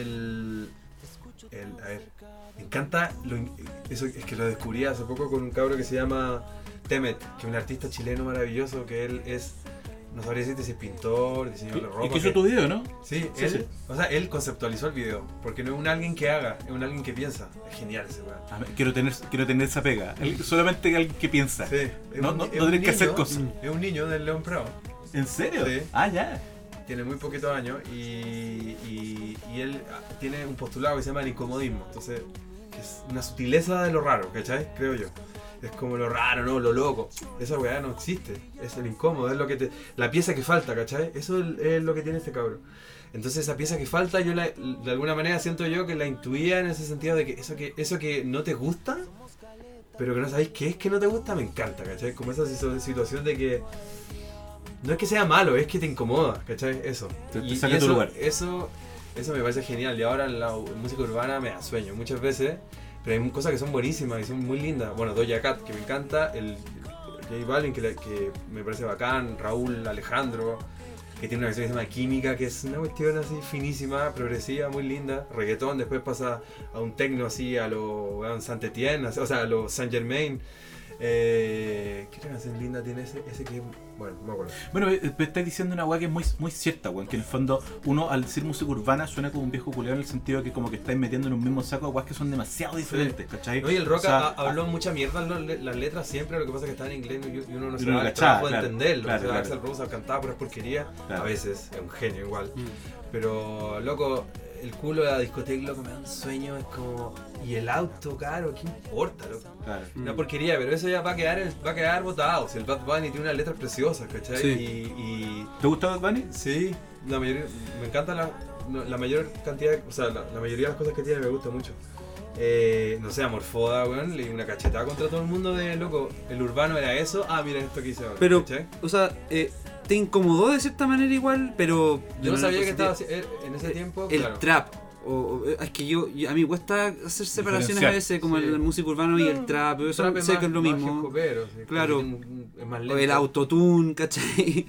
S3: ver, me encanta, eso es que lo descubrí hace poco con un cabro que se llama Temet, que es un artista chileno maravilloso, que él es, no sabría decirte si es pintor, diseñador de ropa.
S1: Y que hizo tu video, ¿no?
S3: Sí,
S1: Sí,
S3: él,
S1: sí.
S3: o sea, él conceptualizó el video, porque no es un alguien que haga, es un alguien que piensa. Es genial ese weón.
S1: A ver, quiero tener esa pega. Solamente alguien que piensa.
S3: Sí,
S1: No
S3: es un
S1: tenés que hacer
S3: niño,
S1: cosas.
S3: Es un niño del León Prado.
S1: ¿En serio?
S3: Sí.
S1: Ah, ya.
S3: Tiene muy poquitos años y él tiene un postulado que se llama el incomodismo. Entonces, es una sutileza de lo raro, ¿cachai? Creo yo. Es como lo raro, ¿no? Lo loco. Esa weá no existe. Es el incómodo, es lo que la pieza que falta, ¿cachai? Eso es lo que tiene este cabro. Entonces esa pieza que falta, yo de alguna manera siento yo que la intuía en ese sentido de que eso que no te gusta, pero que no sabéis qué es que no te gusta, me encanta, ¿cachai? Como esa situación de que no es que sea malo, es que te incomoda, ¿cachai? Eso.
S1: Te saca de tu lugar.
S3: Eso me parece genial. Y ahora en la música urbana me da sueño muchas veces, pero hay cosas que son buenísimas y son muy lindas. Bueno, Doja Cat, que me encanta, el J Balvin, que me parece bacán, Raúl Alejandro, que tiene una versión que se llama Química, que es una cuestión así finísima, progresiva, muy linda. Reggaetón, después pasa a un techno así, a lo Saint Etienne, o sea, a lo Saint Germain. ¿Qué otra canción linda tiene ese que... Bueno, no me acuerdo.
S1: Bueno, me estás diciendo una weá que es muy, muy cierta, weón. Que en el fondo, uno al decir música urbana suena como un viejo culiao en el sentido de que como que estáis metiendo en un mismo saco weas que son demasiado diferentes, ¿cachai?
S3: No, y el rock
S1: O sea,
S3: habló mucha mierda en las letras siempre, lo que pasa es que está en inglés y uno no se
S1: uno
S3: da
S1: no
S3: el
S1: cachaba,
S3: trabajo de
S1: claro,
S3: entenderlo.
S1: claro,
S3: O sea,
S1: claro.
S3: Axl Rose cantaba puras porquerías,
S1: Claro.
S3: a veces, es un genio igual. Pero, loco, el culo de la discoteca, loco, me da un sueño, es como... Y el auto, caro, ¿qué importa, loco?
S1: Claro.
S3: Una porquería, pero eso ya va a quedar botado. Si el Bad Bunny tiene unas letras preciosas, ¿cachai?
S2: Sí.
S3: Y
S1: ¿Te gusta Bad Bunny?
S3: sí, me encanta la mayor cantidad, o sea, la mayoría de las cosas que tiene me gusta mucho. No sé, Amorfoda, weón, le di una cachetada contra todo el mundo de, loco, el urbano era eso, mira esto que hice ahora,
S2: Pero,
S3: ¿cachai?
S2: o sea, te incomodó de cierta manera igual, pero...
S3: Yo no sabía que
S2: positiva.
S3: estaba en ese tiempo,
S2: El
S3: claro.
S2: trap. Es que a mí me cuesta hacer separaciones a veces, como
S3: Sí.
S2: el músico urbano y el trap, pero eso
S3: Trap es
S2: sé que es
S3: más-
S2: lo
S3: más
S2: mismo.
S3: hip-hopero, sí,
S2: Claro.
S3: es más
S2: O
S3: lento.
S2: el autotune, ¿cachai?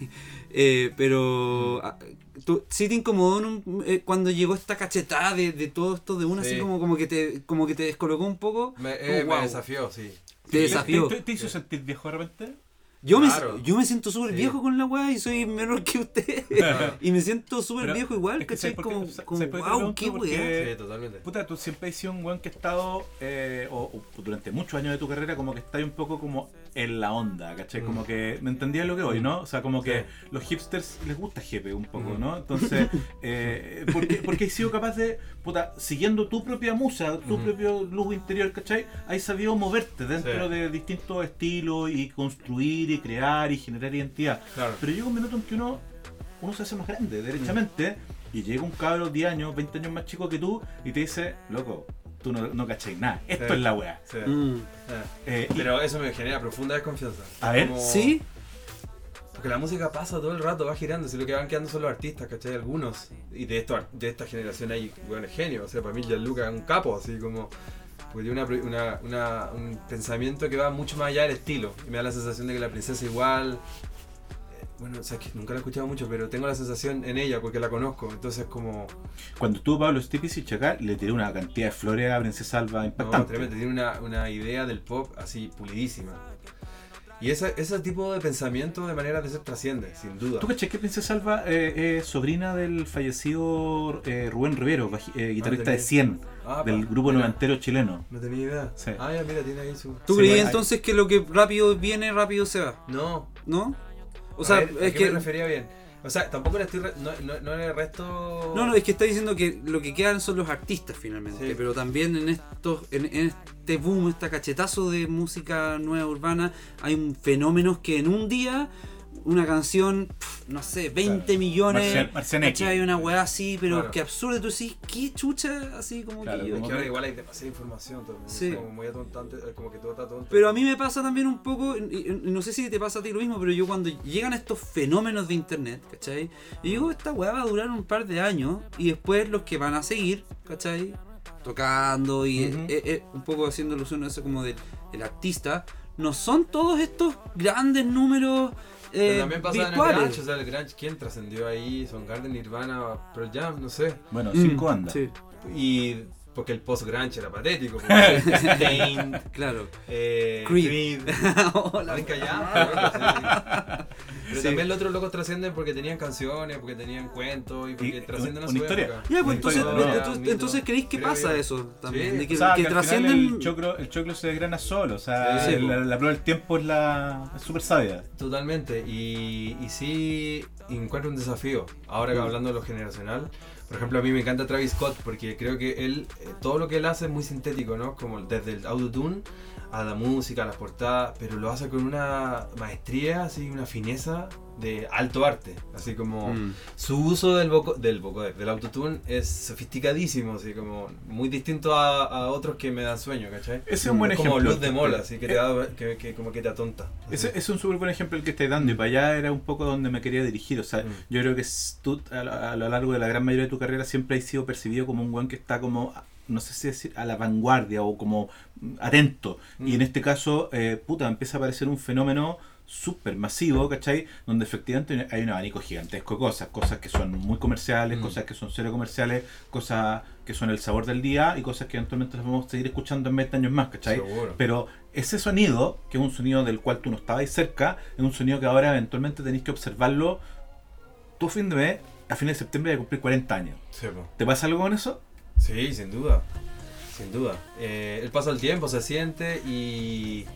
S2: Pero sí te incomodó cuando llegó esta cachetada de todo esto de una,
S3: Sí.
S2: así como que te descolocó un poco.
S3: Me
S2: Wow.
S3: desafió, sí.
S2: Te desafió.
S1: ¿Te hizo sentir viejo de repente?
S3: Claro.
S2: Yo me siento súper
S3: Sí.
S2: viejo con la weá y soy menor que usted. Y me siento súper
S1: Pero
S2: viejo igual,
S1: es que
S2: ¿cachai?
S1: ¿sabes por qué?
S2: Como,
S1: ¿Sabes
S2: como
S1: por qué te
S2: wow,
S1: pregunto?
S2: qué
S1: Porque-
S2: weá.
S3: Sí, totalmente.
S1: Puta, tú siempre has sido un weón que ha estado, o durante muchos años de tu carrera, como que estás un poco como en la onda, ¿cachai? Como que, ¿me entendías lo que voy, no? O sea, como que los hipsters les gusta jefe un poco, ¿no? Entonces, porque has sido capaz de, puta, siguiendo tu propia musa, tu propio luz interior, ¿cachai? Has sabido moverte dentro
S3: Sí.
S1: de distintos estilos y construir y crear y generar identidad.
S3: Claro.
S1: Pero llega un minuto en que uno se hace más grande, derechamente, y llega un cabro 10 años, 20 años más chico que tú y te dice, loco, tú no cacháis nada, esto
S3: Sí.
S1: es la weá.
S3: Sí.
S2: Mm.
S3: Pero eso me genera profunda desconfianza.
S1: A ver.
S2: ¿Sí?
S3: Porque la música pasa todo el rato, va girando, si lo que van quedando son los artistas, ¿cachai? Algunos. Y de esta generación hay buenos genios. O sea, para mí Gianluca es un capo, así como... Porque tiene un pensamiento que va mucho más allá del estilo. Y me da la sensación de que la princesa igual... Bueno, o sea, que nunca la he escuchado mucho, pero tengo la sensación en ella porque la conozco. Entonces como...
S1: Cuando estuvo Pablo Stipicic acá, le tiré una cantidad de flores a Princesa Alba
S3: No,
S1: impactante.
S3: tremendo, tiene una idea del pop así pulidísima. Y ese tipo de pensamiento de manera de ser trasciende, sin duda.
S1: ¿Tú cachai que Princesa Alba es sobrina del fallecido Rubén Rivero, guitarrista
S3: tenía-
S1: de 100, del grupo
S3: mira,
S1: noventero chileno?
S3: No tenía idea.
S1: Sí.
S3: Ya, mira, tiene ahí su...
S2: ¿Tú
S1: Sí,
S2: creí
S1: bueno,
S2: entonces que lo que rápido viene, rápido se va?
S3: No.
S2: ¿No? O
S3: A
S2: sea,
S3: ver, ¿a
S2: es
S3: qué
S2: que...
S3: me refería bien? O sea, tampoco le estoy... no le resto...
S2: No, es que está diciendo que lo que quedan son los artistas finalmente,
S3: Sí.
S2: pero también en este boom, este cachetazo de música nueva urbana, hay fenómenos que en un día una canción no sé, 20 millones.
S1: Marcian X.
S2: Hay una weá así, pero
S3: Claro.
S2: que absurdo. Tú decís, ¿qué chucha? Así como
S1: Claro,
S2: que yo.
S1: como
S3: Es que ahora igual hay demasiada información, todo,
S2: Sí.
S3: como muy atontante, como que todo está tonto.
S2: Pero a mí me pasa también un poco, y no sé si te pasa a ti lo mismo, pero yo cuando llegan estos fenómenos de internet, ¿cachai? Y digo, esta weá va a durar un par de años y después los que van a seguir, ¿cachai? Tocando y
S3: Ujú.
S2: un poco haciendo alusión a eso como del artista, no son todos estos grandes números
S3: Pero también pasa en el
S2: virtuales.
S3: grunge, o sea, el grunge, ¿quién trascendió ahí? Soundgarden, Nirvana, Pearl Jam, no sé.
S1: Bueno, 5 bandas.
S2: Sí,
S3: Y porque el post-grunge era patético. Porque Stained,
S2: claro.
S3: Creed.
S2: Creed. Hola.
S3: Venga ya. Pero
S2: Sí.
S3: también los otros locos trascienden porque tenían canciones, porque tenían cuentos y porque
S1: Y
S3: trascienden a
S1: una
S3: su
S1: historia.
S3: época.
S2: Ya, pues entonces,
S1: Historia,
S2: entonces ¿creéis que
S3: Creo
S2: pasa
S3: yo.
S2: eso también?
S3: Sí.
S2: De que,
S1: O sea,
S2: que
S1: que al final
S2: trascienden.
S1: el choclo se desgrana solo, o sea,
S2: Sí, sí,
S1: la prueba del tiempo es súper sabia.
S3: Totalmente, y sí encuentro un desafío. Ahora que hablando de lo generacional, por ejemplo, a mí me encanta Travis Scott porque creo que él, todo lo que él hace es muy sintético, ¿no? Como desde el autotune a la música, a las portadas, pero lo hace con una maestría, así, una fineza de alto arte. Así como su uso del autotune es sofisticadísimo, así como muy distinto a otros que me dan sueño, ¿cachai?
S1: Ese es un buen
S3: como
S1: ejemplo.
S3: luz de mola, así que te da, que como que te atonta.
S1: Ese es un súper buen ejemplo el que estáis dando, y para allá era un poco donde me quería dirigir. O sea, yo creo que tú a lo largo de la gran mayoría de tu carrera siempre has sido percibido como un weón que está como, no sé si decir, a la vanguardia o como atento. Y en este caso, empieza a aparecer un fenómeno súper masivo, ¿cachai? Donde efectivamente hay un abanico gigantesco de cosas que son muy comerciales, cosas que son cero comerciales, cosas que son el sabor del día y cosas que eventualmente las vamos a seguir escuchando en 20 años más, ¿cachai?
S3: Seguro.
S1: Pero ese sonido, que es un sonido del cual tú no estabas cerca, es un sonido que ahora eventualmente tenéis que observarlo. Tu fin de mes, a fines de septiembre, de cumplir 40 años.
S3: Sí, po.
S1: ¿Te pasa algo con eso?
S3: Sí, sin duda. Sin duda. El paso del tiempo se siente y...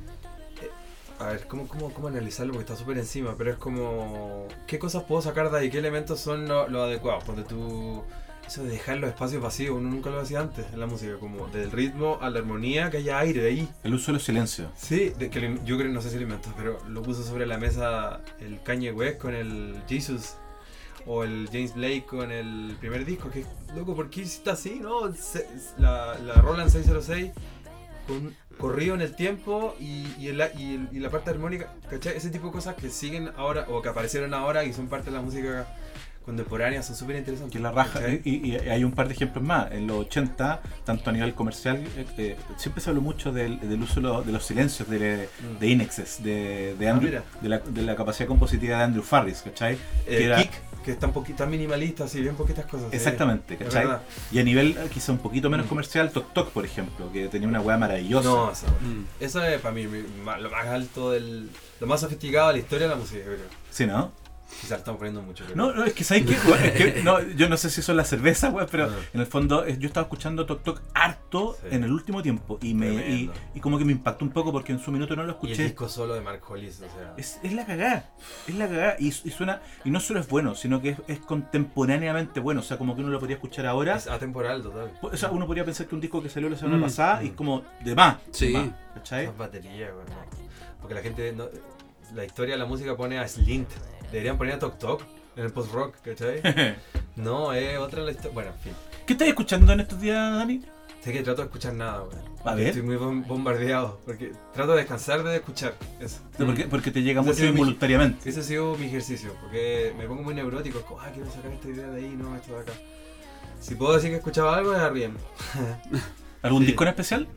S3: a ver, ¿cómo analizarlo? Porque está súper encima, pero es como... ¿Qué cosas puedo sacar de ahí? ¿Qué elementos son los adecuados? Porque tú... Eso de dejar los espacios vacíos, uno nunca lo hacía antes en la música, como del ritmo a la armonía, que haya aire ahí.
S1: El uso de los silencios.
S3: Sí, yo creo, no sé si lo inventó, pero lo puso sobre la mesa el Kanye West con el Jesus. O el James Blake con el primer disco, que loco, ¿por qué hiciste así? ¿No? La Roland 606 con corrido en el tiempo y la parte armónica, ¿cachai? Ese tipo de cosas que siguen ahora o que aparecieron ahora y son parte de la música contemporánea, son súper interesantes.
S1: Que la raja,
S3: ¿cachai?
S1: y hay un par de ejemplos más. En los 80, tanto a nivel comercial, siempre se habló mucho del uso de los silencios de Inexes, de Andrew,
S3: mira.
S1: de la capacidad compositiva de Andrew Farris, ¿cachai?
S3: Kick, que es tan minimalista, así, bien poquitas cosas.
S1: Exactamente,
S3: sí,
S1: ¿cachai?
S3: verdad.
S1: Y a nivel quizá un poquito menos comercial, Tok Tok, por ejemplo, que tenía una weá maravillosa.
S3: No, eso es para mí lo más alto, lo más sofisticado de la historia de la música, creo.
S1: Sí, ¿no?
S3: Quizás estamos poniendo mucho. Pero...
S1: No, es que ¿sabes qué? Es que, no, yo no sé si son las cervezas, weón, pero en el fondo yo estaba escuchando Tok Tok harto en el último tiempo y como que me impactó un poco porque en su minuto no lo escuché.
S3: Y el disco solo de Mark Hollis, o sea...
S1: Es la cagada, y suena, y no solo es bueno, sino que es contemporáneamente bueno, o sea, como que uno lo podría escuchar ahora.
S3: Es atemporal, total.
S1: O sea, uno podría pensar que un disco que salió la semana pasada y es como de más,
S2: Sí.
S1: de más, ¿cachai?
S3: Esas baterías, güey, no. Porque la gente, la historia de la música pone a Slint. Deberían poner a Tok Tok en el post-rock, ¿cachai? No, es otra la historia. Bueno, en fin.
S1: ¿Qué estás escuchando en estos días, Dani?
S3: Sé que trato de escuchar nada, güey.
S1: A ver.
S3: Estoy muy bombardeado. Porque trato de descansar de escuchar eso.
S1: Porque te llega
S3: Ese ha
S1: mucho
S3: sido mi-
S1: involuntariamente.
S3: Ese ha sido mi ejercicio. Porque me pongo muy neurótico. Es como, quiero sacar esta idea de ahí, no, esto de acá. Si puedo decir que escuchaba algo, es Arriem.
S1: ¿Algún
S3: Sí.
S1: disco en especial?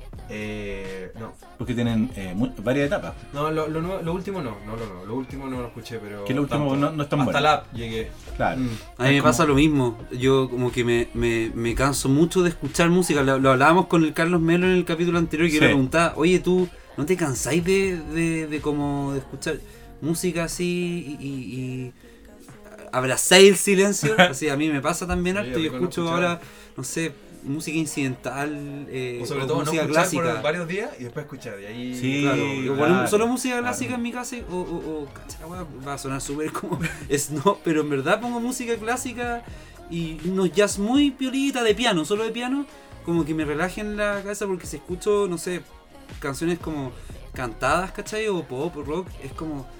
S3: No.
S1: Porque tienen varias etapas.
S3: No, lo último no. Lo último no lo escuché, pero.
S1: Que lo último
S3: tanto.
S1: no es tan
S3: Hasta
S1: bueno.
S3: la app llegué.
S1: Claro.
S2: A mí me pasa lo mismo. Yo como que me canso mucho de escuchar música. Lo hablábamos con el Carlos Melo en el capítulo anterior que
S1: Sí.
S2: yo le preguntaba, oye, ¿tú no te cansáis de como de escuchar música así y abrazáis el silencio? Así a mí me pasa también
S3: Sí,
S2: harto. Yo
S3: rico no
S2: escucho
S3: escuchar.
S2: ahora, no sé, música incidental
S3: O sobre todo no
S2: música
S3: escuchar
S2: clásica.
S3: por varios días y después escuchar. Y ahí.
S1: Sí.
S2: Claro, yo
S1: claro,
S2: pongo solo música
S1: claro.
S2: clásica en mi casa o cacha, la wea, va a sonar súper como snob, pero en verdad pongo música clásica y unos jazz muy piolita de piano, solo de piano, como que me relajen la cabeza porque si escucho, no sé, canciones como cantadas, ¿cachai? O pop o rock, es como,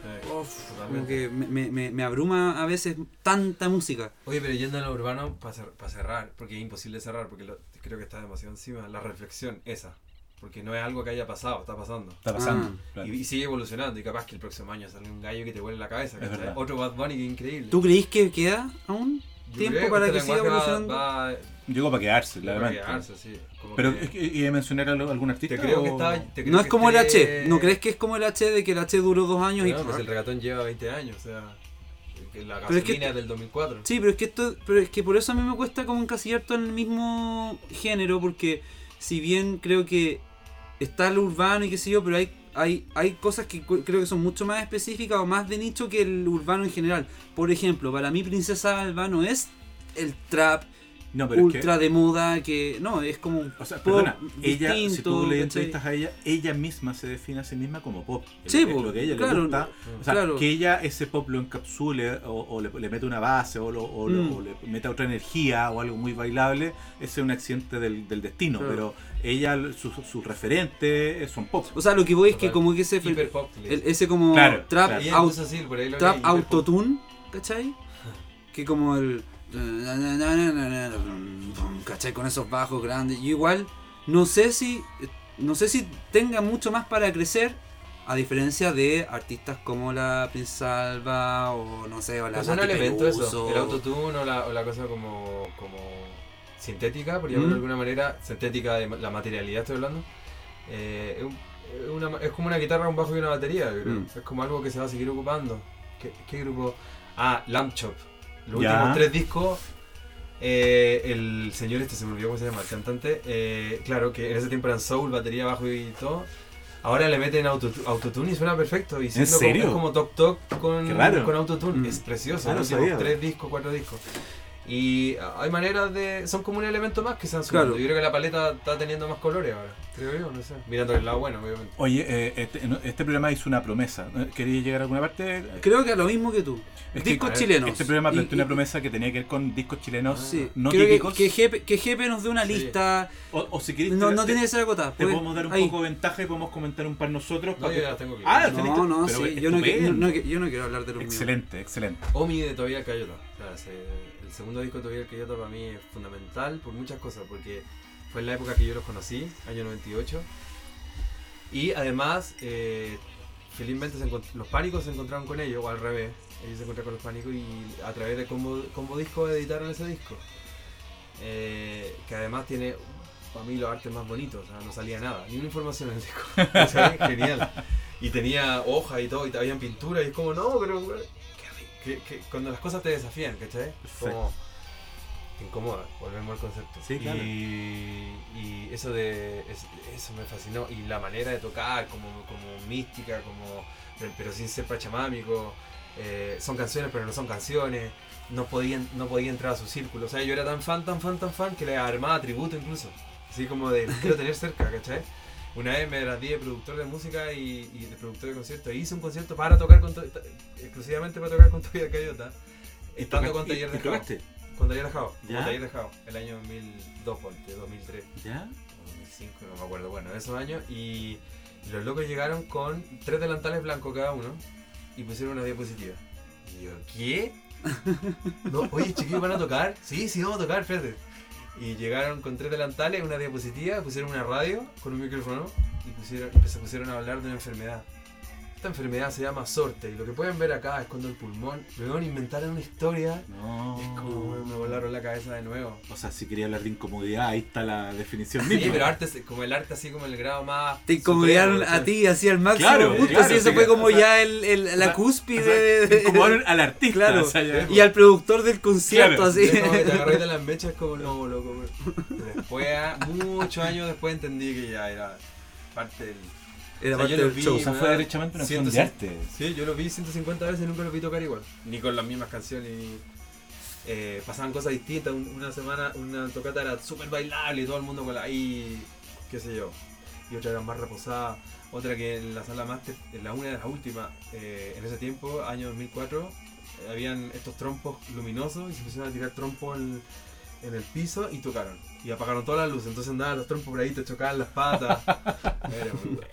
S2: como que me abruma a veces tanta música.
S3: Oye, pero yendo a lo urbano, para cerrar, porque es imposible cerrar, porque creo que está demasiado encima, la reflexión esa. Porque no es algo que haya pasado, está pasando.
S1: Está pasando. Claro.
S3: Y sigue evolucionando, y capaz que el próximo año sale un gallo que te vuele la cabeza.
S1: Es verdad.
S3: Otro Bad Bunny que es increíble.
S2: ¿Tú creís que queda aún
S3: Yo
S2: tiempo
S3: creo
S2: para
S3: este
S2: que siga
S3: lenguaje
S2: evolucionando?
S1: Llegó para quedarse,
S3: Para
S1: claramente.
S3: quedarse, sí. Como
S1: Pero,
S3: que-
S1: ¿y mencionar a algún artista?
S3: te creo que
S1: o-
S3: está... te creo
S2: No es
S3: que
S2: como el
S3: esté-
S2: H. ¿No crees que es como el H de que el H duró 2 años
S3: No,
S2: y...
S3: pues el reggaetón lleva 20 años, o sea... que la
S2: Pero es
S3: gasolina
S2: que-
S3: es del 2004.
S2: Sí, pero es que por eso a mí me cuesta como encasillar todo en el mismo género, porque si bien creo que está lo urbano y qué sé yo, pero hay cosas que creo que son mucho más específicas o más de nicho que el urbano en general. Por ejemplo, para mí Princesa Albano es el trap
S1: No, pero
S2: ultra de moda, que no, es como un
S1: o sea,
S2: pop
S1: perdona, ella, si
S2: distinto,
S1: tú le
S2: ¿cachai?
S1: entrevistas a ella misma se define a sí misma como pop.
S2: Sí,
S1: lo que a ella
S2: claro,
S1: le gusta. O sea,
S2: claro.
S1: que ella ese pop lo encapsule o le mete una base o le meta otra energía o algo muy bailable, ese es un accidente del destino.
S2: Claro.
S1: Pero ella, sus referentes son pop.
S2: O sea, lo que voy es que
S3: Total.
S2: como que ese
S3: Hiperpop, le dicen.
S2: ese como
S1: Claro,
S2: trap
S1: claro.
S3: Ella puso así, por ahí lo
S2: trap
S3: leí, hiperpop.
S2: autotune, ¿cachai? Que como el... ¿Cachai? Con esos bajos grandes. Yo igual no sé si tenga mucho más para crecer, a diferencia de artistas como la Princesa Alba o no sé, o la
S3: Pues un
S2: Nati
S3: elemento
S2: Peluso.
S3: eso, el autotune o la cosa como sintética, por llamarlo de alguna manera, sintética de la materialidad estoy hablando. Es como una guitarra, un bajo y una batería, yo creo. Es como algo que se va a seguir ocupando. ¿Qué grupo? Lamb Chop. Los
S1: Ya.
S3: últimos 3 discos, el señor se me olvidó cómo se llama, el cantante, claro que en ese tiempo eran soul, batería, bajo y todo. Ahora le meten autotune y suena perfecto. Y siendo
S1: serio?
S3: Es como Tok Tok con autotune. Es precioso.
S1: Ah, no
S3: Los últimos
S1: sabía.
S3: 3 discos, 4 discos. Y hay maneras de... Son como un elemento más que se han sumado.
S2: Claro.
S3: Yo creo que la paleta está teniendo más colores ahora. Creo yo, no sé. Mirando el lado bueno, obviamente.
S1: Oye, este programa hizo una promesa. ¿Querías llegar a alguna parte?
S2: Creo que es lo mismo que tú.
S1: Es que,
S2: Discos
S3: a ver,
S2: chilenos.
S1: Este programa planteó
S2: Y-
S1: una promesa que tenía que ver con discos chilenos
S2: Sí,
S1: no
S2: creo
S1: típicos.
S2: que Jepe nos dé una
S3: Sí.
S2: lista.
S1: O si querés,
S2: No tiene que ser acotada.
S1: te podemos dar un
S2: ahí.
S1: poco de ventaja y podemos comentar un par nosotros.
S3: No,
S1: para
S3: yo
S1: que-
S3: ya las tengo que
S1: Ah,
S3: ver.
S1: tenés
S2: No, no,
S1: pero
S2: sí.
S1: es
S2: Yo no
S1: estupendo.
S2: quiero hablar de los míos.
S1: Excelente, excelente.
S3: Omi de Todavía el Cayota. O sea, el segundo disco de Todavía el Cayota para mí es fundamental por muchas cosas. Porque fue en la época que yo los conocí, año 98. Y además, felizmente los Pánicos se encontraron con ellos, o al revés. Ellos se encontraron con los Pánicos y a través de Combo Disco editaron ese disco. Que además tiene, para mí, los artes más bonitos. O sea, no salía nada, ni una información en el disco. O sea, genial. Y tenía hojas y todo, y habían pintura, y es como, no, pero... cuando las cosas te desafían, ¿cachai?
S1: Perfecto.
S3: Como... te incomoda, volvemos al concepto.
S1: Sí, claro.
S3: Y eso eso me fascinó. Y la manera de tocar, como mística, pero sin ser pachamámico. Son canciones, pero no son canciones. No podía entrar a su círculo. O sea, yo era tan fan que le armaba tributo incluso. Así como de, los quiero tener cerca, ¿cachai? Una vez me las di de productor de música y de productor de conciertos. Hice un concierto para tocar exclusivamente para tocar con Todavía Cayota. Estando con Taller de Jao.
S1: tocaste?
S3: Con Taller de Jao.
S1: ¿Ya?
S3: Con Taller de Jao. El año 2002, ponte, 2003.
S1: ¿Ya?
S3: 2005, no me acuerdo, bueno, de esos años. Y los locos llegaron con 3 delantales blancos cada uno y pusieron una diapositiva. Y yo, ¿qué? No, oye, chiquillos, ¿van a tocar? Sí, vamos a tocar, espérate. Y llegaron con 3 delantales, una diapositiva, pusieron una radio con un micrófono y se pusieron a hablar de una enfermedad. Esta enfermedad se llama sorte y lo que pueden ver acá es cuando el pulmón, luego inventaron una historia.
S1: No.
S3: Es como me volaron la cabeza de nuevo.
S1: O sea, si quería hablar de incomodidad, ahí está la definición
S3: Sí,
S1: misma.
S3: pero como el arte así como el grado más...
S2: Te incomodiaron
S3: supremo,
S2: a ti así al máximo
S1: Claro,
S2: punto,
S1: claro,
S2: así eso
S1: sí,
S2: fue como
S1: o sea,
S2: ya
S1: o
S2: la
S1: sea,
S2: cúspide de...
S1: Incomodaron al artista.
S2: Claro,
S1: o sea, ya-
S2: y al productor del concierto,
S1: Claro,
S2: así.
S3: Es como que te agarré de las mechas, es como, no, loco. Después, muchos años después entendí que ya era parte del...
S2: Era
S3: O sea,
S2: parte
S3: yo lo
S2: del
S3: vi,
S2: show.
S1: O sea, fue derechamente una acción de arte.
S3: Sí, yo lo vi 150 veces y nunca lo vi tocar igual. Ni con las mismas canciones, ni... pasaban cosas distintas. Una semana, una tocata era súper bailable y todo el mundo con ahí, qué sé yo. Y otra era más reposada. Otra que en la sala máster, en una de las últimas, en ese tiempo, año 2004, habían estos trompos luminosos y se pusieron a tirar trompos en el piso y tocaron. Y apagaron todas las luces. Entonces andaban los trompos por ahí, te chocaban las patas. Era muy bueno.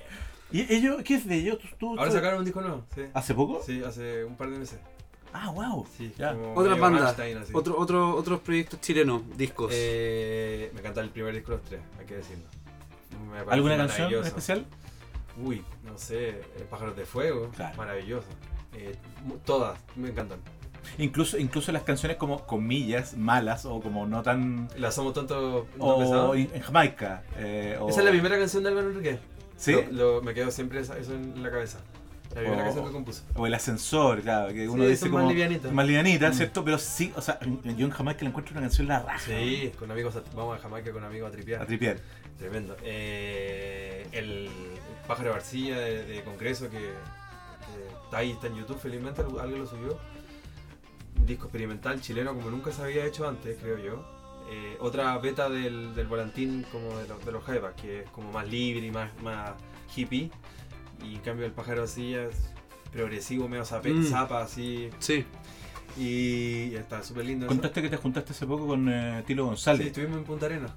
S1: ¿Y ellos? ¿Qué es de ellos?
S3: Ahora sacaron un disco nuevo, sí.
S1: ¿Hace poco?
S3: Sí, hace un par de meses.
S1: Ah, wow.
S3: Sí,
S1: Ya.
S3: como
S2: Otras
S3: medio
S2: bandas,
S3: Rammstein, así.
S2: otros proyectos chilenos, discos.
S3: Me encanta el primer disco de los tres, hay que decirlo. Me parece
S1: ¿Alguna canción
S3: maravilloso.
S1: especial?
S3: Uy, no sé, Pájaros de Fuego,
S1: Claro.
S3: maravilloso. Todas, me encantan.
S1: Incluso las canciones como comillas malas o como no tan...
S3: La Somos Tontos no
S1: O
S3: Pesados.
S1: en Jamaica.
S3: Esa es la primera canción de Álvaro Enrique.
S1: ¿Sí?
S3: Me quedo siempre eso en la cabeza. La primera canción que compuso.
S1: O el ascensor, claro, que uno
S3: Sí,
S1: dice
S3: son
S1: como...
S3: más livianitas.
S1: Más livianita,
S3: Mm.
S1: ¿cierto? Pero sí, o sea, yo en Jamaica le encuentro una canción la raja.
S3: Sí, con amigos, vamos a Jamaica con amigos a tripear.
S1: A tripear.
S3: Tremendo. El Pájaro de Arcilla de Congreso que está en YouTube, felizmente alguien lo subió. Un disco experimental chileno como nunca se había hecho antes, creo yo. Otra beta del volantín como de los Jaivas, que es como más libre y más hippie. Y en cambio el Pájaro de Arcilla es progresivo, medio zapa, así.
S2: Sí.
S3: Y está súper lindo. eso.
S1: Contaste que te juntaste hace poco con Tilo
S3: Sí,
S1: González.
S3: estuvimos en Punta Arenas.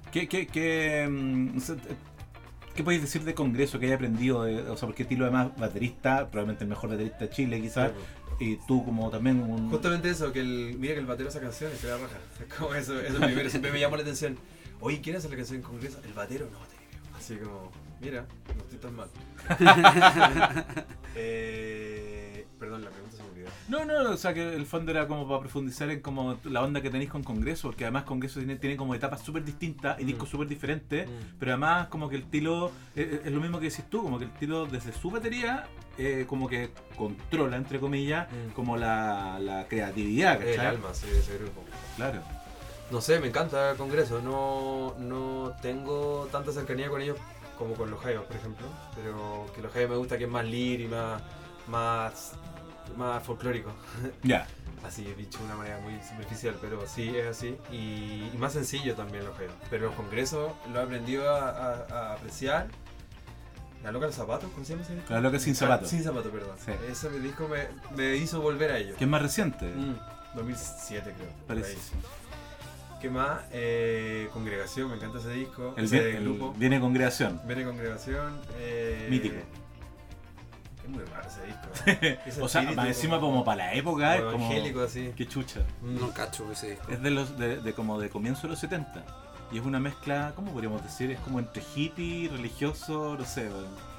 S1: ¿Qué podéis decir de Congreso que haya aprendido? O sea, porque Tilo además baterista, probablemente el mejor baterista de Chile quizás, y tú como también un...
S3: Justamente eso, mira que el batero hace canciones, se la raja. Es como eso primero, siempre me llamó la atención. Oye, ¿quién hace la canción en Congreso? El batero, no te creo. Así como, mira, no estoy tan mal. Perdón, la pregunta se me olvidó.
S1: No, o sea que el fondo era como para profundizar en como la onda que tenéis con Congreso, porque además Congreso tiene como etapas súper distintas y discos súper diferentes, pero además como que el Tilo, es lo mismo que decís tú, como que el Tilo desde su batería como que controla, entre comillas, como la creatividad,
S3: El
S1: ¿cachai?
S3: alma, sí, de ese grupo.
S1: Claro.
S3: No sé, me encanta el Congreso. No tengo tanta cercanía con ellos como con los Jaivas, por ejemplo. Pero que los Jaivas me gusta que es más lyric y más folclórico.
S1: Ya.
S3: Así, dicho de una manera muy superficial, pero sí, es así. Y más sencillo también los Jaivas. Pero los Congresos lo he aprendido a apreciar. La loca de los zapatos, ¿cómo se llama ese disco?
S1: La loca sin zapatos.
S3: Sin zapatos, perdón.
S1: Sí.
S3: Ese disco me hizo volver a ellos.
S1: Que es más reciente,
S3: 2007 creo. por
S1: parece.
S3: ahí. ¿Qué más? Congregación, me encanta ese disco.
S1: El,
S3: ese
S1: el
S3: grupo.
S1: Viene Congregación.
S3: Viene Congregación.
S1: Mítico.
S3: Es muy raro ese disco. Ese
S1: O sea,
S3: espíritu
S1: más encima como para la época, es como...
S3: evangélico así.
S1: Qué chucha.
S2: No cacho ese disco.
S1: Es de como de comienzo de los 70. Y es una mezcla, ¿cómo podríamos decir? Es como entre hippie, religioso, no sé.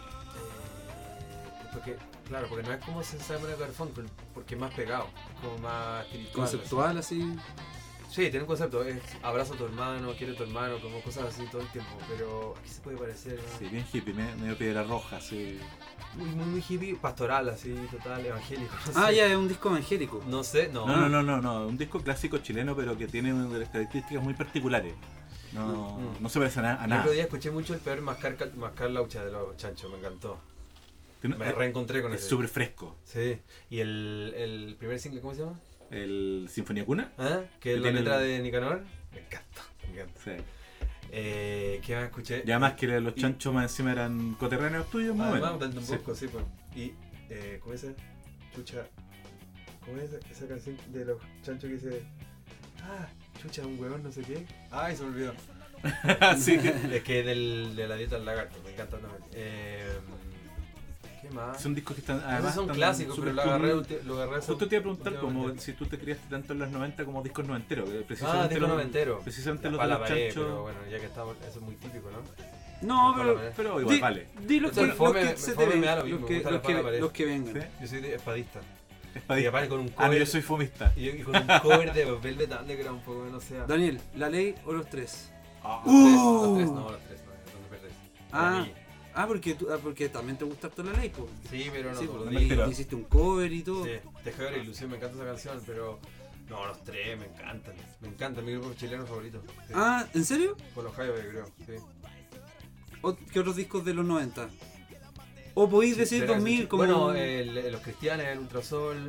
S3: Porque no es como Simon & Garfunkel, porque es más pegado, como más espiritual.
S2: Conceptual así.
S3: así. Sí, tiene un concepto, es abraza a tu hermano, quiere a tu hermano, como cosas así todo el tiempo. Pero aquí se puede parecer, ¿no?
S1: Sí, bien hippie, medio piedra roja, sí.
S3: Muy hippie, pastoral, así, total, evangélico. No
S2: Ah,
S3: sé.
S2: ya, es un disco evangélico.
S3: No sé, no.
S1: No, un disco clásico chileno, pero que tiene unas características muy particulares. No se parece a
S3: El
S1: nada.
S3: otro día escuché mucho el peor mascar laucha de los chanchos, me encantó. Me reencontré con
S1: Es
S3: ese.
S1: súper fresco.
S3: Sí. ¿Y el primer single, cómo se llama?
S1: El Sinfonía Cuna.
S3: ¿Ah? Que es la
S1: tiene
S3: letra de Nicanor. Me encanta.
S1: Sí.
S3: ¿Qué más escuché?
S1: Y además que los chanchos más encima eran coterráneos tuyos, más o menos.
S3: Además, un
S1: Sí.
S3: poco, sí, pues. Y, ¿cómo es esa? Chucha. ¿Cómo es esa canción de los chanchos que dice? Ah, chucha, un huevón, no sé qué. Ay, se me olvidó.
S1: Sí.
S3: Es que de la dieta del lagarto, me encanta también. ¿Qué más?
S1: Son discos que están.
S3: Esos
S1: Además,
S3: son
S1: están
S3: clásicos, pero
S1: súper
S3: lo agarré
S1: cool.
S3: hace
S1: Justo te iba a preguntar como
S3: últimamente.
S1: si tú te criaste tanto en los 90 como discos noventeros.
S3: Disco noventero.
S1: Precisamente
S3: La
S1: los de
S3: pala
S1: los
S3: pared,
S1: chanchos.
S3: pero bueno, ya que estamos, eso es muy típico, ¿no?
S2: No,
S3: La pala
S1: Pero igual
S2: di,
S1: vale.
S2: di los
S3: O sea,
S2: que,
S3: el fome-
S2: los que
S3: el
S2: se te
S3: fome me
S2: vengan.
S3: da lo mismo,
S2: Los
S3: me
S2: que,
S3: gusta la
S2: los, que,
S3: pala pared.
S2: los que vengan.
S1: ¿Sí?
S3: Yo soy espadista. Y
S1: Espadilla.
S3: aparte con un
S1: Ah, no,
S3: cover.
S1: yo soy fumista.
S3: Y con un cover de Velvet Underground, un poco, no sé.
S2: Daniel, ¿la ley o los tres?
S3: Los tres, no, ¿dónde perdés?
S2: Porque también te gusta harto la ley, pues.
S3: Sí, pero no
S2: Sí,
S3: todos
S2: pues,
S3: los días.
S1: pero-
S2: hiciste un cover y todo.
S3: Sí, Deja ver la ilusión, me encanta esa canción, pero. No, los tres me encantan. Me encantan, mi grupo chileno favorito. Sí.
S2: Ah, ¿en serio?
S3: Con los Jaivas, yo creo. Sí.
S2: ¿Qué otros discos de los 90? O podéis decir
S3: Pero
S2: 2000 como...
S3: Bueno, los Cristianes, el Ultrasol.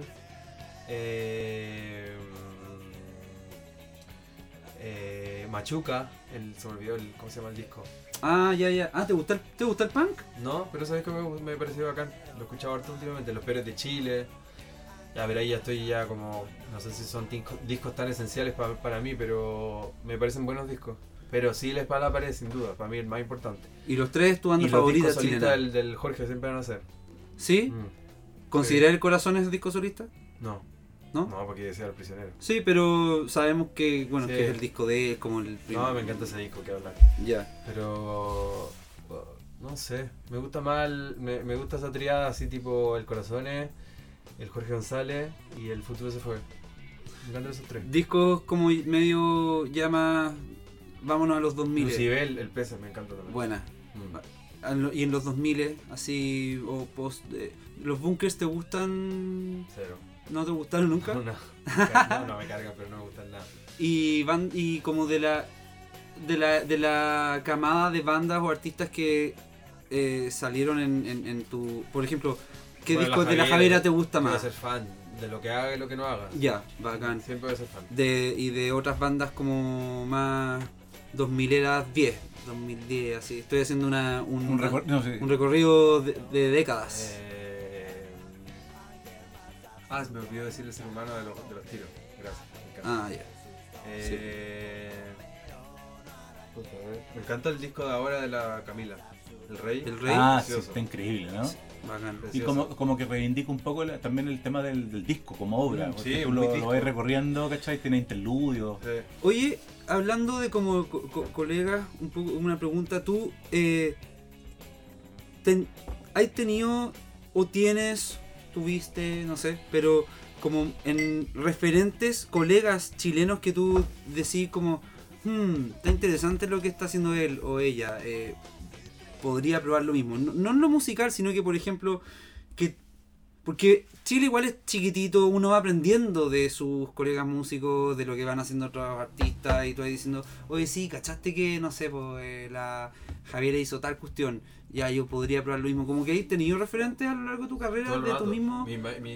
S3: Machuca, se me olvidó ¿cómo se llama el disco?
S2: Ah, ya. Ah, ¿te gusta el punk?
S3: No, pero sabes que me pareció bacán. Lo he escuchado harto últimamente. Los Pérez de Chile. Ya, pero ahí ya estoy como. No sé si son discos tan esenciales para mí, pero me parecen buenos discos. Pero sí La Espada en la Pared, sin duda, para mí el más importante.
S2: Y los tres tu
S3: Y
S2: banda
S3: los
S2: favorita
S3: discos
S2: chilena.
S3: solistas del Jorge siempre van a ser.
S2: ¿Sí?
S3: Mm.
S2: ¿Considerar El Corazón es disco solista?
S3: No.
S2: ¿No?
S3: No, porque decía El Prisionero.
S2: Sí, pero sabemos que, bueno,
S3: Sí.
S2: que es el disco de él, como el
S3: No, me encanta ese disco que habla.
S2: Ya.
S3: Pero no sé, me gusta más me gusta esa triada así tipo El Corazones, el Jorge González y El Futuro se fue. Me encantan esos tres.
S2: Discos como medio ya más... Vámonos a los 2000.
S3: Lucibel, el Pesa, me encanta también.
S2: Buena.
S3: Mm.
S2: Y en los 2000, así, o post... ¿Los bunkers te gustan?
S3: Cero.
S2: ¿No te gustaron nunca?
S3: No, no me cargan, pero no me gustan nada.
S2: Y como de la camada de bandas o artistas que salieron en tu... Por ejemplo, ¿qué
S3: Bueno,
S2: disco de la Javiera te gusta
S3: Voy a
S2: más?
S3: ser fan de lo que haga y lo que no haga.
S2: Ya, bacán.
S3: Siempre voy a ser fan.
S2: Y de otras bandas como más 2000eras 2010, así. Estoy haciendo un recorrido de décadas.
S3: Se me olvidó decir el ser humano de los tiros. Gracias. Me encanta.
S2: Ah, ya.
S3: Puta, me encanta el disco de ahora de la Camila. El Rey.
S2: El Rey.
S1: Ah, sí,
S3: Precioso.
S1: está increíble, ¿no?
S2: Bacán.
S1: Y como que reivindica un poco también el tema del disco como obra.
S3: Sí,
S1: Porque tú
S3: muy
S1: lo
S3: disco.
S1: vas recorriendo, ¿cachai? Tiene interludios.
S2: Oye, hablando de como colegas, un poco una pregunta. ¿Tú has tenido o tuviste, no sé, pero como en referentes, colegas chilenos que tú decís como, está interesante lo que está haciendo él o ella, podría probar lo mismo? No en lo musical, sino que, por ejemplo, porque Chile igual es chiquitito, uno va aprendiendo de sus colegas músicos, de lo que van haciendo otros artistas, y tú vas diciendo, oye, sí, ¿cachaste que, no sé, pues la Javiera hizo tal cuestión? Ya, yo podría probar lo mismo. Como que has tenido referentes a lo largo de tu carrera,
S3: Todo el
S2: de
S3: rato.
S2: tu mismo...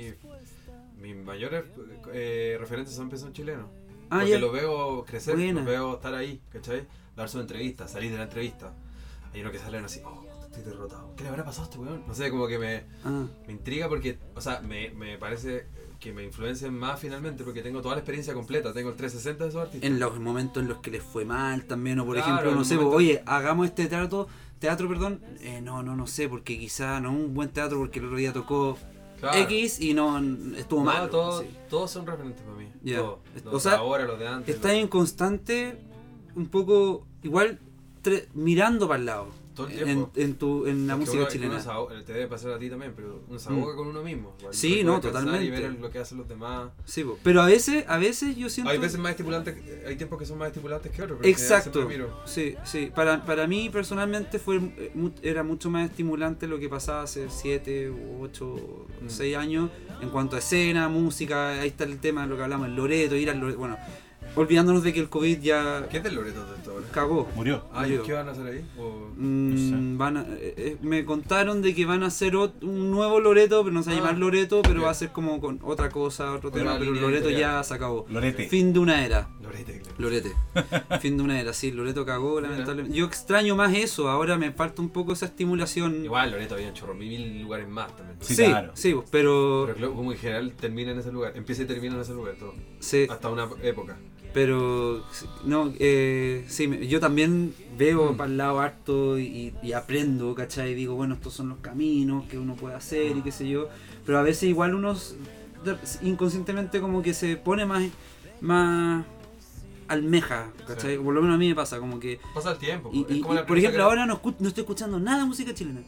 S3: Mis mayores referentes son chilenos.
S2: Ah,
S3: porque
S2: ya.
S3: los veo crecer,
S2: Buena.
S3: los veo estar ahí, ¿cachai? Dar su entrevista, salir de la entrevista. Hay uno que salen así, estoy derrotado. ¿Qué le habrá pasado a este weón? No sé, como que me intriga porque, o sea, me parece que me influencian más finalmente porque tengo toda la experiencia completa, tengo el 360 de esos artistas.
S2: En los momentos en los que les fue mal también, o por
S3: Claro,
S2: ejemplo,
S3: en
S2: no
S3: los
S2: sé,
S3: momentos-
S2: oye, hagamos este teatro, perdón, no sé, porque quizá no es un buen teatro porque el otro día tocó
S3: Claro.
S2: X y no estuvo
S3: No,
S2: mal.
S3: todos son referentes para mí.
S2: Ya.
S3: Todos. Los
S2: O sea,
S3: de ahora, los de antes.
S2: Estás en constante, un poco, igual, mirando para el lado.
S3: Todo el tiempo.
S2: En la
S3: Porque
S2: música
S3: uno
S2: chilena.
S3: se ahoga, te debe pasar a ti también, pero uno se ahoga con uno mismo. igual.
S2: Sí,
S3: Te
S2: no,
S3: puede cansar
S2: totalmente.
S3: Y ver lo que hacen los demás.
S2: Sí, pero a veces yo siento...
S3: Hay veces más estimulantes, hay tiempos que son más estimulantes que otros. Pero en general
S2: Exacto,
S3: siempre miro.
S2: sí. Para mí personalmente era mucho más estimulante lo que pasaba hace 7, 8, 6 años en cuanto a escena, música. Ahí está el tema de lo que hablamos, el Loreto, ir al Loreto. Bueno, olvidándonos de que el COVID ya
S3: ¿Qué es del Loreto de esto ahora?
S2: cagó.
S1: Murió.
S3: ¿Y
S2: Murió.
S3: qué van a hacer ahí? O...
S1: No
S2: Me contaron de que van a hacer un nuevo Loreto, pero no se va a llamar Loreto, pero
S3: ok.
S2: va a ser como con otra cosa, otro
S3: Otra
S2: tema, pero el
S3: línea
S2: Loreto
S3: editorial.
S2: ya se acabó.
S1: Lorete.
S2: Fin de una era.
S3: Lorete, claro.
S2: Lorete. Fin de una era, sí, Loreto cagó, lamentablemente. Yo extraño más eso, ahora me falta un poco esa estimulación.
S3: Igual Loreto había chorro mil lugares más también.
S1: Sí,
S2: Sí,
S1: claro.
S2: sí, pero
S3: Pero claro, como en general termina en ese lugar. Empieza y termina en ese lugar todo.
S2: sí,
S3: Hasta una época.
S2: pero no, sí, yo también veo para el lado harto y aprendo, ¿cachai? Digo, bueno, estos son los caminos que uno puede hacer y qué sé yo, pero a veces igual uno inconscientemente como que se pone más almeja, ¿cachai?
S3: Sí.
S2: Por lo menos a mí me pasa, como que...
S3: Pasa el tiempo.
S2: Y,
S3: es
S2: y-
S3: como
S2: y,
S3: la
S2: por
S3: premisa
S2: ejemplo,
S3: que-
S2: ahora no estoy escuchando nada de música chilena.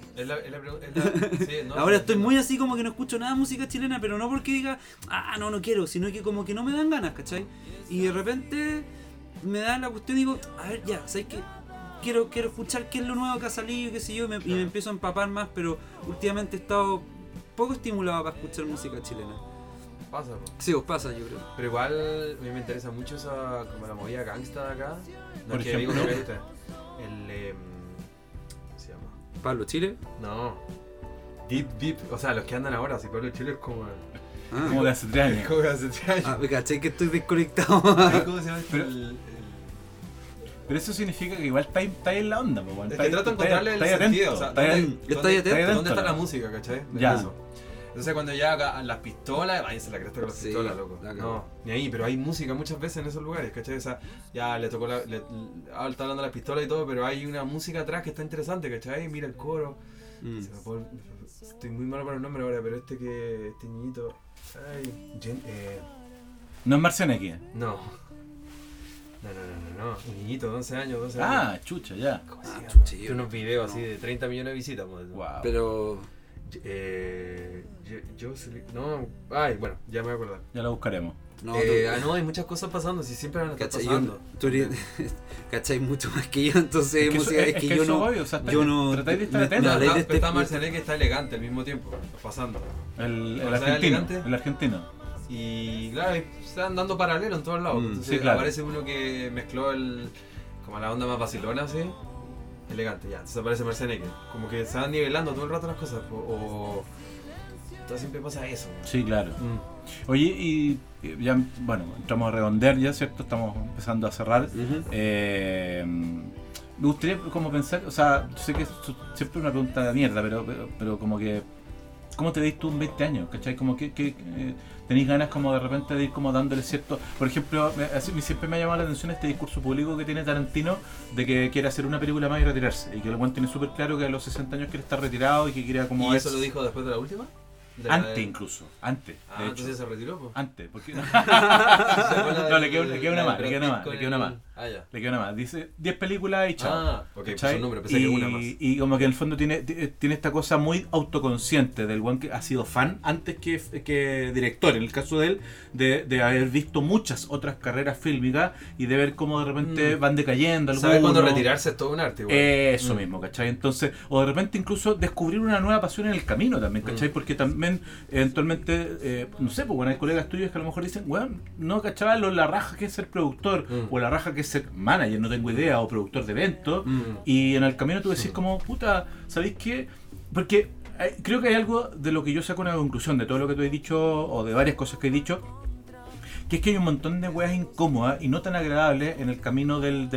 S3: sí, no,
S2: Ahora
S3: sí,
S2: estoy
S3: entiendo.
S2: muy así como que no escucho nada de música chilena, pero no porque diga, no quiero, sino que como que no me dan ganas, ¿cachai? Y de repente me da la cuestión y digo, a ver, ya, ¿sabes qué? Quiero escuchar qué es lo nuevo que ha salido, qué sé yo, y me empiezo a empapar más, pero últimamente he estado poco estimulado para escuchar música chilena.
S3: Pasa, po.
S2: Sí, os pasa, yo creo.
S3: Pero igual a mí me interesa mucho esa, como la movida gangsta de acá. No
S1: Por
S3: es que digo
S1: ejemplo.
S3: que este, el ¿cómo se llama?
S2: Pablo, Chile.
S3: No. Deep, o sea, los que andan ahora, si Pablo Chile es como
S1: Como de hace 3
S3: es
S1: años.
S3: como de hace 3 años.
S2: Me caché que estoy desconectado.
S3: ¿Cómo se llama este?
S1: Pero- Pero eso significa que igual está en la onda, po, weón.
S3: Es que trato de encontrarle el
S1: Estáis
S3: sentido,
S1: atento,
S3: o sea,
S1: estáis
S3: ¿dónde-
S1: atento.
S2: Estáis atento.
S3: ¿Dónde está la música, cachai? De
S1: Ya.
S3: eso. Entonces cuando ya acá, las pistolas, váyanse la cresta con las
S2: Sí,
S3: pistolas, loco.
S2: la
S3: No,
S2: cagó.
S3: ni ahí, pero hay música muchas veces en esos lugares, ¿cachai? O sea, ya le tocó está hablando de las pistolas y todo, pero hay una música atrás que está interesante, ¿cachai? Mira el coro.
S2: Mm.
S3: Estoy muy malo para el nombre ahora, pero este niñito. Ay,
S1: No es Marcianeque.
S3: no. No. Un niñito de 11 años, 12
S1: Ah,
S3: años.
S1: chucha, ya.
S3: ¿Cómo se llama?
S2: chucha,
S3: Tiene unos videos así de 30 millones de visitas. Pues.
S1: Wow.
S2: Pero
S3: No, ay, bueno, ya me voy a acordar.
S1: Ya lo buscaremos.
S2: no,
S3: No, hay muchas cosas pasando, si siempre van a estar
S2: ¿cachai?
S3: pasando.
S2: Tú cachai mucho más que yo, entonces
S1: Es que
S2: música, es que yo
S1: eso
S2: no.
S1: voy, o sea,
S2: yo no-
S1: tratáis de estar
S2: me-
S1: atento.
S2: me habláis de
S3: Pero está
S2: este-
S3: Marcianeque que está elegante al mismo tiempo, pasando.
S1: El
S3: O sea,
S1: argentino.
S3: elegante.
S1: El argentino.
S3: Y claro, están dando paralelo en todos lados. Entonces
S1: sí, claro.
S3: aparece uno que mezcló como la onda más vacilona, así. Elegante, ya. Entonces aparece Marcianeque. Como que se van nivelando todo el rato las cosas. Entonces siempre pasa eso.
S1: Sí, claro. Oye, y ya, bueno, entramos a redondear ya, ¿cierto? Estamos empezando a cerrar.
S2: Ujú.
S1: Me gustaría como pensar, o sea, yo sé que es siempre una pregunta de mierda, pero como que, ¿cómo te veis tú en 20 años? ¿Cachai? Como que tenéis ganas como de repente de ir como dándole cierto... Por ejemplo, siempre me ha llamado la atención este discurso público que tiene Tarantino de que quiere hacer una película más y retirarse. Y que el buen tiene súper claro que a los 60 años quiere estar retirado y que quiere como...
S3: ¿Y eso lo dijo después de la última?
S1: Antes incluso, antes.
S3: Ah,
S1: de hecho.
S3: entonces se retiró, pues.
S1: Antes, porque...
S3: No,
S1: No, le queda una más, le queda una más.
S3: Ah, ya.
S1: Le queda una más. Dice 10 películas y chao.
S3: Ah, ok, pues
S1: ¿Cachai?
S3: un número, pensé que una más.
S1: Y como que en el fondo tiene esta cosa muy autoconsciente del buen que ha sido fan antes que director, en el caso de él, de haber visto muchas otras carreras fílmicas y de ver cómo de repente van decayendo.
S3: ¿Sabes cuándo
S1: algunos.
S3: retirarse es todo un arte, igual?
S1: Eso mismo, ¿cachai? Entonces, o de repente incluso descubrir una nueva pasión en el camino también, ¿cachai? Porque también, eventualmente, no sé, pues bueno, hay colegas tuyos que a lo mejor dicen, weón, no cachaba la raja que es ser productor, o la raja que es ser manager, no tengo idea, o productor de eventos, y en el camino tú decís como, puta, ¿sabéis qué? Porque creo que hay algo de lo que yo saco una conclusión de todo lo que tú has dicho, o de varias cosas que he dicho, que es que hay un montón de weas incómodas y no tan agradables en el camino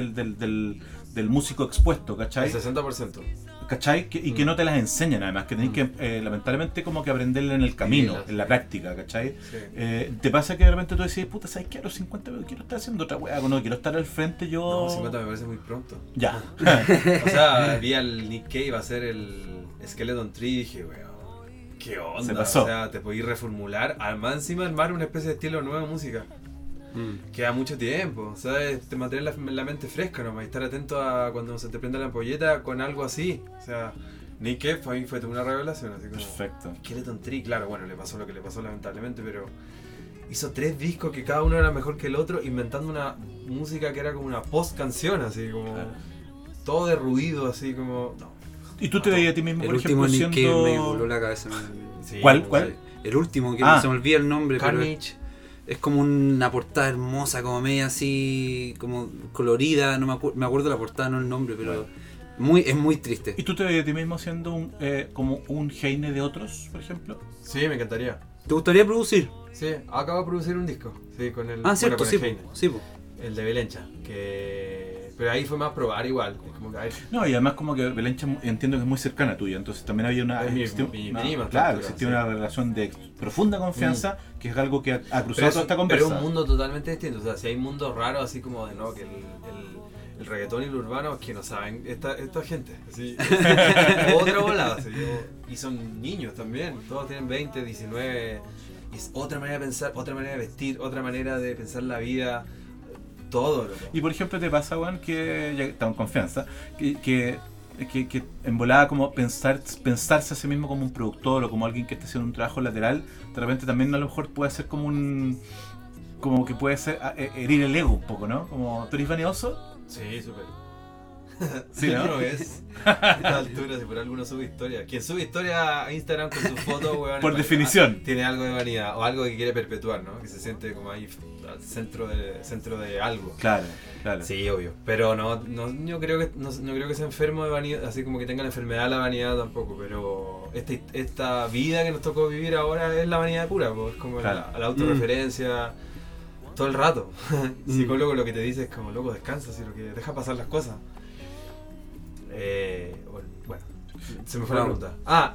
S1: del músico expuesto, ¿cachai?
S3: El 60%.
S1: ¿Cachai? Y que no te las enseñan además, que tenés que lamentablemente como que aprenderla en el camino,
S3: Vivirlas.
S1: en la práctica, ¿cachai?
S3: Sí.
S1: Te pasa que de repente tú decís, puta, ¿sabes qué? A los 50 quiero estar haciendo otra weá, no quiero estar al frente yo...
S3: No, 50 me parece muy pronto.
S1: Ya.
S3: O sea, vi al Nick Cave hacer el Skeleton Tree y dije, weón, ¿qué onda?
S1: Se pasó.
S3: O sea, te podís reformular, además encima armar una especie de estilo nueva de música. Queda mucho tiempo, o sea, te mantener la mente fresca nomás y estar atento a cuando se te prenda la ampolleta con algo así. O sea, Nick Cave para mí fue una revelación, así como...
S1: Perfecto.
S3: Skeleton Tree, claro, bueno, le pasó lo que le pasó lamentablemente, pero hizo 3 discos que cada uno era mejor que el otro, inventando una música que era como una post-canción, así como...
S1: Claro.
S3: Todo de ruido, así como... No.
S1: ¿Y tú te veías a ti mismo,
S2: El
S1: por
S2: último
S1: ejemplo,
S2: Nick Cave me voló
S1: siendo...
S2: la cabeza.
S3: Sí,
S1: ¿Cuál? ¿Cuál?
S2: El último, que
S1: Ah.
S2: no se me olvida el nombre, pero
S3: Carnage.
S2: es como una portada hermosa, como media así, como colorida, no me acuerdo la portada, no el nombre, pero es muy triste.
S1: ¿Y tú te veías a ti mismo siendo como un Heine de otros, por ejemplo?
S3: Sí, me encantaría.
S2: ¿Te gustaría producir?
S3: Sí, acabo de producir un disco. Sí, con el...
S2: Cierto,
S3: con
S2: sí,
S3: el Heine.
S2: sí, po.
S3: El de Belencha, que... Pero ahí fue más probar igual. Es como que, ay,
S1: No, y además como que Belencha entiendo que es muy cercana tuya, entonces también había una...
S3: Es mi
S1: existía
S3: prima,
S1: claro,
S3: altura,
S1: existía
S3: sí.
S1: una relación de profunda confianza, que es algo que ha
S3: pero,
S1: cruzado toda esta conversa.
S3: pero es un mundo totalmente distinto. O sea, si hay mundos raros, así como de no, que el reggaetón y el urbano, es que no saben esta gente. Así, otra volada. Así, y son niños también. Todos tienen 20, 19. Es otra manera de pensar, otra manera de vestir, otra manera de pensar la vida. Todo, loco.
S1: Y por ejemplo te pasa, Juan, que ya estamos en confianza, que en volada como pensarse a sí mismo como un productor o como alguien que está haciendo un trabajo lateral, de repente también a lo mejor puede ser como que puede ser herir el ego un poco, ¿no? Como, ¿tú eres vanidoso?
S3: Sí, súper.
S1: Sí, ¿no?
S3: Uno es. A esta altura, si por alguno sube historia. Quien sube historia a Instagram con su foto, weón.
S1: Por definición.
S3: Tiene algo de vanidad o algo que quiere perpetuar, ¿no? Que se siente como ahí al centro de algo.
S1: Claro, claro.
S3: Sí, obvio. Pero yo creo que no creo que sea enfermo de vanidad, así como que tenga la enfermedad de la vanidad tampoco. Pero esta vida que nos tocó vivir ahora es la vanidad pura, pues, es como
S1: Claro.
S3: la autorreferencia. Todo el rato. El psicólogo lo que te dice es como, loco, descansa, si lo que deja pasar las cosas. Bueno, se me fue la pregunta.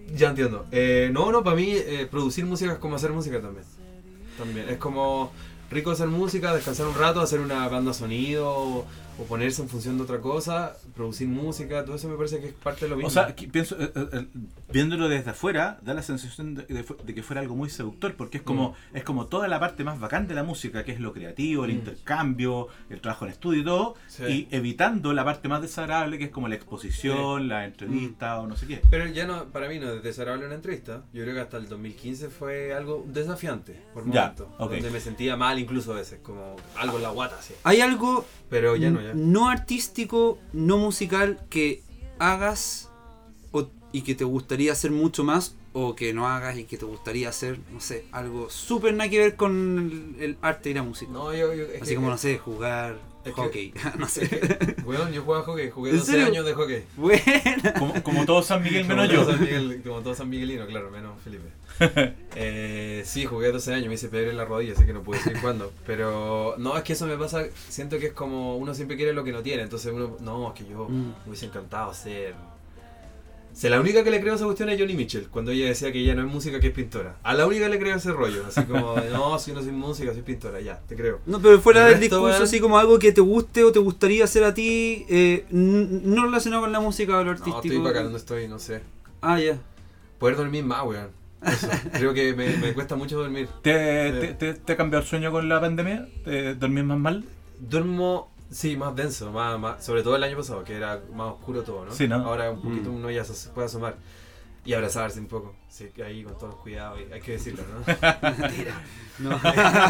S3: Ya entiendo. No, para mí producir música es como hacer música también. También. Es como rico hacer música, descansar un rato, hacer una banda sonido o ponerse en función de otra cosa, producir música, todo eso me parece que es parte de lo mismo.
S1: O sea, pienso, viéndolo desde afuera, da la sensación de que fuera algo muy seductor, porque es como toda la parte más bacán de la música, que es lo creativo, el intercambio, el trabajo en estudio y todo,
S3: Sí.
S1: y evitando la parte más desagradable, que es como la exposición, la entrevista o no sé qué.
S3: Pero ya no, para mí no es desagradable una entrevista. Yo creo que hasta el 2015 fue algo desafiante, por
S1: Ya,
S3: momentos.
S1: ok.
S3: Donde me sentía mal incluso a veces, como algo en la guata, así.
S2: ¿Hay algo
S3: Pero ya no, ya.
S2: no artístico, no musical que hagas y que te gustaría hacer mucho más, o que no hagas y que te gustaría hacer, no sé, algo súper nada que ver con el arte y la música?
S3: No,
S2: Así como, no sé, jugar
S3: es que-
S2: hockey, no sé.
S3: Weón, yo jugaba hockey, jugué
S2: ¿En
S3: 12
S2: serio?
S3: años de hockey.
S2: Buena.
S1: Como todo San Miguel menos
S3: Como
S1: yo.
S3: todo San Miguel- como todo San Miguelino, claro, menos Felipe. Sí, jugué 12 años, me hice pegar en la rodilla, así que no pude seguir jugando. Pero no, es que eso me pasa, siento que es como uno siempre quiere lo que no tiene, entonces uno, no, es que yo me hubiese encantado ser... O sea, la única que le creo a esa cuestión es Johnny Mitchell, cuando ella decía que ella no es música, que es pintora. A la única le creo ese rollo, así como, no, si yo no soy música, soy pintora, ya, te creo.
S2: No, pero fuera
S3: El
S2: del
S3: resto,
S2: discurso,
S3: weón.
S2: así como algo que te guste o te gustaría hacer a ti, no relacionado con la música o lo
S3: No,
S2: artístico.
S3: estoy para acá donde estoy, no sé.
S2: Ah, ya.
S3: Poder dormir más, weón. Eso. Creo que me cuesta mucho dormir.
S1: ¿Te ha cambiado el sueño con la pandemia? ¿Te dormís más mal?
S3: Duermo, sí, más denso, más, sobre todo el año pasado, que era más oscuro todo, ¿no?
S1: Sí, ¿no?
S3: Ahora un poquito uno ya se puede asomar y abrazarse un poco, sí, ahí con todos los cuidados, hay que decirlo, ¿no? Mentira.
S2: No.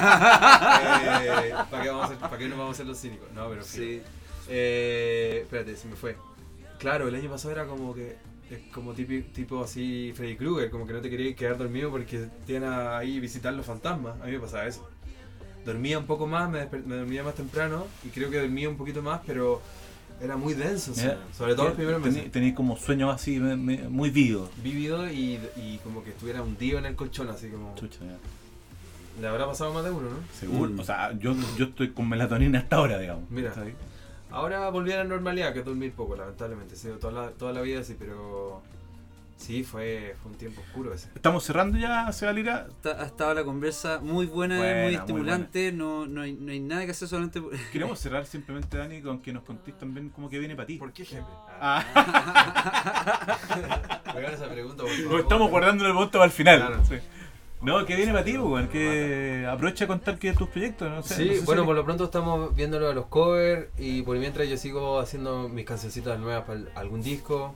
S3: ¿Para qué nos vamos a hacer los cínicos? No, pero
S2: Sí.
S3: espérate, se me fue. Claro, el año pasado era como que es como tipo así Freddy Krueger, como que no te querías quedar dormido porque te iban a ahí visitar los fantasmas. A mí me pasaba eso. Dormía un poco más, me dormía más temprano y creo que dormía un poquito más, pero era muy denso, sí. Sobre todo los primeros meses.
S1: Tenéis como sueños así muy vivos.
S3: Vívido y como que estuviera hundido en el colchón, así como...
S1: Chucha, ya.
S3: Le habrá pasado más de uno, ¿no?
S1: Seguro. O sea, yo estoy con melatonina hasta ahora, digamos.
S3: Mira.
S1: ¿Sabes?
S3: Ahora volví a la normalidad, que es dormir poco, lamentablemente. Sí, toda la vida sí, pero... Sí, fue un tiempo oscuro ese.
S1: Estamos cerrando ya, Seba Lira.
S2: Ha estado la conversa muy buena,
S1: Buena,
S2: muy
S1: muy
S2: estimulante. No hay nada que hacer solamente.
S1: Queremos cerrar simplemente, Dani, con que nos contéis también cómo que viene para ti.
S3: ¿Por qué jefe?
S1: Ah.
S3: Me hagan esa pregunta, por
S1: Lo
S3: favor.
S1: estamos guardando el voto para el final.
S3: Claro.
S1: Sí. No, ¿qué viene para ti, weón? Que aprovecha a contar qué es tus proyectos, no sé.
S3: Sí,
S1: no sé
S3: bueno,
S1: si-
S3: por lo pronto estamos viendo lo de los covers y por mientras yo sigo haciendo mis cancioncitas nuevas para algún disco.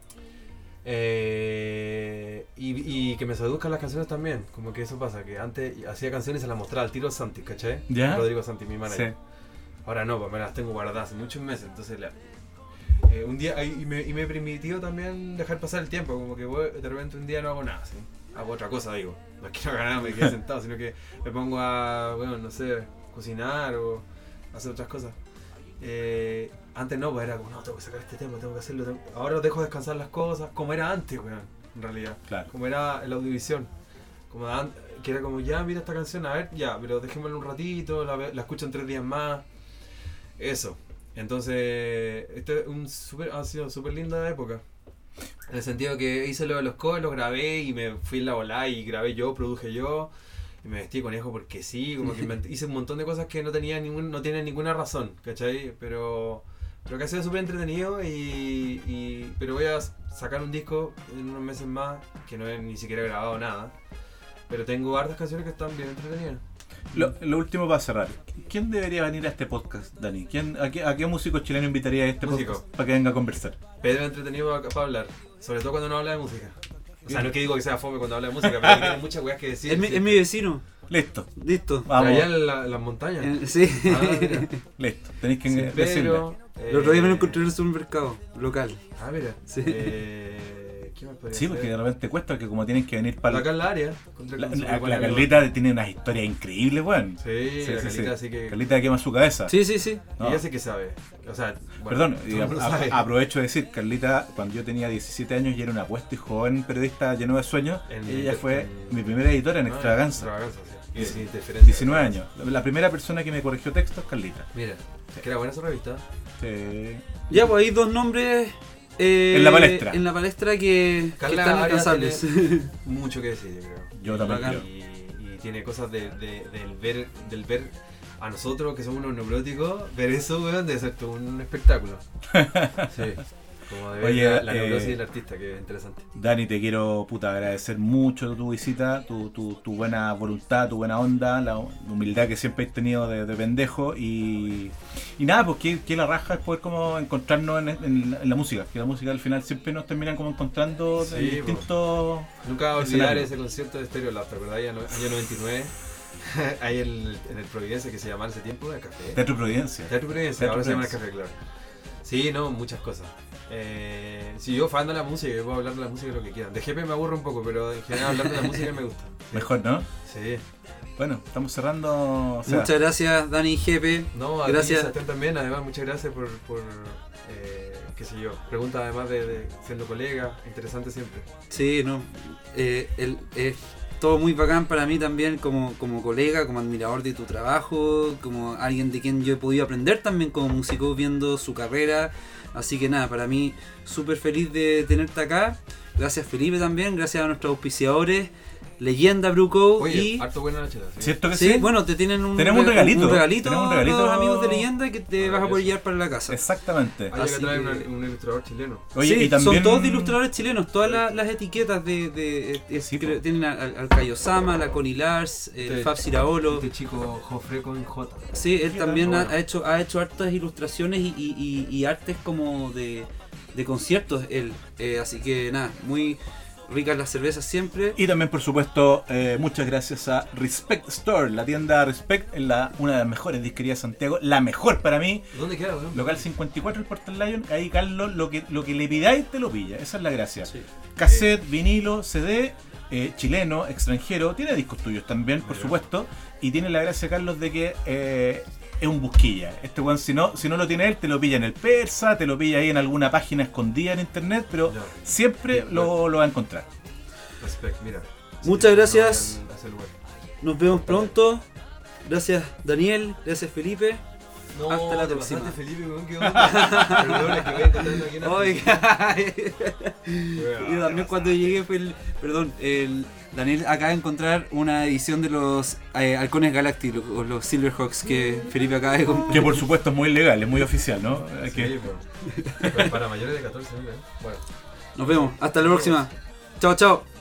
S3: Y que me seduzcan las canciones también, como que eso pasa, que antes hacía canciones y se las mostraba al tiro a Santi, ¿cachai?
S1: ¿Ya?
S3: Rodrigo Santi, mi manager.
S1: Sí.
S3: Ahora no, pues me las tengo guardadas hace muchos meses, entonces un día, y me permitió también dejar pasar el tiempo, como que de repente un día no hago nada, ¿sí? Hago otra cosa, digo. No es que no haga nada, me quede sentado, sino que me pongo a, bueno, no sé, cocinar o hacer otras cosas. Antes no, pues era como, no, tengo que sacar este tema, tengo que hacerlo. Ahora dejo descansar las cosas, como era antes, weón, en realidad.
S1: Claro.
S3: Como era en la audiovisión. Como que era como, ya, mira esta canción, a ver, ya, pero dejémosla un ratito, la escucho en 3 días más. Eso. Entonces, ha sido súper linda época. En el sentido que hice lo de los covers, los grabé y me fui en la volada y grabé yo, produje yo. Y me vestí de conejo porque sí, como que hice un montón de cosas que no tienen ninguna razón, ¿cachai? Pero que ha sido súper entretenido pero voy a sacar un disco en unos meses más, que no he ni siquiera grabado nada. Pero tengo hartas canciones que están bien entretenidas.
S1: Lo último para cerrar. ¿Quién debería venir a este podcast, Dani? ¿A qué músico chileno invitaría a este
S3: Músico.
S1: podcast para que venga a conversar?
S3: Pedro es entretenido para hablar, sobre todo cuando no habla de música. O sea, no es que digo que sea fome cuando habla de música, pero tiene muchas weas que decir.
S2: Es mi vecino.
S1: Listo.
S2: Listo.
S1: Vamos.
S3: Allá en las montañas.
S2: Sí.
S3: Ah, mira.
S1: Listo. Tenéis que
S3: Sí,
S1: decirle.
S3: Pedro,
S2: El otro día me lo encontré en el supermercado local.
S3: Ah, mira.
S2: Sí.
S3: ¿Qué más podría
S1: Sí,
S3: ser?
S1: porque de repente cuesta que como tienen que venir para...
S3: Acá en la área.
S1: La Carlita tiene unas historias increíbles, weón.
S3: Sí, la Carlita, así que...
S1: Carlita quema su cabeza.
S2: Sí, sí, sí.
S1: No.
S3: Ella sí que sabe. O sea, bueno,
S1: Perdón,
S3: todo
S1: y
S3: el mundo sabe.
S1: aprovecho de decir, Carlita, cuando yo tenía 17 años y era una apuesta y joven periodista lleno de sueños, ella fue mi primera editora en Extravaganza.
S3: Extravaganza, sí. Y sin
S1: 19 años. La primera persona que me corrigió texto es Carlita.
S3: Mira, que era buena esa revista.
S1: Sí.
S2: Ya, pues hay dos nombres
S1: En la palestra.
S2: En la palestra que
S3: Carla
S2: están
S3: Arias
S2: alcanzables.
S3: tiene mucho que decir, yo creo.
S1: Yo también
S2: Bacán.
S1: creo.
S3: Y tiene cosas del ver a nosotros que somos unos neuróticos, ver eso, weón, debe ser todo un espectáculo. Sí. Como de ver
S1: Oye,
S3: la neurosis del artista, que es interesante.
S1: Dani, te quiero agradecer mucho tu visita, tu buena voluntad, tu buena onda, la humildad que siempre has tenido de pendejo y nada, pues que la raja es poder como encontrarnos en la música, que la música al final siempre nos terminan como encontrando
S3: Sí,
S1: en distintos...
S3: Nunca voy a olvidar
S1: escenario.
S3: ese concierto de Stereo Lab, ¿te acordás? Año 99, ahí en el Providencia, que se llamaba ese tiempo, el café.
S1: Teatro Providencia.
S3: Teatro Providencia,
S1: Teatro
S3: ahora se llama el
S1: Providencia.
S3: café, claro. Sí, no, muchas cosas. Si yo fan de la música, yo puedo hablar de la música lo que quieran. De GP me aburre un poco, pero en general hablar de la música me gusta. Sí.
S1: Mejor, ¿no?
S3: Sí.
S1: Bueno, estamos cerrando... o sea,
S2: Muchas gracias, Dani y Jepe.
S3: No, a
S2: Gracias.
S3: ti, Sebastián, también. Además, muchas gracias por qué sé yo, preguntas además de siendo colega. Interesante siempre.
S2: Sí, no. Es todo muy bacán para mí también como colega, como admirador de tu trabajo, como alguien de quien yo he podido aprender también como músico viendo su carrera. Así que nada, para mí súper feliz de tenerte acá. Gracias Felipe también, gracias a nuestros auspiciadores, Leyenda Bruco
S3: Oye,
S2: y...
S3: harto buena la chela. ¿Sí?
S1: ¿Cierto que
S2: Sí,
S1: sí?
S2: bueno, te tienen un
S1: Tenemos un regalito. Tenemos un regalito.
S2: los amigos de Leyenda que te vas a poder llevar para la casa.
S1: Exactamente.
S3: Hay que
S2: Así
S3: traer
S2: que-
S3: un ilustrador chileno.
S1: Oye,
S2: sí,
S1: y también...
S2: son todos de ilustradores chilenos, todas las etiquetas
S1: Sí,
S2: creo-
S1: po.
S2: tienen al Cayo Sama, la Connie Lars, el
S3: Este-
S2: Fab Ciraolo.
S3: Este chico Jofre con J.
S2: Sí, él también
S3: bueno.
S2: ha hecho hartas ilustraciones y artes como de conciertos él. Así que nada, muy ricas las cervezas siempre.
S1: Y también, por supuesto, muchas gracias a Respect Store, la tienda Respect, en una de las mejores disquerías de Santiago, la mejor para mí,
S3: ¿Dónde queda, weón?
S1: local 54, el Portal Lion. Ahí, Carlos, lo que le pidáis te lo pilla, esa es la gracia.
S2: Sí.
S1: Cassette, vinilo, CD, chileno, extranjero, tiene discos tuyos también, por
S3: Mira.
S1: supuesto, y tiene la gracia, Carlos, de que es un busquilla. Este weón, si no lo tiene él, te lo pilla en el Persa, te lo pilla ahí en alguna página escondida en internet, pero
S3: Ya.
S1: siempre
S3: Bien,
S1: lo va a encontrar.
S3: Respect, mira.
S2: Muchas
S3: Sí,
S2: gracias.
S3: no vayan a ese lugar.
S2: Nos vemos pronto. Gracias Daniel, gracias Felipe.
S3: No,
S2: Hasta la
S3: te
S2: próxima.
S3: pasaste, Felipe, weón, qué onda. Perdón, es que voy encontrando aquí una...
S2: Oiga,
S3: Weón.
S2: yo también cuando llegué fue el Daniel acaba de encontrar una edición de los Halcones Galácticos, los Silverhawks que Felipe acaba de comprar.
S1: Que por supuesto es muy legal, es muy oficial, ¿no? Hay que-
S3: Sí, pero para mayores de 14 años, ¿eh? Bueno.
S2: Nos vemos, hasta la próxima. Chao, chao.